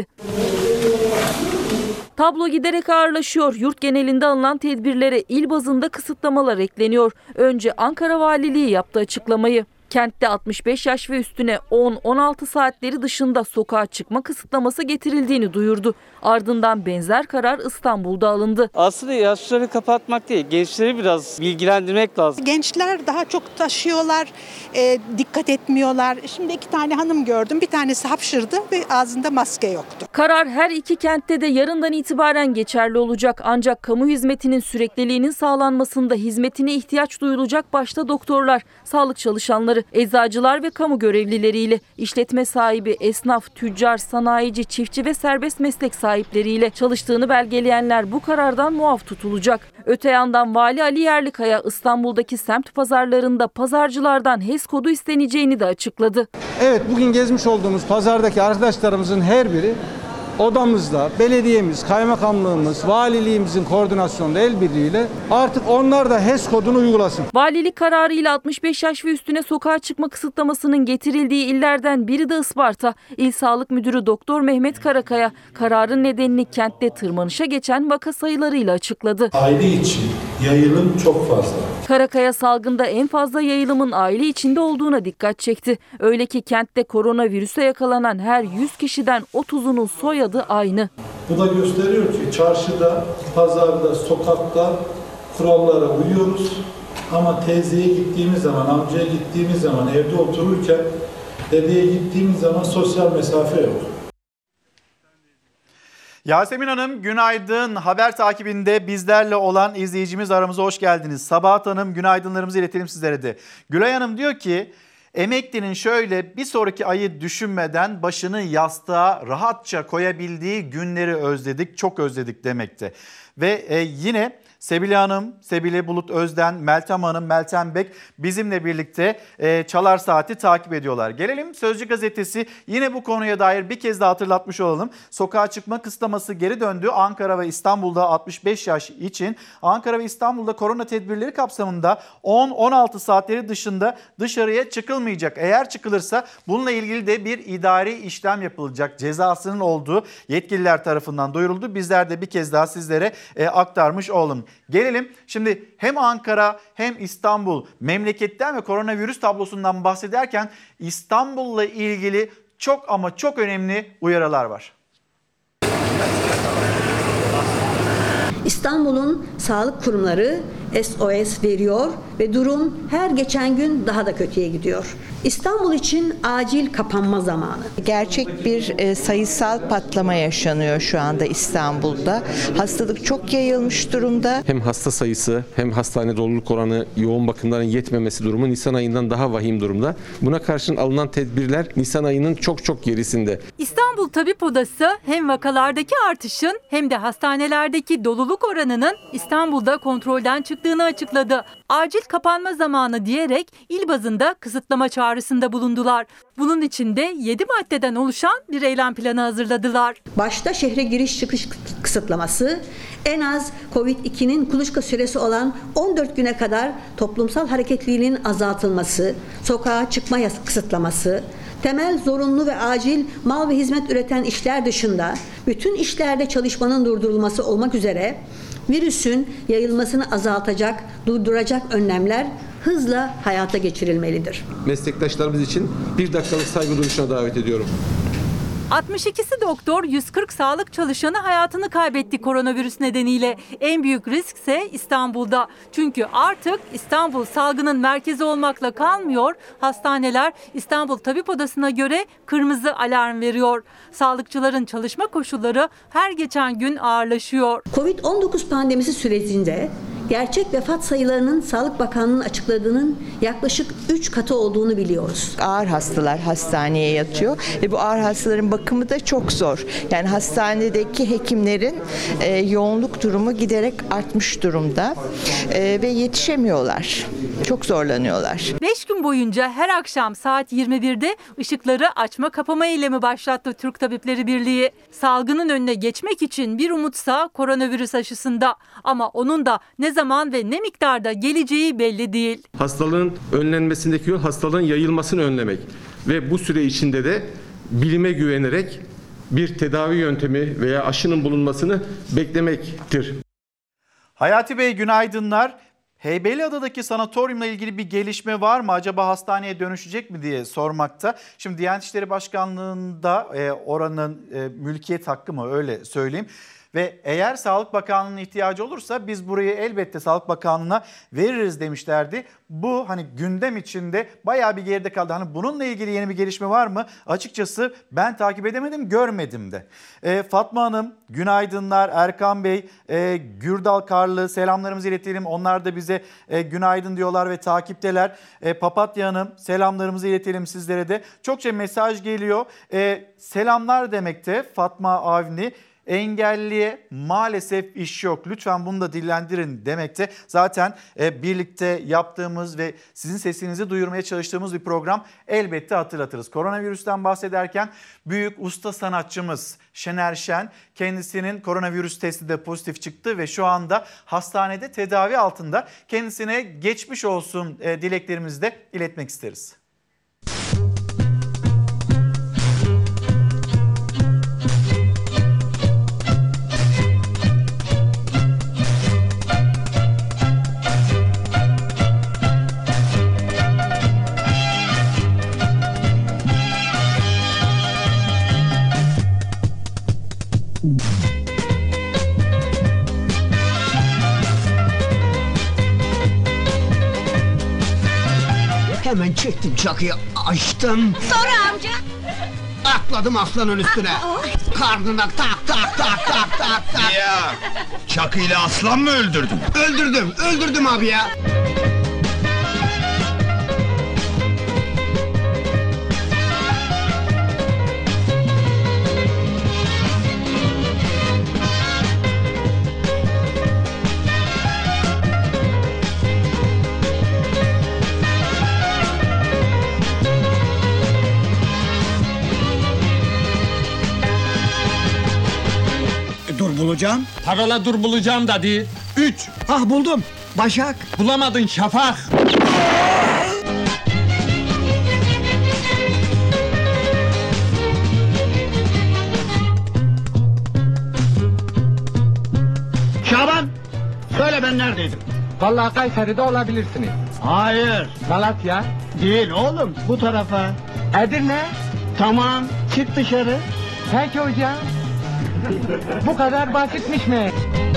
Tablo giderek ağırlaşıyor. Yurt genelinde alınan tedbirlere il bazında kısıtlamalar ekleniyor. Önce Ankara Valiliği yaptı açıklamayı. Kentte altmış beş yaş ve üstüne on on altı saatleri dışında sokağa çıkma kısıtlaması getirildiğini duyurdu. Ardından benzer karar İstanbul'da alındı. Aslında yaşlıları kapatmak değil, gençleri biraz bilgilendirmek lazım. Gençler daha çok taşıyorlar, e, dikkat etmiyorlar. Şimdi iki tane hanım gördüm, bir tanesi hapşırdı ve ağzında maske yoktu. Karar her iki kentte de yarından itibaren geçerli olacak. Ancak kamu hizmetinin sürekliliğinin sağlanmasında hizmetine ihtiyaç duyulacak başta doktorlar, sağlık çalışanları, eczacılar ve kamu görevlileriyle, işletme sahibi, esnaf, tüccar, sanayici, çiftçi ve serbest meslek sahipleriyle çalıştığını belgeleyenler bu karardan muaf tutulacak. Öte yandan Vali Ali Yerlikaya İstanbul'daki semt pazarlarında pazarcılardan H E S kodu isteneceğini de açıkladı. Evet, bugün gezmiş olduğumuz pazardaki arkadaşlarımızın her biri odamızda, belediyemiz, kaymakamlığımız, valiliğimizin koordinasyonunda el birliğiyle artık onlar da H E S kodunu uygulasın. Valilik kararıyla altmış beş yaş ve üstüne sokağa çıkma kısıtlamasının getirildiği illerden biri de Isparta. İl Sağlık Müdürü Doktor Mehmet Karakaya kararın nedenini kentte tırmanışa geçen vaka sayılarıyla açıkladı. Aile için yayılım çok fazla. Karakaya salgında en fazla yayılımın aile içinde olduğuna dikkat çekti. Öyle ki kentte koronavirüse yakalanan her yüz kişiden otuzunun soyadı aynı. Bu da gösteriyor ki çarşıda, pazarda, sokakta kurallara uyuyoruz. Ama teyzeye gittiğimiz zaman, amcaya gittiğimiz zaman, evde otururken dedeye gittiğimiz zaman sosyal mesafe yok. Yasemin Hanım günaydın. Haber takibinde bizlerle olan izleyicimiz aramıza hoş geldiniz. Sabahat Hanım günaydınlarımızı iletelim sizlere de. Gülay Hanım diyor ki emeklinin şöyle bir sonraki ayı düşünmeden başını yastığa rahatça koyabildiği günleri özledik, çok özledik demekte. Ve e, yine Sebile Hanım, Sebile Bulut Özden, Meltem Hanım, Meltem Bek bizimle birlikte e, Çalar Saat'i takip ediyorlar. Gelelim Sözcü Gazetesi yine bu konuya dair bir kez daha hatırlatmış olalım. Sokağa çıkma kısıtlaması geri döndü. Ankara ve İstanbul'da altmış beş yaş için Ankara ve İstanbul'da korona tedbirleri kapsamında on on altı saatleri dışında dışarıya çıkılmayacak. Eğer çıkılırsa bununla ilgili de bir idari işlem yapılacak. Cezasının olduğu yetkililer tarafından duyuruldu. Bizler de bir kez daha sizlere e, aktarmış olalım. Gelelim şimdi hem Ankara hem İstanbul memleketten ve koronavirüs tablosundan bahsederken İstanbul'la ilgili çok ama çok önemli uyarılar var. İstanbul'un sağlık kurumları S O S veriyor ve durum her geçen gün daha da kötüye gidiyor. İstanbul için acil kapanma zamanı. Gerçek bir e, sayısal patlama yaşanıyor şu anda İstanbul'da. Hastalık çok yayılmış durumda. Hem hasta sayısı hem hastane doluluk oranı, yoğun bakımların yetmemesi durumu Nisan ayından daha vahim durumda. Buna karşın alınan tedbirler Nisan ayının çok çok gerisinde. İstanbul Tabip Odası hem vakalardaki artışın hem de hastanelerdeki doluluk oranının İstanbul'da kontrolden çıktığını açıkladı. Acil kapanma zamanı diyerek il bazında kısıtlama çağrısında bulundular. Bunun için de yedi maddeden oluşan bir eylem planı hazırladılar. Başta şehre giriş çıkış kısıtlaması, en az kovid ikinin kuluçka süresi olan on dört güne kadar toplumsal hareketliliğinin azaltılması, sokağa çıkma kısıtlaması, temel zorunlu ve acil mal ve hizmet üreten işler dışında bütün işlerde çalışmanın durdurulması olmak üzere virüsün yayılmasını azaltacak, durduracak önlemler hızla hayata geçirilmelidir. Meslektaşlarımız için bir dakikalık saygı duruşuna davet ediyorum. altmış ikisi doktor, yüz kırk sağlık çalışanı hayatını kaybetti koronavirüs nedeniyle. En büyük risk ise İstanbul'da. Çünkü artık İstanbul salgının merkezi olmakla kalmıyor. Hastaneler İstanbul Tabip Odası'na göre kırmızı alarm veriyor. Sağlıkçıların çalışma koşulları her geçen gün ağırlaşıyor. kovid on dokuz pandemisi sürecinde gerçek vefat sayılarının Sağlık Bakanlığı'nın açıkladığının yaklaşık üç katı olduğunu biliyoruz. Ağır hastalar hastaneye yatıyor ve bu ağır hastaların bakımı da çok zor. Yani hastanedeki hekimlerin e, yoğunluk durumu giderek artmış durumda e, ve yetişemiyorlar. Çok zorlanıyorlar. beş gün boyunca her akşam saat yirmi birde ışıkları açma kapama eylemi başlattı Türk Tabipleri Birliği. Salgının önüne geçmek için bir umutsa koronavirüs aşısında, ama onun da ne zaman ve ne miktarda geleceği belli değil. Hastalığın önlenmesindeki yol hastalığın yayılmasını önlemek ve bu süre içinde de bilime güvenerek bir tedavi yöntemi veya aşının bulunmasını beklemektir. Hayati Bey günaydınlar. Heybeliada'daki sanatoryumla ilgili bir gelişme var mı? Acaba hastaneye dönüşecek mi diye sormakta. Şimdi Diyanet İşleri Başkanlığı'nda e, oranın e, mülkiyet hakkı mı, öyle söyleyeyim. Ve eğer Sağlık Bakanlığı'nın ihtiyacı olursa biz burayı elbette Sağlık Bakanlığı'na veririz demişlerdi. Bu hani gündem içinde bayağı bir geride kaldı. Hani bununla ilgili yeni bir gelişme var mı? Açıkçası ben takip edemedim, görmedim de. E, Fatma Hanım günaydınlar, Erkan Bey, e, Gürdal Karlı selamlarımızı iletelim. Onlar da bize e, günaydın diyorlar ve takipteler. E, Papatya Hanım selamlarımızı iletelim sizlere de. Çokça mesaj geliyor. E, selamlar demekte Fatma Avni. Engelliye maalesef iş yok. Lütfen bunu da dillendirin demekte. Zaten e, birlikte yaptığımız ve sizin sesinizi duyurmaya çalıştığımız bir program, elbette hatırlatırız. Koronavirüsten bahsederken büyük usta sanatçımız Şener Şen, kendisinin koronavirüs testi de pozitif çıktı ve şu anda hastanede tedavi altında. Kendisine geçmiş olsun e, dileklerimizi de iletmek isteriz. Hemen çektim çakıyı, açtım. Sonra amca? Atladım aslanın üstüne. Karnına tak tak tak tak tak tak. Ya, çakıyla aslan mı öldürdün? Öldürdüm, öldürdüm abi ya. Dur bulacağım. Parola dur bulacağım da değil. Üç. Ah buldum. Başak. Bulamadın Şafak. Şaban. Söyle ben neredeydim? Vallahi Kayseri'de olabilirsiniz. Hayır. Malatya. Değil oğlum, bu tarafa. Edirne. Tamam, çık dışarı. Peki hocam. Bu kadar basitmiş mi?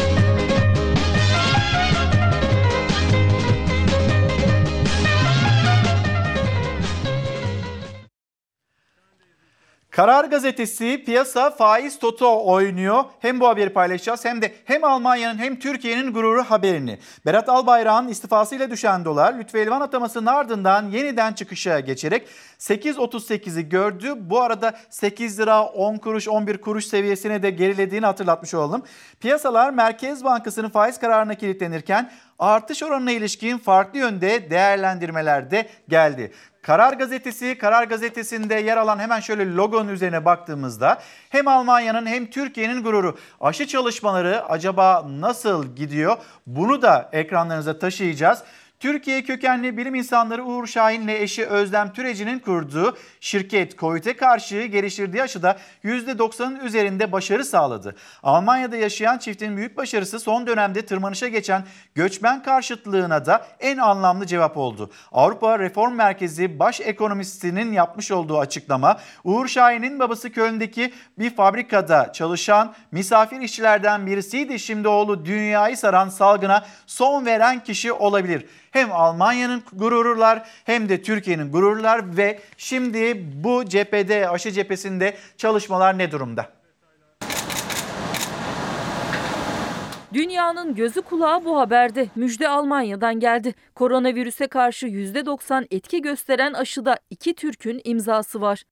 Karar Gazetesi piyasa faiz toto oynuyor. Hem bu haberi paylaşacağız hem de hem Almanya'nın hem Türkiye'nin gururu haberini. Berat Albayrak'ın istifasıyla düşen dolar Lütfü Elvan atamasının ardından yeniden çıkışa geçerek sekiz otuz sekizi gördü. Bu arada sekiz lira on kuruş on bir kuruş seviyesine de gerilediğini hatırlatmış olalım. Piyasalar Merkez Bankası'nın faiz kararına kilitlenirken artış oranına ilişkin farklı yönde değerlendirmeler de geldi. Karar Gazetesi, Karar Gazetesi'nde yer alan hemen şöyle logonun üzerine baktığımızda hem Almanya'nın hem Türkiye'nin gururu, aşı çalışmaları acaba nasıl gidiyor? Bunu da ekranlarınıza taşıyacağız. Türkiye kökenli bilim insanları Uğur Şahin'le eşi Özlem Türeci'nin kurduğu şirket Covid'e karşı geliştirdiği aşıda yüzde doksanın üzerinde başarı sağladı. Almanya'da yaşayan çiftin büyük başarısı son dönemde tırmanışa geçen göçmen karşıtlığına da en anlamlı cevap oldu. Avrupa Reform Merkezi baş ekonomistinin yapmış olduğu açıklama, Uğur Şahin'in babası Köln'deki bir fabrikada çalışan misafir işçilerden birisiydi. Şimdi oğlu dünyayı saran salgına son veren kişi olabilir. Hem Almanya'nın gururlar hem de Türkiye'nin gururlar ve şimdi bu cephede, aşı cephesinde çalışmalar ne durumda? Dünyanın gözü kulağı bu haberde. Müjde Almanya'dan geldi. Koronavirüse karşı yüzde doksan etki gösteren aşıda iki Türk'ün imzası var.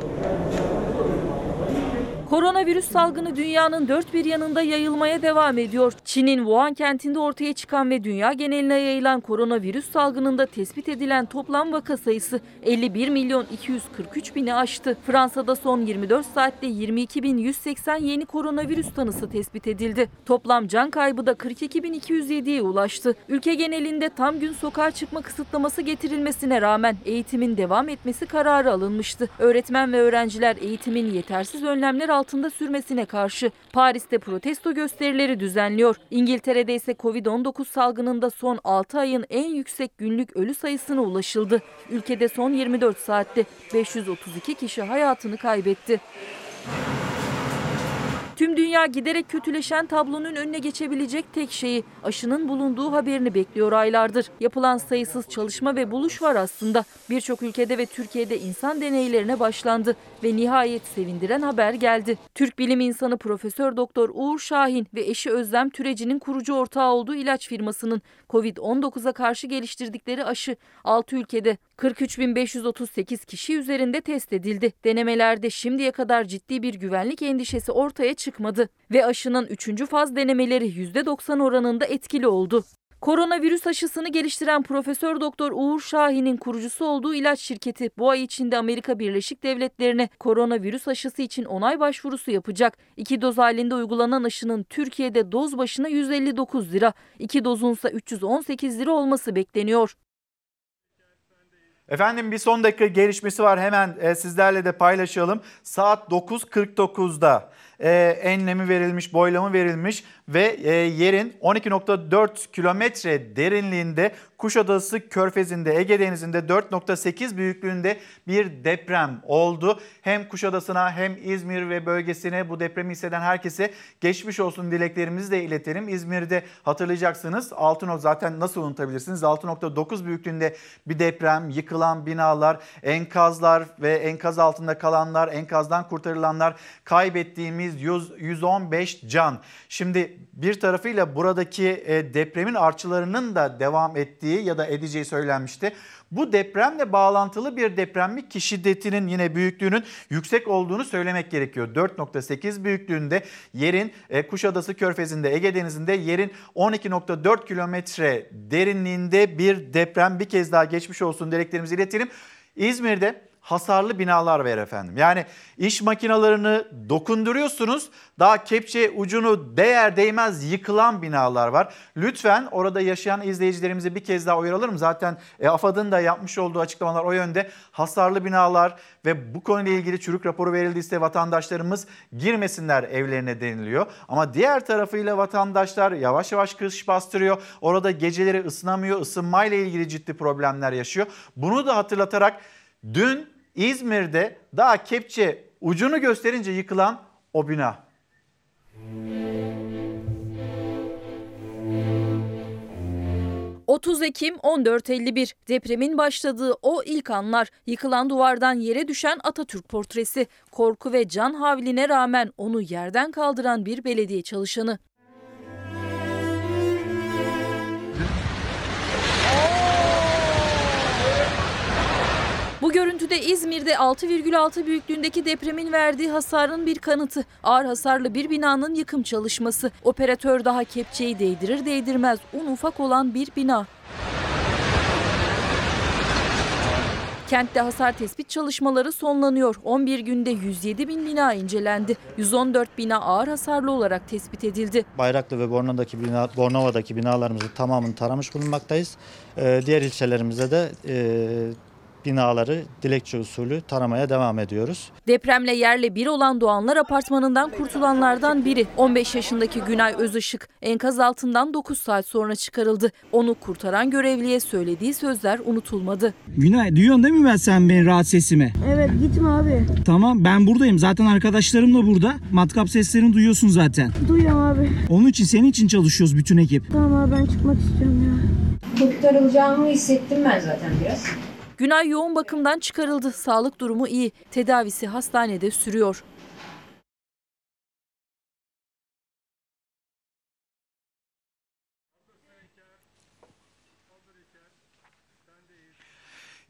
Koronavirüs salgını dünyanın dört bir yanında yayılmaya devam ediyor. Çin'in Wuhan kentinde ortaya çıkan ve dünya geneline yayılan koronavirüs salgınında tespit edilen toplam vaka sayısı elli bir milyon iki yüz kırk üç bini aştı. Fransa'da son yirmi dört saatte yirmi iki bin yüz seksen yeni koronavirüs tanısı tespit edildi. Toplam can kaybı da kırk iki bin iki yüz yediye ulaştı. Ülke genelinde tam gün sokağa çıkma kısıtlaması getirilmesine rağmen eğitimin devam etmesi kararı alınmıştı. Öğretmen ve öğrenciler eğitimin yetersiz önlemler altında sürmesine karşı Paris'te protesto gösterileri düzenliyor. İngiltere'de ise kovid on dokuz salgınında son altı ayın en yüksek günlük ölü sayısına ulaşıldı. Ülkede son yirmi dört saatte beş yüz otuz iki kişi hayatını kaybetti. Tüm dünya giderek kötüleşen tablonun önüne geçebilecek tek şeyi aşının bulunduğu haberini bekliyor aylardır. Yapılan sayısız çalışma ve buluş var aslında. Birçok ülkede ve Türkiye'de insan deneylerine başlandı ve nihayet sevindiren haber geldi. Türk bilim insanı Profesör Doktor Uğur Şahin ve eşi Özlem Türeci'nin kurucu ortağı olduğu ilaç firmasının kovid on dokuza karşı geliştirdikleri aşı altı ülkede kırk üç bin beş yüz otuz sekiz kişi üzerinde test edildi. Denemelerde şimdiye kadar ciddi bir güvenlik endişesi ortaya çıkmadı ve aşının üçüncü faz denemeleri yüzde doksan oranında etkili oldu. Koronavirüs aşısını geliştiren Profesör Doktor Uğur Şahin'in kurucusu olduğu ilaç şirketi bu ay içinde Amerika Birleşik Devletleri'ne koronavirüs aşısı için onay başvurusu yapacak. İki doz halinde uygulanan aşının Türkiye'de doz başına yüz elli dokuz lira, iki dozunsa üç yüz on sekiz lira olması bekleniyor. Efendim bir son dakika gelişmesi var, hemen e, sizlerle de paylaşalım. Saat dokuz kırk dokuzda e, enlemi verilmiş, boylamı verilmiş ve e, yerin on iki nokta dört kilometre derinliğinde Kuşadası Körfezi'nde, Ege Denizi'nde dört nokta sekiz büyüklüğünde bir deprem oldu. Hem Kuşadası'na hem İzmir ve bölgesine bu depremi hisseden herkese geçmiş olsun dileklerimizi de iletelim. İzmir'de hatırlayacaksınız altı nokta zaten nasıl unutabilirsiniz, altı nokta dokuz büyüklüğünde bir deprem, yıkılan binalar, enkazlar ve enkaz altında kalanlar, enkazdan kurtarılanlar, kaybettiğimiz yüz, yüz on beş can. Şimdi bir tarafıyla buradaki depremin artçılarının da devam ettiği ya da edeceği söylenmişti. Bu depremle bağlantılı bir depremlik ki şiddetinin yine büyüklüğünün yüksek olduğunu söylemek gerekiyor. dört nokta sekiz büyüklüğünde yerin Kuşadası Körfezi'nde, Ege Denizi'nde yerin on iki nokta dört kilometre derinliğinde bir deprem. Bir kez daha geçmiş olsun dileklerimizi iletelim. İzmir'de hasarlı binalar var efendim. Yani iş makinalarını dokunduruyorsunuz, daha kepçe ucunu değer değmez yıkılan binalar var. Lütfen orada yaşayan izleyicilerimizi bir kez daha uyaralım. Zaten e, AFAD'ın da yapmış olduğu açıklamalar o yönde. Hasarlı binalar ve bu konuyla ilgili çürük raporu verildiyse vatandaşlarımız girmesinler evlerine deniliyor. Ama diğer tarafıyla vatandaşlar yavaş yavaş kış bastırıyor. Orada geceleri ısınamıyor, ısınmayla ilgili ciddi problemler yaşıyor. Bunu da hatırlatarak dün İzmir'de daha kepçe ucunu gösterince yıkılan o bina. otuz Ekim on dört elli bir depremin başladığı o ilk anlar, yıkılan duvardan yere düşen Atatürk portresi, korku ve can havline rağmen onu yerden kaldıran bir belediye çalışanı. Bu görüntüde İzmir'de altı virgül altı büyüklüğündeki depremin verdiği hasarın bir kanıtı. Ağır hasarlı bir binanın yıkım çalışması. Operatör daha kepçeyi değdirir değdirmez un ufak olan bir bina. Kentte hasar tespit çalışmaları sonlanıyor. on bir günde yüz yedi bin bina incelendi. yüz on dört bina ağır hasarlı olarak tespit edildi. Bayraklı ve Bornova'daki, bina, Bornova'daki binalarımızı tamamını taramış bulunmaktayız. Ee, diğer ilçelerimizde de e, binaları dilekçe usulü taramaya devam ediyoruz. Depremle yerle bir olan Doğanlar Apartmanı'ndan kurtulanlardan biri. on beş yaşındaki Günay Özışık enkaz altından dokuz saat sonra çıkarıldı. Onu kurtaran görevliye söylediği sözler unutulmadı. Günay, duyuyorsun değil mi ben sen benim rahat sesimi? Evet, gitme abi. Tamam, ben buradayım. Zaten arkadaşlarım da burada. Matkap seslerini duyuyorsun zaten. Duyuyorum abi. Onun için, senin için çalışıyoruz bütün ekip. Tamam abi, ben çıkmak istiyorum ya. Kurtarılacağımı hissettim ben zaten biraz. Günay yoğun bakımdan çıkarıldı. Sağlık durumu iyi. Tedavisi hastanede sürüyor.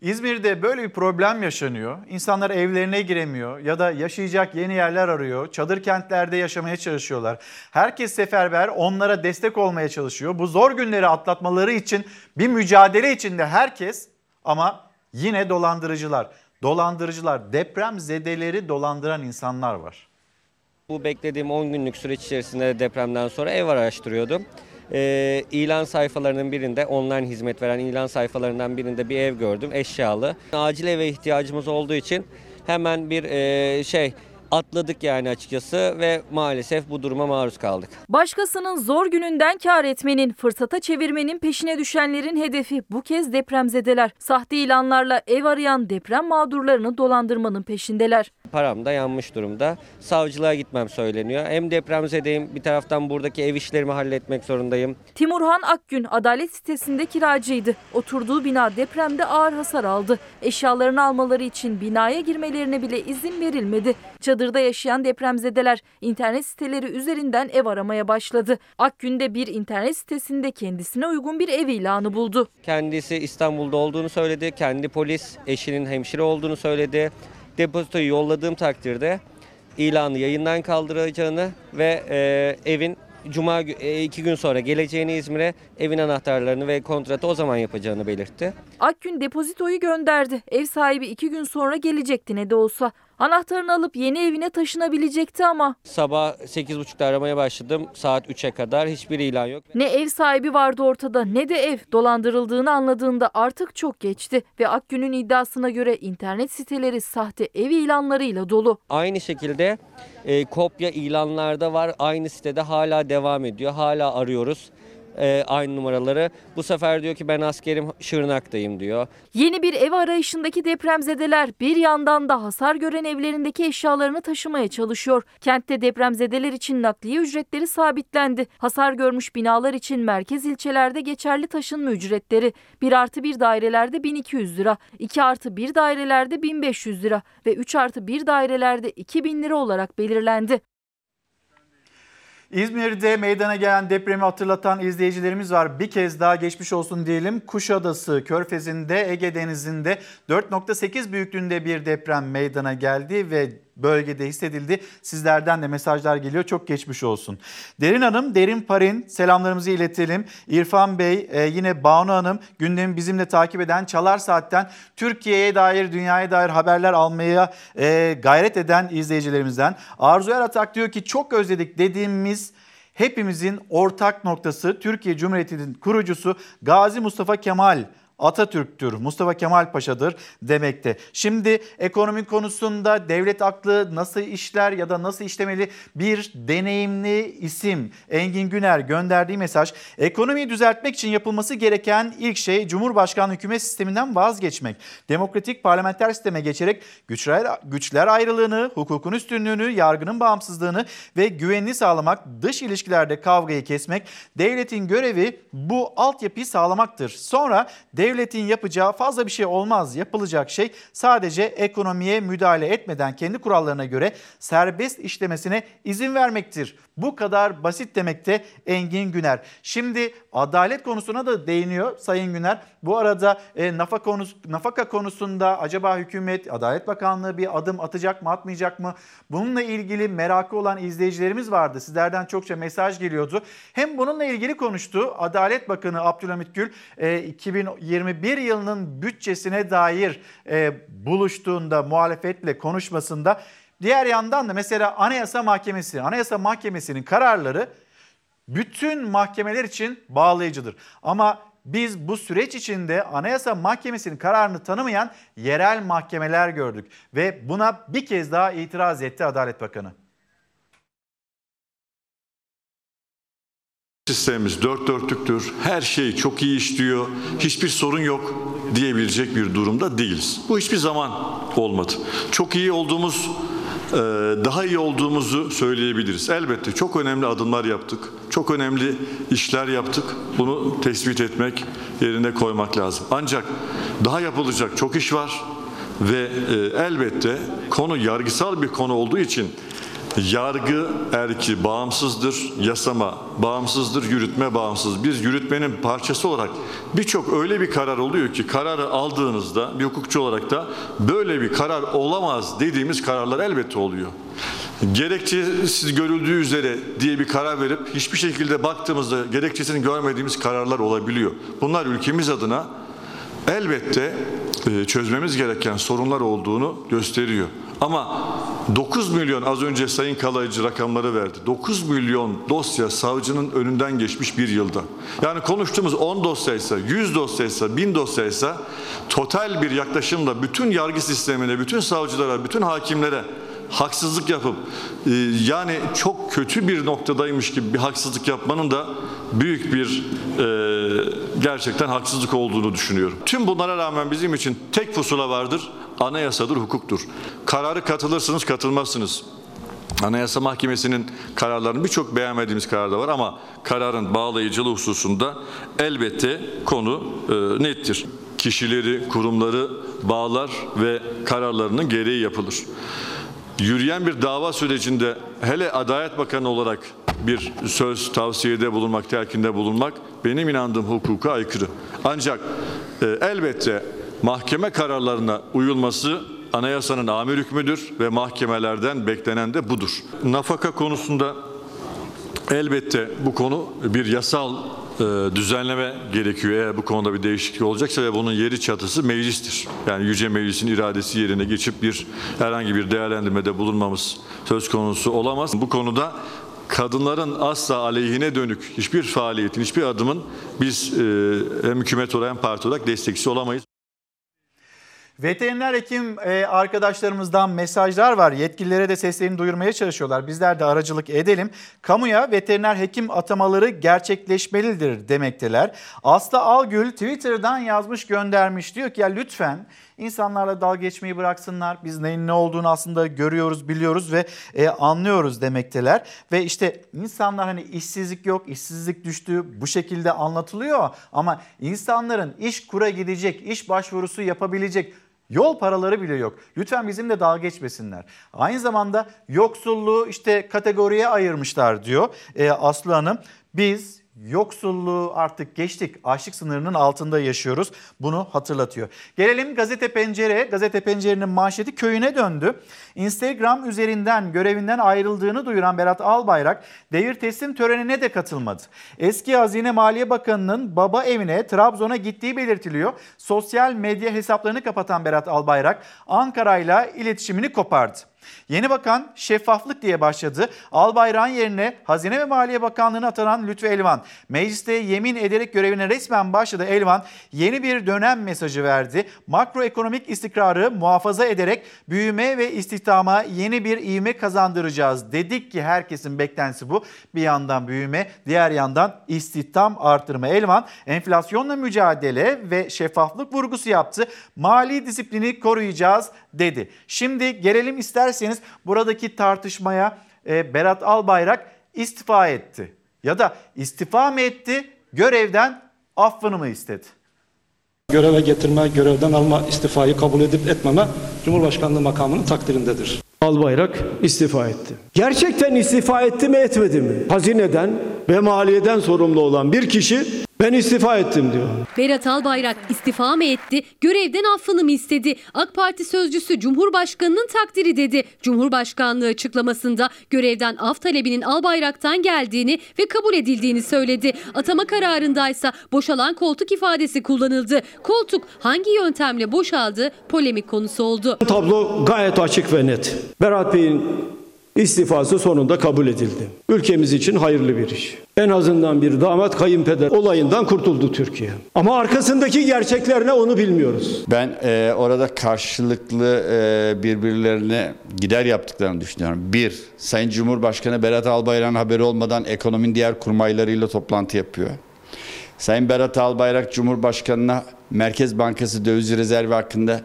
İzmir'de böyle bir problem yaşanıyor. İnsanlar evlerine giremiyor ya da yaşayacak yeni yerler arıyor. Çadır kentlerde yaşamaya çalışıyorlar. Herkes seferber, onlara destek olmaya çalışıyor. Bu zor günleri atlatmaları için bir mücadele içinde herkes, ama yine dolandırıcılar. Dolandırıcılar, depremzedeleri dolandıran insanlar var. Bu beklediğim on günlük süreç içerisinde depremden sonra ev araştırıyordum. Ee, ilan sayfalarının birinde, online hizmet veren ilan sayfalarından birinde bir ev gördüm, eşyalı. Acil eve ihtiyacımız olduğu için hemen bir e, şey atladık yani açıkçası ve maalesef bu duruma maruz kaldık. Başkasının zor gününden kâr etmenin, fırsata çevirmenin peşine düşenlerin hedefi bu kez depremzedeler. Sahte ilanlarla ev arayan deprem mağdurlarını dolandırmanın peşindeler. Param da yanmış durumda. Savcılığa gitmem söyleniyor. Hem depremzedeyim, bir taraftan buradaki ev işlerimi halletmek zorundayım. Timurhan Akgün adalet sitesinde kiracıydı. Oturduğu bina depremde ağır hasar aldı. Eşyalarını almaları için binaya girmelerine bile izin verilmedi. Çadırda yaşayan depremzedeler internet siteleri üzerinden ev aramaya başladı. Akgün de bir internet sitesinde kendisine uygun bir ev ilanı buldu. Kendisi İstanbul'da olduğunu söyledi. Kendi polis, eşinin hemşire olduğunu söyledi. Depozitoyu yolladığım takdirde ilanı yayından kaldıracağını ve e, evin Cuma e, iki gün sonra geleceğini İzmir'e, evin anahtarlarını ve kontratı o zaman yapacağını belirtti. Akgün depozitoyu gönderdi. Ev sahibi iki gün sonra gelecekti ne de olsa. Anahtarını alıp yeni evine taşınabilecekti ama. Sabah sekiz buçukta aramaya başladım. Saat üçe kadar hiçbir ilan yok. Ne ev sahibi vardı ortada ne de ev. Dolandırıldığını anladığında artık çok geçti. Ve Akgün'ün iddiasına göre internet siteleri sahte ev ilanlarıyla dolu. Aynı şekilde e, kopya ilanlarda var. Aynı sitede hala devam ediyor. Hala arıyoruz. Ee, aynı numaraları. Bu sefer diyor ki ben askerim, Şırnak'tayım diyor. Yeni bir ev arayışındaki depremzedeler bir yandan da hasar gören evlerindeki eşyalarını taşımaya çalışıyor. Kentte depremzedeler için nakliye ücretleri sabitlendi. Hasar görmüş binalar için merkez ilçelerde geçerli taşınma ücretleri bir artı bir dairelerde bin iki yüz lira, iki artı bir dairelerde bin beş yüz lira ve üç artı bir dairelerde iki bin lira olarak belirlendi. İzmir'de meydana gelen depremi hatırlatan izleyicilerimiz var. Bir kez daha geçmiş olsun diyelim. Kuşadası Körfezi'nde, Ege Denizi'nde dört nokta sekiz büyüklüğünde bir deprem meydana geldi ve bölgede hissedildi. Sizlerden de mesajlar geliyor. Çok geçmiş olsun. Derin Hanım, Derin Parin selamlarımızı iletelim. İrfan Bey, e, yine Banu Hanım gündemi bizimle takip eden, Çalar Saat'ten Türkiye'ye dair, dünyaya dair haberler almaya e, gayret eden izleyicilerimizden. Arzu Eratak diyor ki çok özledik dediğimiz hepimizin ortak noktası Türkiye Cumhuriyeti'nin kurucusu Gazi Mustafa Kemal Atatürk'tür, Mustafa Kemal Paşa'dır demekte. Şimdi ekonomi konusunda devlet aklı nasıl işler ya da nasıl işlemeli, bir deneyimli isim Engin Güner gönderdiği mesaj: ekonomiyi düzeltmek için yapılması gereken ilk şey Cumhurbaşkanlığı hükümet sisteminden vazgeçmek. Demokratik parlamenter sisteme geçerek güçler, güçler ayrılığını, hukukun üstünlüğünü, yargının bağımsızlığını ve güvenini sağlamak, dış ilişkilerde kavgayı kesmek. Devletin görevi bu altyapıyı sağlamaktır. Sonra devletin yapacağı fazla bir şey olmaz. Yapılacak şey sadece ekonomiye müdahale etmeden kendi kurallarına göre serbest işlemesine izin vermektir. Bu kadar basit demekte Engin Güner. Şimdi adalet konusuna da değiniyor Sayın Güner. Bu arada e, nafaka, konusu, nafaka konusunda acaba hükümet, Adalet Bakanlığı bir adım atacak mı, atmayacak mı? Bununla ilgili merakı olan izleyicilerimiz vardı. Sizlerden çokça mesaj geliyordu. Hem bununla ilgili konuştu. Adalet Bakanı Abdülhamit Gül e, iki bin yirmi bir yılının bütçesine dair e, buluştuğunda, muhalefetle konuşmasında. Diğer yandan da mesela Anayasa Mahkemesi, Anayasa Mahkemesi'nin kararları bütün mahkemeler için bağlayıcıdır. Ama biz bu süreç içinde Anayasa Mahkemesi'nin kararını tanımayan yerel mahkemeler gördük ve buna bir kez daha itiraz etti Adalet Bakanı. Sistemimiz dört dörtlüktür, her şey çok iyi işliyor, hiçbir sorun yok diyebilecek bir durumda değiliz. Bu hiçbir zaman olmadı. Çok iyi olduğumuz, daha iyi olduğumuzu söyleyebiliriz. Elbette çok önemli adımlar yaptık, çok önemli işler yaptık. Bunu tespit etmek, yerine koymak lazım. Ancak daha yapılacak çok iş var ve elbette konu yargısal bir konu olduğu için Yargı erki bağımsızdır, yasama bağımsızdır, yürütme bağımsız. Biz yürütmenin parçası olarak birçok öyle bir karar oluyor ki kararı aldığınızda bir hukukçu olarak da böyle bir karar olamaz dediğimiz kararlar elbette oluyor. Gerekçesiz görüldüğü üzere diye bir karar verip hiçbir şekilde baktığımızda gerekçesini görmediğimiz kararlar olabiliyor. Bunlar ülkemiz adına elbette çözmemiz gereken sorunlar olduğunu gösteriyor. Ama dokuz milyon, az önce Sayın Kalaycı rakamları verdi. dokuz milyon dosya savcının önünden geçmiş bir yılda. Yani konuştuğumuz on dosyaysa, yüz dosyaysa, bin dosyaysa total bir yaklaşımla bütün yargı sistemine, bütün savcılara, bütün hakimlere haksızlık yapıp yani çok kötü bir noktadaymış gibi bir haksızlık yapmanın da büyük bir e, gerçekten haksızlık olduğunu düşünüyorum. Tüm bunlara rağmen bizim için tek pusula vardır, anayasadır, hukuktur. Kararı katılırsınız, katılmazsınız. Anayasa Mahkemesi'nin kararlarını birçok beğenmediğimiz kararda var ama kararın bağlayıcılığı hususunda elbette konu e, nettir. Kişileri, kurumları bağlar ve kararlarının gereği yapılır. Yürüyen bir dava sürecinde hele Adalet Bakanı olarak bir söz, tavsiyede bulunmak, telkinde bulunmak benim inandığım hukuka aykırı. Ancak e, elbette mahkeme kararlarına uyulması anayasanın amir hükmüdür ve mahkemelerden beklenen de budur. Nafaka konusunda elbette bu konu bir yasal e, düzenleme gerekiyor. Eğer bu konuda bir değişiklik olacaksa ve bunun yeri çatısı meclistir. Yani Yüce Meclis'in iradesi yerine geçip bir herhangi bir değerlendirmede bulunmamız söz konusu olamaz. Bu konuda kadınların asla aleyhine dönük hiçbir faaliyetin, hiçbir adımın biz e, hem hükümet olarak hem parti olarak destekçisi olamayız. Veteriner hekim arkadaşlarımızdan mesajlar var. Yetkililere de seslerini duyurmaya çalışıyorlar. Bizler de aracılık edelim. Kamuya veteriner hekim atamaları gerçekleşmelidir demekteler. Aslı Algül Twitter'dan yazmış, göndermiş. Diyor ki ya lütfen insanlarla dalga geçmeyi bıraksınlar. Biz neyin ne olduğunu aslında görüyoruz, biliyoruz ve e, anlıyoruz demekteler. Ve işte insanlar hani işsizlik yok, işsizlik düştü, bu şekilde anlatılıyor. Ama insanların iş kura gidecek, iş başvurusu yapabilecek yol paraları bile yok. Lütfen bizimle dalga geçmesinler. Aynı zamanda yoksulluğu işte kategoriye ayırmışlar diyor e, Aslı Hanım. Biz yoksulluğu artık geçtik. Açlık sınırının altında yaşıyoruz. Bunu hatırlatıyor. Gelelim Gazete Pencere'ye. Gazete Pencere'nin manşeti köyüne döndü. Instagram üzerinden görevinden ayrıldığını duyuran Berat Albayrak devir teslim törenine de katılmadı. Eski Hazine Maliye Bakanı'nın baba evine Trabzon'a gittiği belirtiliyor. Sosyal medya hesaplarını kapatan Berat Albayrak Ankara'yla iletişimini kopardı. Yeni bakan şeffaflık diye başladı. Albayrak'ın yerine Hazine ve Maliye Bakanlığı'na atanan Lütfü Elvan mecliste yemin ederek görevine resmen başladı. Elvan yeni bir dönem mesajı verdi. Makroekonomik istikrarı muhafaza ederek büyüme ve istihdama yeni bir ivme kazandıracağız. Dedik ki herkesin beklentisi bu. Bir yandan büyüme, diğer yandan istihdam artırma. Elvan enflasyonla mücadele ve şeffaflık vurgusu yaptı. Mali disiplini koruyacağız dedi. Şimdi gelelim isterseniz buradaki tartışmaya. e, Berat Albayrak istifa etti. Ya da istifa mı etti, görevden affını mı istedi? Göreve getirme, görevden alma, istifayı kabul edip etmeme Cumhurbaşkanlığı makamının takdirindedir. Albayrak istifa etti. Gerçekten istifa etti mi etmedi mi? Hazineden ve maliyeden sorumlu olan bir kişi ben istifa ettim diyor. Berat Albayrak istifa mı etti, görevden affını mı istedi? AK Parti sözcüsü Cumhurbaşkanı'nın takdiri dedi. Cumhurbaşkanlığı açıklamasında görevden af talebinin Albayrak'tan geldiğini ve kabul edildiğini söyledi. Atama kararındaysa boşalan koltuk ifadesi kullanıldı. Koltuk hangi yöntemle boşaldı polemik konusu oldu. Tablo gayet açık ve net. Berat Bey'in istifası sonunda kabul edildi. Ülkemiz için hayırlı bir iş. En azından bir damat kayınpeder olayından kurtuldu Türkiye. Ama arkasındaki gerçekler ne onu bilmiyoruz. Ben e, orada karşılıklı e, birbirlerine gider yaptıklarını düşünüyorum. Bir, Sayın Cumhurbaşkanı Berat Albayrak'ın haberi olmadan ekonominin diğer kurmaylarıyla toplantı yapıyor. Sayın Berat Albayrak Cumhurbaşkanı'na Merkez Bankası döviz rezervi hakkında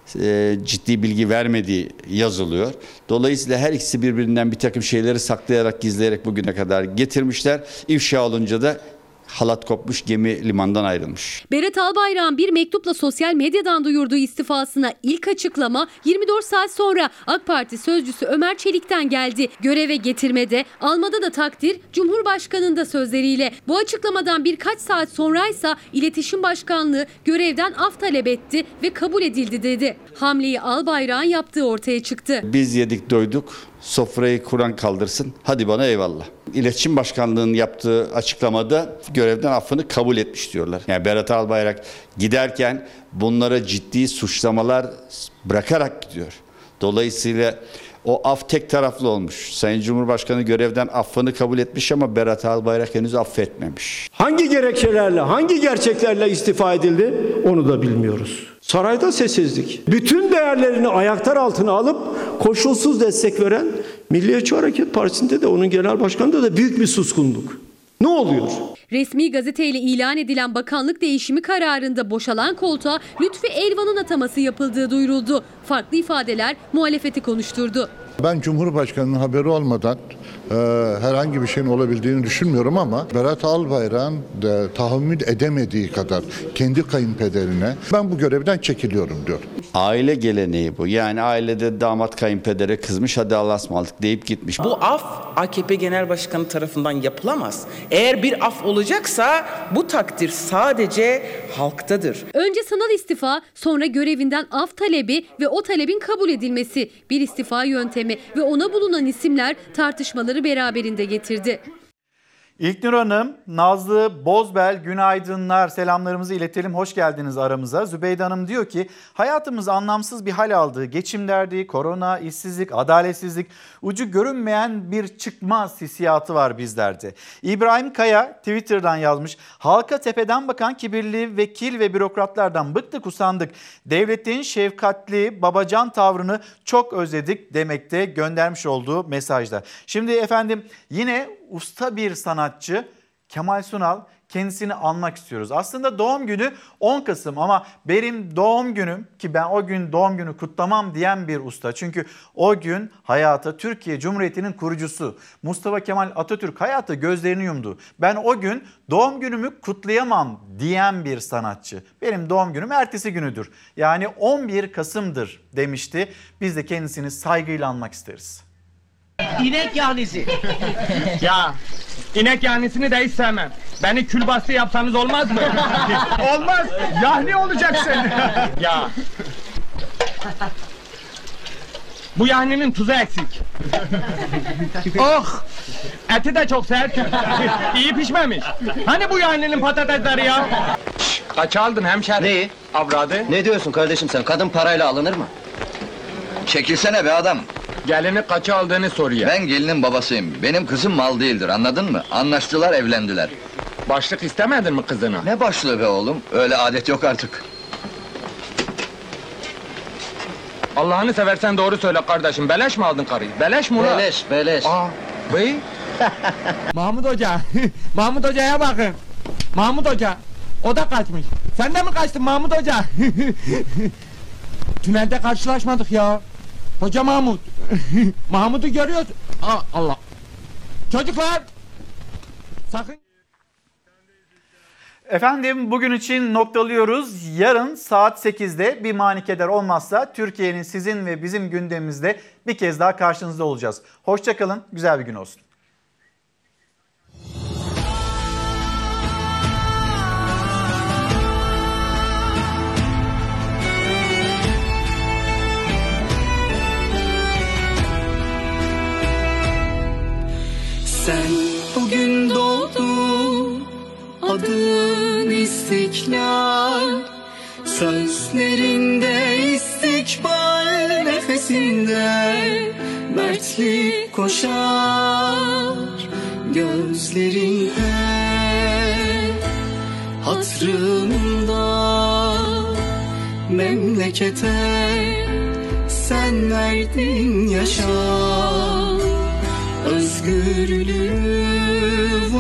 e, ciddi bilgi vermediği yazılıyor. Dolayısıyla her ikisi birbirinden bir takım şeyleri saklayarak, gizleyerek bugüne kadar getirmişler. İfşa olunca da halat kopmuş, gemi limandan ayrılmış. Berat Albayrak'ın bir mektupla sosyal medyadan duyurduğu istifasına ilk açıklama yirmi dört saat sonra AK Parti sözcüsü Ömer Çelik'ten geldi. Göreve getirmede, almada da takdir Cumhurbaşkanı'nın da sözleriyle. Bu açıklamadan birkaç saat sonraysa İletişim Başkanlığı görevden af talep etti ve kabul edildi dedi. Hamleyi Albayrak'ın yaptığı ortaya çıktı. Biz yedik doyduk, sofrayı kuran kaldırsın, hadi bana eyvallah. İletişim Başkanlığı'nın yaptığı açıklamada görevden affını kabul etmiş diyorlar. Yani Berat Albayrak giderken bunlara ciddi suçlamalar bırakarak gidiyor. Dolayısıyla o af tek taraflı olmuş. Sayın Cumhurbaşkanı görevden affını kabul etmiş ama Berat Albayrak henüz affetmemiş. Hangi gerekçelerle, hangi gerçeklerle istifa edildi onu da bilmiyoruz. Sarayda sessizlik. Bütün değerlerini ayaklar altına alıp koşulsuz destek veren Milliyetçi Hareket Partisi'nde de onun genel başkanında da büyük bir suskunluk. Ne oluyor? Resmi gazeteyle ilan edilen bakanlık değişimi kararında boşalan koltuğa Lütfi Elvan'ın ataması yapıldığı duyuruldu. Farklı ifadeler muhalefeti konuşturdu. Ben Cumhurbaşkanı'nın haberi olmadan e, herhangi bir şeyin olabildiğini düşünmüyorum ama Berat Albayrak'ın da tahammül edemediği kadar kendi kayınpederine ben bu görevden çekiliyorum diyor. Aile geleneği bu. Yani ailede damat kayınpedere kızmış, hadi Allah'a ısmarladık deyip gitmiş. Bu af A K P Genel Başkanı tarafından yapılamaz. Eğer bir af olacaksa bu takdir sadece halktadır. Önce sanal istifa, sonra görevinden af talebi ve o talebin kabul edilmesi, bir istifa yöntemi ve ona bulunan isimler tartışmaları beraberinde getirdi. İlknur Hanım, Nazlı Bozbel günaydınlar, selamlarımızı iletelim, hoş geldiniz aramıza. Zübeyde Hanım diyor ki hayatımız anlamsız bir hal aldı. Geçim derdi, korona, işsizlik, adaletsizlik, ucu görünmeyen bir çıkmaz hissiyatı var bizlerde. İbrahim Kaya Twitter'dan yazmış, halka tepeden bakan kibirli vekil ve bürokratlardan bıktık usandık. Devletin şefkatli babacan tavrını çok özledik demekte göndermiş olduğu mesajda. Şimdi efendim yine usta bir sanatçı Kemal Sunal, kendisini anmak istiyoruz. Aslında doğum günü on Kasım ama benim doğum günüm, ki ben o gün doğum günü kutlamam diyen bir usta. Çünkü o gün hayata Türkiye Cumhuriyeti'nin kurucusu Mustafa Kemal Atatürk hayata gözlerini yumdu. Ben o gün doğum günümü kutlayamam diyen bir sanatçı. Benim doğum günüm ertesi günüdür. Yani on bir Kasım'dır demişti. Biz de kendisini saygıyla anmak isteriz. İnek yahnisi. Ya inek yahnisini de hiç sevmem. Beni külbastı yapsanız olmaz mı? Olmaz. Yahni olacaksın. Ya. Bu yahninin tuzu eksik. Oh! Eti de çok sert. İyi pişmemiş. Hani bu yahninin patatesleri ya? Kaça aldın hemşerim? Neyi? Avradı. Ne diyorsun kardeşim sen? Kadın parayla alınır mı? Çekilsene be adam. Gelini kaça aldığını soruyor. Ben gelinin babasıyım. Benim kızım mal değildir, anladın mı? Anlaştılar, evlendiler. Başlık istemedin mi kızına? Ne başlığı be oğlum? Öyle adet yok artık. Allah'ını seversen doğru söyle kardeşim. Beleş mi aldın karıyı? Beleş mi ulan? Beleş, beleş. Aa, bey. Mahmut Hoca. Mahmut Hoca'ya bakın. Mahmut Hoca. O da kaçmış. Sen de mi kaçtın Mahmut Hoca? Tünelde karşılaşmadık ya. Hoca Mahmut. Mahmut'u görüyoruz. Aa, Allah. Çocuklar. Sakın. Efendim bugün için noktalıyoruz. Yarın saat sekizde bir manikeder olmazsa Türkiye'nin sizin ve bizim gündemimizde bir kez daha karşınızda olacağız. Hoşça kalın, güzel bir gün olsun. Sen bugün doğdun, adın İstiklal, sözlerinde istikbal, nefesinde mertlik koşar, gözlerinde hatırında memlekete sen verdin yaşa. Özgürlüğü